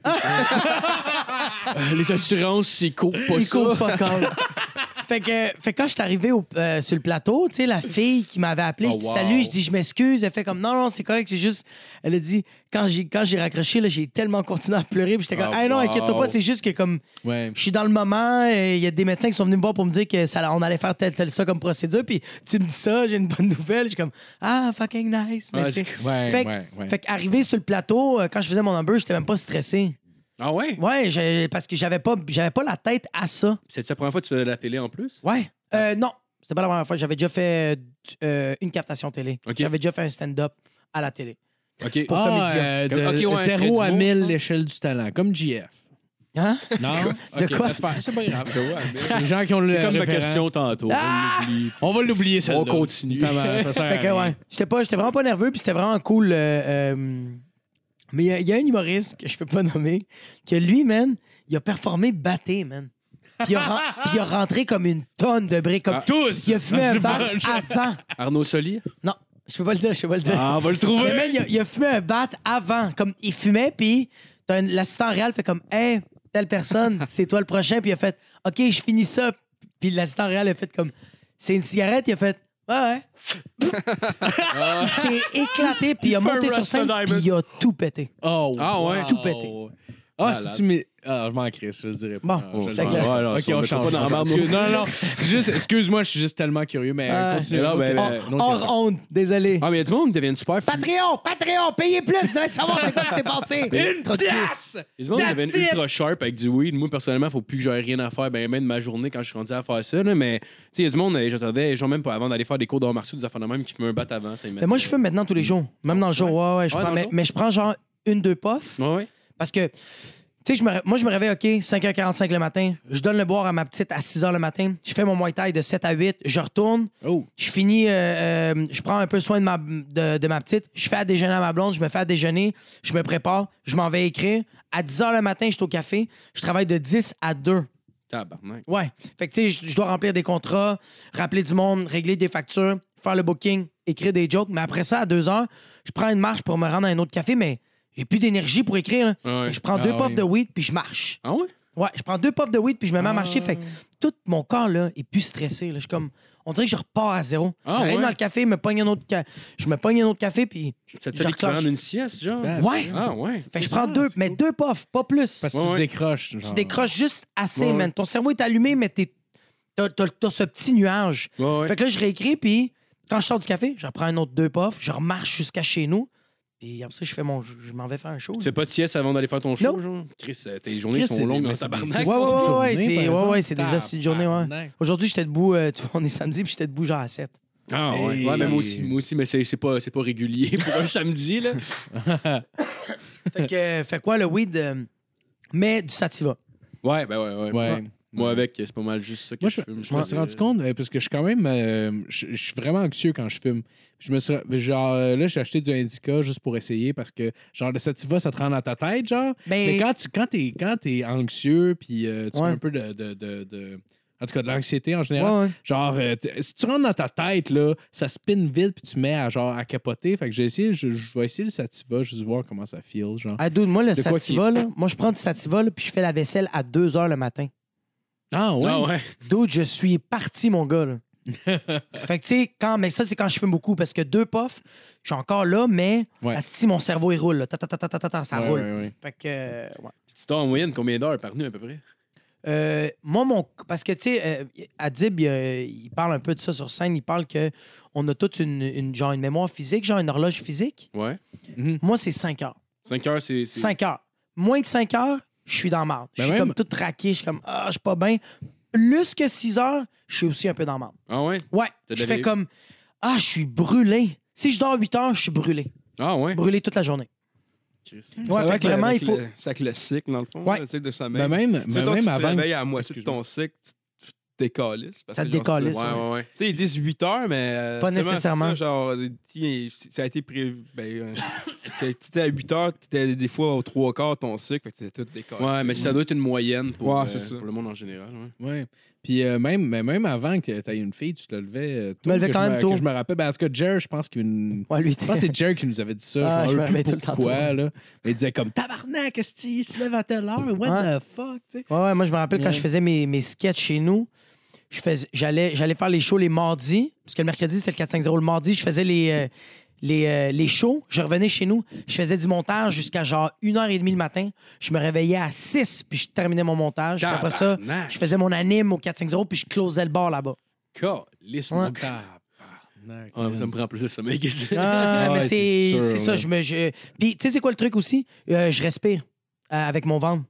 Les assurances, ils courent pas il ça. court fuck all. Fait que quand je suis arrivé sur le plateau, tu sais, la fille qui m'avait appelé, Oh, je dis wow. salut, je dis je m'excuse. Elle fait comme non, c'est correct, c'est juste. Elle a dit, quand j'ai raccroché, là, j'ai tellement continué à pleurer. Puis j'étais comme, Oh, hey non, wow. inquiète-toi pas, c'est juste que comme. Ouais. Je suis dans le moment, il y a des médecins qui sont venus me voir pour me dire que on allait faire tel ça comme procédure. Puis tu me dis ça, j'ai une bonne nouvelle. Je suis comme, ah, fucking nice. Mais Ouais, tu sais, Ouais, fait, ouais. fait qu'arrivé sur le plateau, quand je faisais mon number, j'étais même pas stressé. Ah ouais? Ouais, parce que j'avais pas la tête à ça. C'est la première fois que tu faisais de la télé en plus? Ouais. Non, c'était pas la première fois. J'avais déjà fait une captation télé. OK. J'avais déjà fait un stand-up à la télé. OK. Pour comédien. Ok, ouais, un trait 0 à d'humour, 1000 je pense. l'échelle du talent, comme JF. Hein? Non? De Ok, quoi? laisse faire, c'est pas grave. Les gens qui ont le C'est comme ma référent, question tantôt. Ah! On l'oublie. On va l'oublier, celle-là. On continue. Ça sert à Fait que, rien. ouais. J'étais vraiment pas nerveux, puis c'était vraiment cool. Mais il y a un humoriste que je peux pas nommer, que lui, man, il a performé batté, man. Puis il a rentré comme une tonne de briques. Comme... Tous! Il a fumé un bat avant. Arnaud Soli? Non, je peux pas le dire, Ah, on va le Mais trouver. man, il a fumé un bat avant. Comme il fumait, puis l'assistant réel fait comme, hey, telle personne, c'est toi le prochain. Puis il a fait, OK, je finis ça. Puis l'assistant réel a fait comme, c'est une cigarette. Il a fait, ouais. Il s'est éclaté, puis il a fait monté un sur scène, Rasta puis il a tout pété. Oh, Ah ouais? Tout pété. Ah, Malade. si tu mets. Ah, je m'en crisse, je le dirai pas. Bon, Ah, je le fait que dirai là- pas. Ouais, non, Ok, ça, on on mettra change. pas dans la merde, Non. C'est juste, excuse-moi, je suis juste tellement curieux, mais continue. non, mais- Hors honte, désolé. Ah, mais il y a du monde qui deviennent super fou. Patreon, payez plus, vous allez savoir c'est quoi qui s'est passé. Trop de cul. Il y a du monde qui deviennent ultra sharp avec du weed. Moi, personnellement, faut plus que j'aie rien à faire, ben, même de ma journée quand je suis rendu à faire ça. Là, mais, tu sais, il y a du monde, j'attendais, genre même pas avant d'aller faire des cours d'arts martiaux, des affaires de même qui fument un bat avant. Ça, Mais moi, je fume maintenant tous les jours. Même dans le jour, ouais. Je Ouais, prends, dans le jour? mais je prends genre 1-2 puffs. Ouais. Parce que, tu sais, moi, je me réveille, OK, 5h45 le matin. Je donne le boire à ma petite à 6h le matin. Je fais mon Muay Thai de 7 à 8. Je retourne. Oh. Je finis, je prends un peu soin de ma petite. Je fais à déjeuner à ma blonde. Je me fais à déjeuner. Je me prépare. Je m'en vais écrire. À 10h le matin, je suis au café. Je travaille de 10 à 2. Tabarnak. Ouais. Fait que, tu sais, je dois remplir des contrats, rappeler du monde, régler des factures, faire le booking, écrire des jokes. Mais après ça, à 2h, je prends une marche pour me rendre à un autre café, mais j'ai plus d'énergie pour écrire. Là. Ouais. Fait que je prends 2 puffs de weed, puis je marche. Ah ouais? Ouais, je prends 2 puffs de weed, puis je me mets à marcher. Fait que tout mon corps, là, est plus stressé. Là. Je suis comme... On dirait que je repars à zéro. Ah, J'arrive ouais? dans le café, je me pogne un autre café, puis Ça te je fait l'équivalent reclenche. d'une sieste, genre? Ouais. Ah ouais. Fait que je prends 2, mais 2 puffs, pas plus. Parce que Ouais, tu ouais. décroches. Tu genre. décroches juste assez, Ouais, man. Ton cerveau est allumé, mais t'as ce petit nuage. Ouais, ouais. Fait que là, je réécris, puis quand je sors du café, je reprends un autre 2 puffs, je remarche jusqu'à chez nous, puis après ça, je m'en vais faire un show. Tu fais pas de sieste avant d'aller faire ton show, Non. genre? Chris, tes journées Chris, sont c'est longues des- en mais c'est des- tabarnak. c'est Ouais, une journée, c'est par exemple. ouais, c'est des hosties de journée, ouais. Tabarnak. Aujourd'hui, j'étais debout, on est samedi, puis j'étais debout genre à 7. Ah ouais. Hey. Ouais, mais moi aussi, mais c'est pas régulier pour un samedi, là. Fait quoi, le weed, mais du sativa. Ouais, ben ouais. Ouais. Moi, avec, c'est pas mal juste ça que Moi, je fume. je me suis rendu compte, parce que je suis quand même. Je suis vraiment anxieux quand je fume. Je me suis. Genre, là, j'ai acheté du Indica juste pour essayer parce que, genre, le sativa, ça te rend dans ta tête, genre. Mais quand t'es anxieux, puis tu Ouais. as un peu en tout cas, de l'anxiété en général. Ouais. Genre, si tu rentres dans ta tête, là, ça spin vite, puis tu mets à, genre, à capoter. Fait que j'ai essayé, je vais essayer le sativa, juste voir comment ça feel, genre. Ah, dude, moi, le De quoi sativa, là, moi, je prends du sativa, là, puis je fais la vaisselle à 2h le matin. Ah, ouais? Ah ouais. Dude, je suis parti, mon gars, là. Fait que, tu sais, mais ça, c'est quand je fume beaucoup, parce que 2 puffs, je suis encore là, mais asti, mon cerveau, il roule. Là. Ça roule. Ouais. Fait que, ouais. Tu dors en moyenne combien d'heures par nuit, à peu près? Moi, parce que, tu sais, Adib, il parle un peu de ça sur scène. Il parle qu'on a toute une mémoire physique, genre une horloge physique. Ouais. Moi, c'est 5 heures. 5 heures, c'est... 5 heures. Moins de 5 heures, je suis dans la marde. Je suis comme tout traqué. Je suis comme, je suis pas bien. Plus que 6 heures, je suis aussi un peu dans la marde. Ah ouais? Ouais. Je fais comme, je suis brûlé. Si je dors 8 heures, je suis brûlé. Ah ouais? Brûlé toute la journée. Ouais, fait que vraiment, il faut. C'est avec le cycle, dans le fond, Ouais. là, tu sais, de sommeil. Même Tu sais, avant. tu te réveilles à la moitié de ton cycle, tu te décalisses. Ça te décalisse. Ouais. Tu sais, ils disent 8 heures, mais. Pas seulement, nécessairement. c'est ça, genre, ça a été prévu. Tu étais à 8 heures, tu étais des fois aux 3/4 de ton cycle, fait que tu étais tout décalé. Ouais, mais ça doit être une moyenne pour, Ouais, c'est ça. pour le monde en général. Ouais. Ouais. Puis même avant que tu aies une fille, tu te levais tôt. Je me levais quand même tôt. Que je me rappelle. Ben, en tout cas, Jer, je pense qu'il. Ouais, lui, Je pense que c'est Jer qui nous avait dit ça. Je me réveille tout sais le temps pourquoi, tôt. là. Mais il disait comme tabarnak, est-ce qu'il se lève à telle heure? What the fuck, tu sais? Ouais, moi, je me rappelle quand Ouais. je faisais mes sketchs chez nous, j'allais faire les shows les mardis, parce que le mercredi, c'était le 4-5-0. Le mardi, je faisais les shows. Je revenais chez nous, je faisais du montage jusqu'à genre 1h30 le matin. Je me réveillais à 6, puis je terminais mon montage. Puis après ça, Tabarnak. je faisais mon anime au 4-5-0, puis je closais le bar là-bas. Calisse, Ouais. mon Tabarnak. Ah, ça me prend plus de sommeil que ça. Mais Ouais, c'est c'est sûr, ça. là. Puis, tu sais, c'est quoi le truc aussi? Je respire avec mon ventre.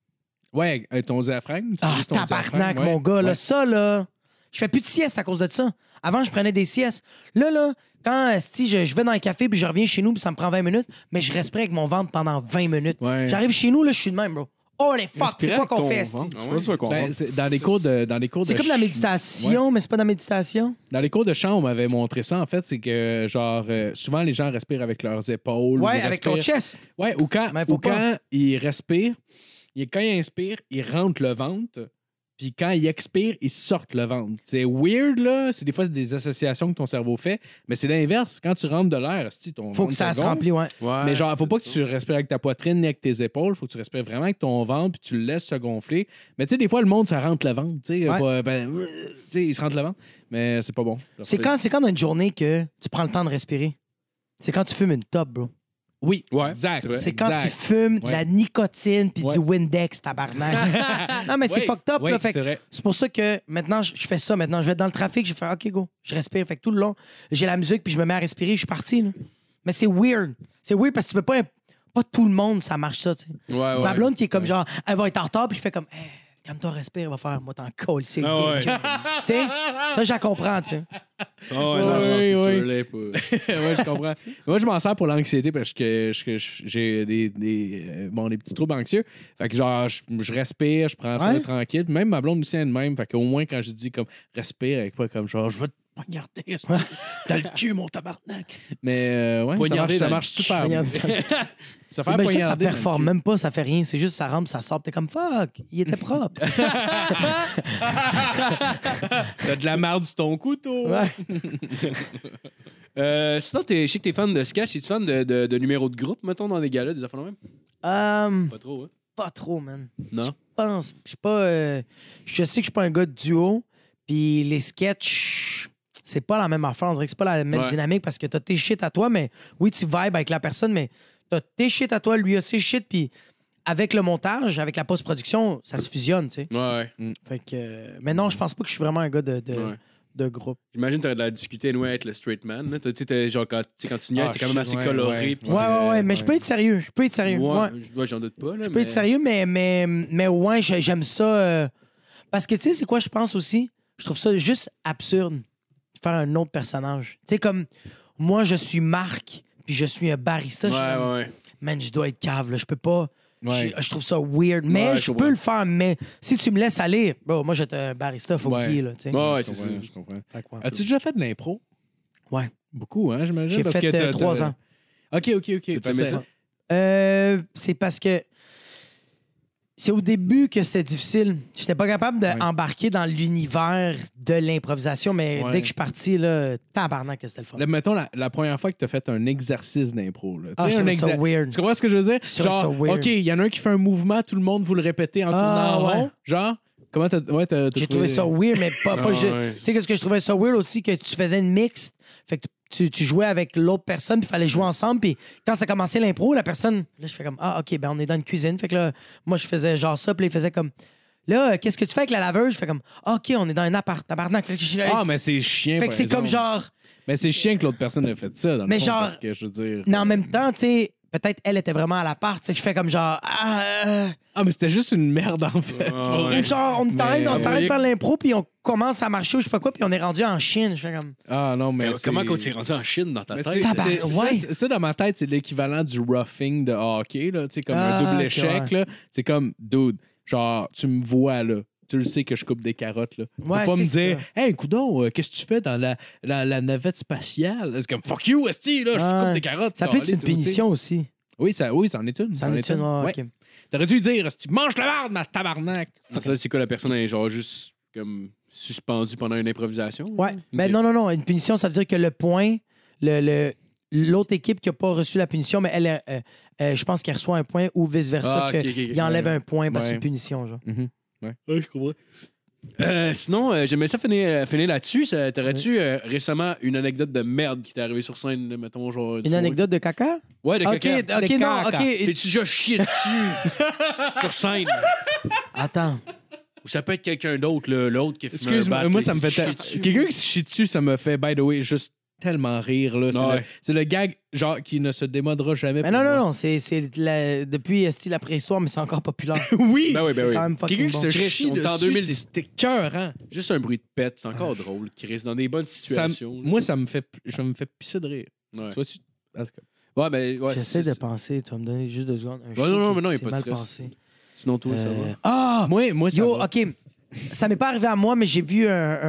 Ouais, ton diaphragme. tu utilises ton Tabarnak, diaphragme, ouais. mon gars. Là, Ouais. ça, là, je fais plus de sieste à cause de ça. Avant, je prenais des siestes. Là, quand je vais dans un café puis je reviens chez nous puis ça me prend 20 minutes, mais je respire avec mon ventre pendant 20 minutes. Ouais. J'arrive chez nous, là, je suis de même, bro. Oh, les fuck, c'est quoi qu'on fait, esti? Je suis pas sûr qu'on Ben, c'est dans les cours de C'est comme la méditation, mais c'est pas de la méditation. Dans les cours de chant, on m'avait montré ça, en fait. C'est que, genre, souvent, les gens respirent avec leurs épaules. Ouais, ils avec ton respirent- chest. Ouais, ou quand, Mais faut pas. quand ils respirent, quand ils inspirent, ils rentrent le ventre. Puis quand ils expirent, ils sortent le ventre. C'est weird, là. C'est des fois, c'est des associations que ton cerveau fait. Mais c'est l'inverse. Quand tu rentres de l'air, si ton Faut ventre que ça se gonfle. remplit, ouais. Ouais, Mais genre, faut pas que c'est tu respires avec ta poitrine ni avec tes épaules. Faut que tu respires vraiment avec ton ventre puis tu le laisses se gonfler. Mais tu sais, des fois, le monde, ça rentre le ventre. Tu sais, Ouais. tu sais, il se rentre le ventre. Mais c'est pas bon. C'est quand dans une journée que tu prends le temps de respirer. C'est quand tu fumes une top, bro. Oui, Ouais, exact. c'est vrai. C'est quand exact. tu fumes de la Ouais. nicotine puis Ouais. du Windex, tabarnak. Non, mais c'est Oui, fucked up, oui, là. Fait que c'est vrai. c'est pour ça que maintenant, je fais ça. Maintenant, je vais être dans le trafic, je vais faire OK, go. Je respire. Fait que tout le long, j'ai la musique puis je me mets à respirer, je suis parti, là. Mais c'est weird. C'est weird parce que tu peux pas. Pas tout le monde, ça marche ça, tu sais. Ouais, Ma blonde qui est comme genre, elle va être en retard puis je fais comme, hey, calme-toi, respire, va faire, moi, t'en colle, c'est Ah ouais. Tu sais, ça, je la comprends, tu sais. Ah ouais, non, Oui, c'est oui. sûr, là, pas- Ouais, je comprends. Moi, je m'en sers pour l'anxiété parce que j'ai des petits troubles anxieux. Fait que genre, je respire, je prends ça Ouais. tranquille. Même ma blonde aussi, elle de même. Fait qu'au moins, quand je dis comme respire avec pas comme genre, je vais te poignarder. T'as le cul, mon tabarnak. Mais ouais, Poignarder ça dans marche le super bien. Ça fait Mais je sais, ça poignarder dans le performe cul. même pas, ça fait rien. C'est juste, ça rentre, ça sort, t'es comme, fuck, il était propre. T'as de la merde sur ton couteau. Ouais. Sinon, je sais que t'es fan de sketch. Es-tu fan de numéros de groupe, mettons, dans des galas, des affaires de même? Pas trop, hein? Pas trop, man. Non? Je pense. Je suis pas. Je sais que je suis pas un gars de duo. Puis les sketchs, c'est pas la même affaire. On dirait que c'est pas la même Ouais. dynamique parce que t'as tes shit à toi, mais oui, tu vibes avec la personne, mais t'as tes shit à toi, lui a ses shit, puis avec le montage, avec la post-production, ça se fusionne, tu sais. Ouais. Fait que. Mais non, je pense pas que je suis vraiment un gars Ouais. de groupe. J'imagine que t'aurais de la difficulté anyway, avec le straight man. Là. Tu sais, genre, quand tu niaises, Ah, t'es quand même assez ouais, coloré. ouais. puis, Ouais, mais je peux être sérieux. Je peux être sérieux. Ouais. Ouais, j'en doute pas. Là, Je peux être sérieux, mais ouais, j'aime ça. Parce que, tu sais, c'est quoi, je pense aussi? Je trouve ça juste absurde de faire un autre personnage. Tu sais, comme moi, je suis Marc, puis je suis un barista. Je suis comme, Ouais. man, je dois être cave, là. Je peux pas. Ouais. Je trouve ça weird. Mais Ouais, je je peux comprends. le faire. Mais si tu me laisses aller, bon, moi, j'étais un barista funky, Ouais. là. Tu sais. Ouais, Je c'est ça. comprends, je comprends. Fait que, ouais. As-tu déjà fait de l'impro? Ouais. Beaucoup, hein, j'imagine? J'ai parce fait que t'as- 3 t'as- ans. OK. Parce aimé que- ça? C'est parce que c'est au début que c'était difficile. J'étais pas capable d'embarquer dans l'univers de l'improvisation, mais Ouais. dès que je suis parti, là, tabarnak que c'était le fun. Là, mettons, la première fois que tu as fait un exercice d'impro. Là. Ah, Tu je sais, un trouvais ça weird. Tu comprends ce que je veux dire? Je trouvais Genre, ça weird. OK, il y en a un qui fait un mouvement, tout le monde vous le répétez en tournant en ouais. rond. Genre, Comment t'as J'ai trouvé ça weird, mais pas Ah, juste. ouais. Tu sais, qu'est-ce que je trouvais ça weird aussi, que tu faisais une mixte. Fait que tu jouais avec l'autre personne, puis il fallait jouer ensemble. Puis quand ça commençait l'impro, la personne. Là, je fais comme, ah, OK, ben on est dans une cuisine. Fait que là, moi, je faisais genre ça, puis là, il faisait comme. Là, qu'est-ce que tu fais avec la laveuse? Je fais comme, ah, OK, on est dans un appart, tabarnak. Ah, mais c'est chiant. Fait que c'est comme genre. Mais c'est chiant que l'autre personne ait fait ça, dans le Mais fond, genre- parce que je veux dire. Mais en même temps, tu sais, peut-être elle était vraiment à l'appart. Fait que je fais comme genre. Ah, mais c'était juste une merde, en fait. Ah, ouais. Genre, on t'arrête Mais- de faire l'impro, puis on commence à marcher ou je sais pas quoi, puis on est rendu en Chine. Je fais comme. Ah, non, mais. Comment c'est- qu'on s'est rendu en Chine dans ta Mais tête? c'est- Tabarnak, c'est- ouais. ça, dans ma tête, c'est l'équivalent du roughing de hockey, là, tu sais, comme Ah, un double ok, échec. ouais. Là. C'est comme, dude, genre, tu me vois, là. Tu le sais que je coupe des carottes, là. Tu peux Ouais, pas me c'est dire, hey, coudon, qu'est-ce que tu fais dans la navette spatiale? C'est comme, fuck you, esti, là, je Ouais. coupe des carottes. Ça peut être Caliste, une tu sais. punition aussi. Oui, ça en est une. Ça en est une, ouais, Ouais. ok. T'aurais dû dire, esti, mange la merde, ma tabarnak. Ça, c'est quoi, la personne est genre juste comme suspendue pendant une improvisation? Ouais. Ben non. Une punition, ça veut dire que le point, l'autre équipe qui n'a pas reçu la punition, mais elle, je pense qu'elle reçoit un point ou vice-versa, Ah, ok, ok, ok. qu'il enlève un point parce que c'est Ouais. une punition. Genre. Ouais, je comprends. Sinon, j'aimerais ça finir là-dessus. T'aurais-tu récemment une anecdote de merde qui t'est arrivée sur scène, mettons, genre. Une anecdote de caca? Ouais, de Ok, caca. ok, Des non, caca. ok. T'es-tu déjà chié dessus sur scène? Attends. Ou ça peut être quelqu'un d'autre, là, l'autre qui a fumé un Excuse-moi, bat, moi, là, ça me qui fait. chie dessus. Quelqu'un qui se chie dessus, ça me fait, by the way, juste tellement rire, là. Ouais. C'est le gag, genre, qui ne se démodera jamais. Mais pour moi. non, c'est depuis la préhistoire, mais c'est encore populaire. Oui! Ben oui, ben C'est oui. quand même fucking Quelqu'un qui bon. se Chris, chie on est en dessus, 2010. c'était écœurant. Juste un bruit de pète, c'est encore drôle, Chris, dans des bonnes Ça situations. moi, ça me fait pisser de rire. Ouais. Tu vois-tu? En tout cas. Ouais, mais ouais, J'essaie c'est- de penser, tu vas me donner juste 2 secondes. Un Ouais, show non, qui mais non, y a s'est pas de mal stress. passé. Sinon, toi, ça va. Ah! Moi, ça Yo, va. OK. Ça m'est pas arrivé à moi, mais j'ai vu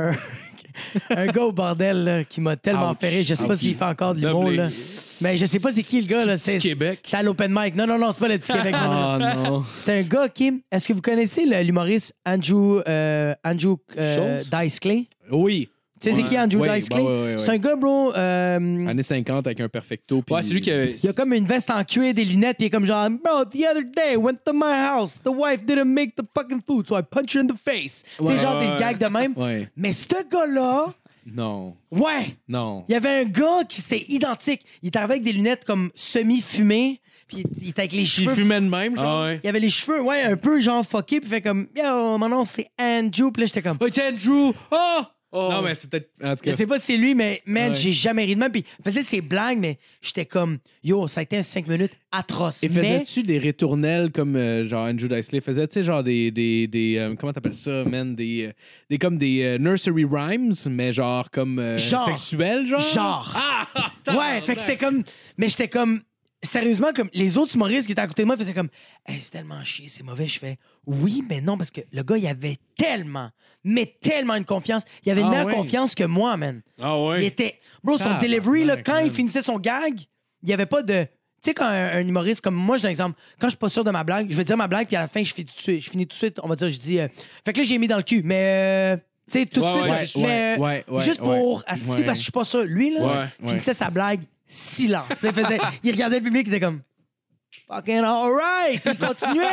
un gars au bordel là, qui m'a tellement Ouch. fait rire. Je sais pas Ouch. s'il fait encore de l'humour. Nomme-les. Là. Mais je sais pas c'est qui le gars. Là. Petit Québec. C'est à l'open mic. Non, c'est pas le petit Québec. non, non. Oh non. C'est un gars qui... Est-ce que vous connaissez l'humoriste Andrew Schultz? Dice Clay? Oui. Tu sais, c'est qui Andrew Ouais, Dice Clay? ouais. C'est un gars, bro... Années 50 avec un perfecto. puis- Ouais, c'est lui qui avait. il a comme une veste en cuir, des lunettes, puis il est comme genre, bro, the other day, went to my house. The wife didn't make the fucking food, so I punched her in the face. Tu sais, genre des gags de même. Ouais. Mais ce gars-là, Non. ouais, Non. il y avait un gars qui c'était identique. Il était avec des lunettes comme semi-fumées, puis il était avec les Puis il cheveux. fumait de même, genre. Ah ouais. Il avait les cheveux, ouais, un peu genre fuckés, puis il fait comme, yo, mon nom c'est Andrew, puis là j'étais comme, Oh, c'est Andrew! Oh! Oh! Non, mais c'est peut-être. En tout je cas. sais pas si c'est lui, mais man, Ouais. j'ai jamais ri de même. Puis il faisait ses blagues, mais j'étais comme, yo, ça a été un 5 minutes atroce. Et mais faisais-tu des ritournelles comme genre Andrew Dice Clay faisait, tu sais, genre des comment t'appelles ça, man? Des comme des nursery rhymes, mais genre comme Genre. sexuels, genre? Genre. Ah! Ouais, fait que c'était comme. Mais j'étais comme. Sérieusement, comme les autres humoristes qui étaient à côté de moi faisaient comme, hey, c'est tellement chier, c'est mauvais. Je fais, oui, mais non, parce que le gars, il avait tellement, mais tellement une confiance. Il avait une Ah meilleure ouais. confiance que moi, man. Ah ouais. Il était. Bro, son Tabarnak, delivery, là, quand il man. finissait son gag, il n'y avait pas de. Tu sais, quand un humoriste comme moi, je donne un exemple, quand je suis pas sûr de ma blague, je vais dire ma blague, puis à la fin, je finis tout de suite, on va dire, je dis, fait que là, j'ai mis dans le cul, mais. Tu sais, tout de Ouais, suite, ouais, là, juste- mais ouais, juste ouais, pour asti, ouais. parce que je suis pas sûr. Lui, là, Ouais, finissait sa blague, silence. Puis là, il regardait le public, il était comme, fucking alright, puis il continuait.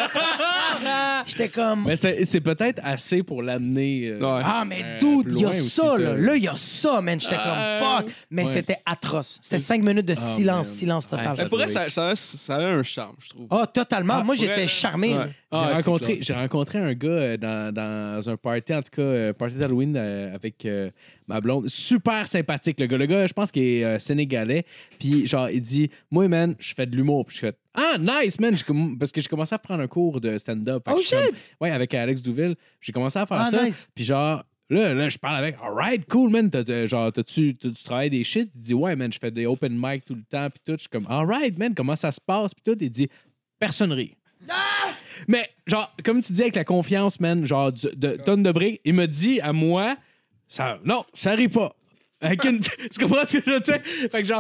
J'étais comme, Mais c'est peut-être assez pour l'amener. ah, mais dude, plus il y a loin aussi, ça, là. Là, il y a ça, man. J'étais comme, fuck. Mais Ouais. c'était atroce. C'était 5 minutes de silence, man. silence total. Ouais, Mais pour elle, ça a un charme, je trouve. Ah, totalement. Moi, j'étais ouais. charmé. Ouais. là. J'ai rencontré un gars dans un party, en tout cas, party d'Halloween avec ma blonde. Super sympathique, le gars. Le gars, je pense qu'il est sénégalais. Puis, genre, il dit, moi, man, je fais de l'humour. Puis, je fais, ah, nice, man. Parce que j'ai commencé à prendre un cours de stand-up. Fait que Oh, je suis shit! comme- ouais, avec Alex Douville. J'ai commencé à faire Ah, ça. nice. Puis, genre, là, je parle avec, alright, cool, man. Genre, tu travailles des shit? Il dit, ouais, man, je fais des open mic tout le temps. Puis tout. Je suis comme, alright, man, comment ça se passe? Puis tout. Il dit, personne rit. Mais, genre, comme tu dis avec la confiance, man, genre, de tonne de briques, il me dit à moi, non, ça rit pas. Avec une- tu comprends ce que je veux dire? Fait que, genre,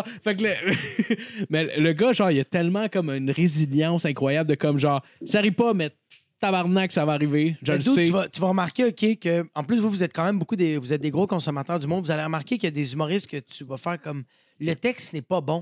mais le gars, genre, il a tellement comme une résilience incroyable de comme, genre, ça rit pas, mais tabarnak, ça va arriver. Je Mais le dude, sais. tu vas remarquer, OK, que, en plus, vous êtes quand même vous êtes des gros consommateurs du monde. Vous allez remarquer qu'il y a des humoristes que tu vas faire comme, le texte n'est pas bon.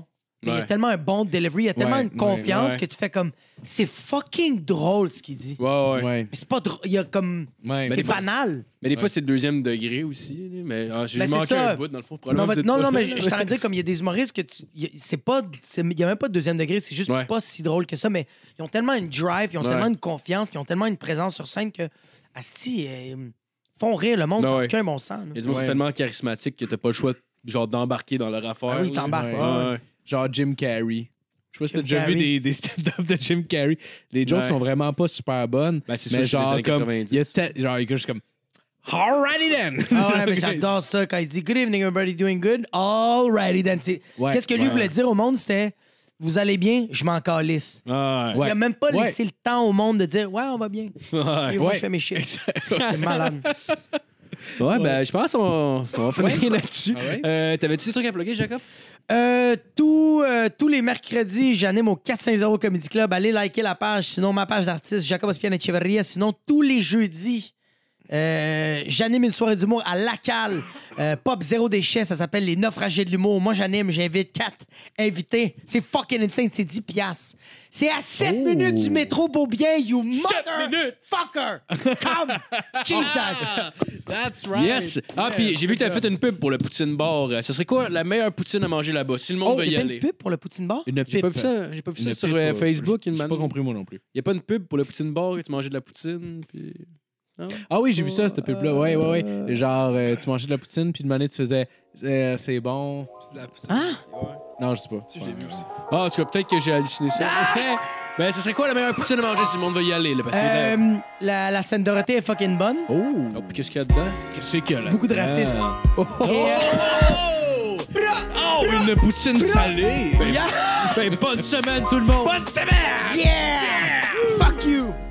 mais il y a Ouais. tellement un bon delivery, il y a tellement Ouais, une confiance ouais. que tu fais comme, c'est fucking drôle ce qu'il dit. Ouais, ouais. Ouais. Mais c'est pas drôle, il y a comme, Ouais. c'est des fois, banal. Mais des fois, c'est le deuxième degré aussi. là, Mais j'ai Ben, c'est manqué ça. un bout, dans le fond. Mais Probablement, vous êtes non, pas- mais je t'en dire comme il y a des humoristes que il y a même pas de deuxième degré, c'est juste Ouais. pas si drôle que ça, mais ils ont tellement une drive, ils ont Ouais. tellement une confiance, puis ils ont tellement une présence sur scène que, asti, font rire le monde, Ben ça n'a ouais. aucun bon sens. là. Il y a des gens qui sont Ouais. tellement charismatiques que t'as pas le choix genre d'embarquer dans leur affaire. Ah oui, là. t'embarques, ouais. ouais. Ouais. Genre Jim Carrey. Je sais pas si t'as Jim déjà Carrey. vu des stand-up de Jim Carrey. Les jokes Ouais. sont vraiment pas super bonnes. Ben, c'est mais sûr, c'est des genre années comme 90. il y a genre il est juste comme Alrighty then. Ah ouais, mais j'adore ça quand il dit Good evening, everybody doing good. Alrighty then. Ouais, Qu'est-ce que lui ouais, voulait ouais. dire au monde? C'était Vous allez bien, je m'en calisse. Ah, Il a même pas Ouais. laissé le temps au monde de dire Ouais, on va bien. ouais. Et moi, Ouais. je fais mes shit. C'est malade. Ouais, ben, je pense qu'on va finir là-dessus. Ah ouais? T'avais-tu des trucs à plugger, Jacob? Tous les mercredis, j'anime au 450 Comedy Club. Allez liker la page. Sinon, ma page d'artiste, Jacob Ospian Echeverria. Sinon, tous les jeudis, j'anime une soirée d'humour à Lacal. Pop Zéro Déchet, ça s'appelle Les Naufragés de l'humour. Moi, j'anime, j'invite 4 invités. C'est fucking insane, c'est 10 piastres. C'est à 7 minutes du métro Beaubien, you motherfucker! Come! Jesus! That's right. Yes! Ah, puis j'ai vu que t'avais fait une pub pour le Poutine Bar. Ce serait quoi la meilleure poutine à manger là-bas? Si le monde Oh, veut y j'ai fait aller. une pub pour le Poutine Bar? Une J'ai pas pipe. vu ça, j'ai pas vu ça Une sur pipe, Facebook. J'ai pas compris moi non plus. Il y a pas une pub pour le Poutine Bar et tu mangeais de la poutine. Puis... Ah oui, j'ai vu ça, cette pub-là. Ouais, ouais, ouais. Genre, tu mangeais de la poutine, puis de manière, tu faisais c'est bon. C'est de la poutine. Ah! Ouais. Non, je sais pas. Ça, je l'ai vu aussi. Ah, en tout cas, peut-être que j'ai halluciné ça. Ben, ce serait quoi la meilleure poutine à manger si le monde veut y aller? Là, parce que La scène Dorothée est fucking bonne. Oh! Oh, puis qu'est-ce qu'il y a dedans? Qu'est-ce qu'il y a là? Beaucoup de racisme. Oh, une poutine salée! Ben, bonne semaine, tout le monde! Yeah! Fuck you!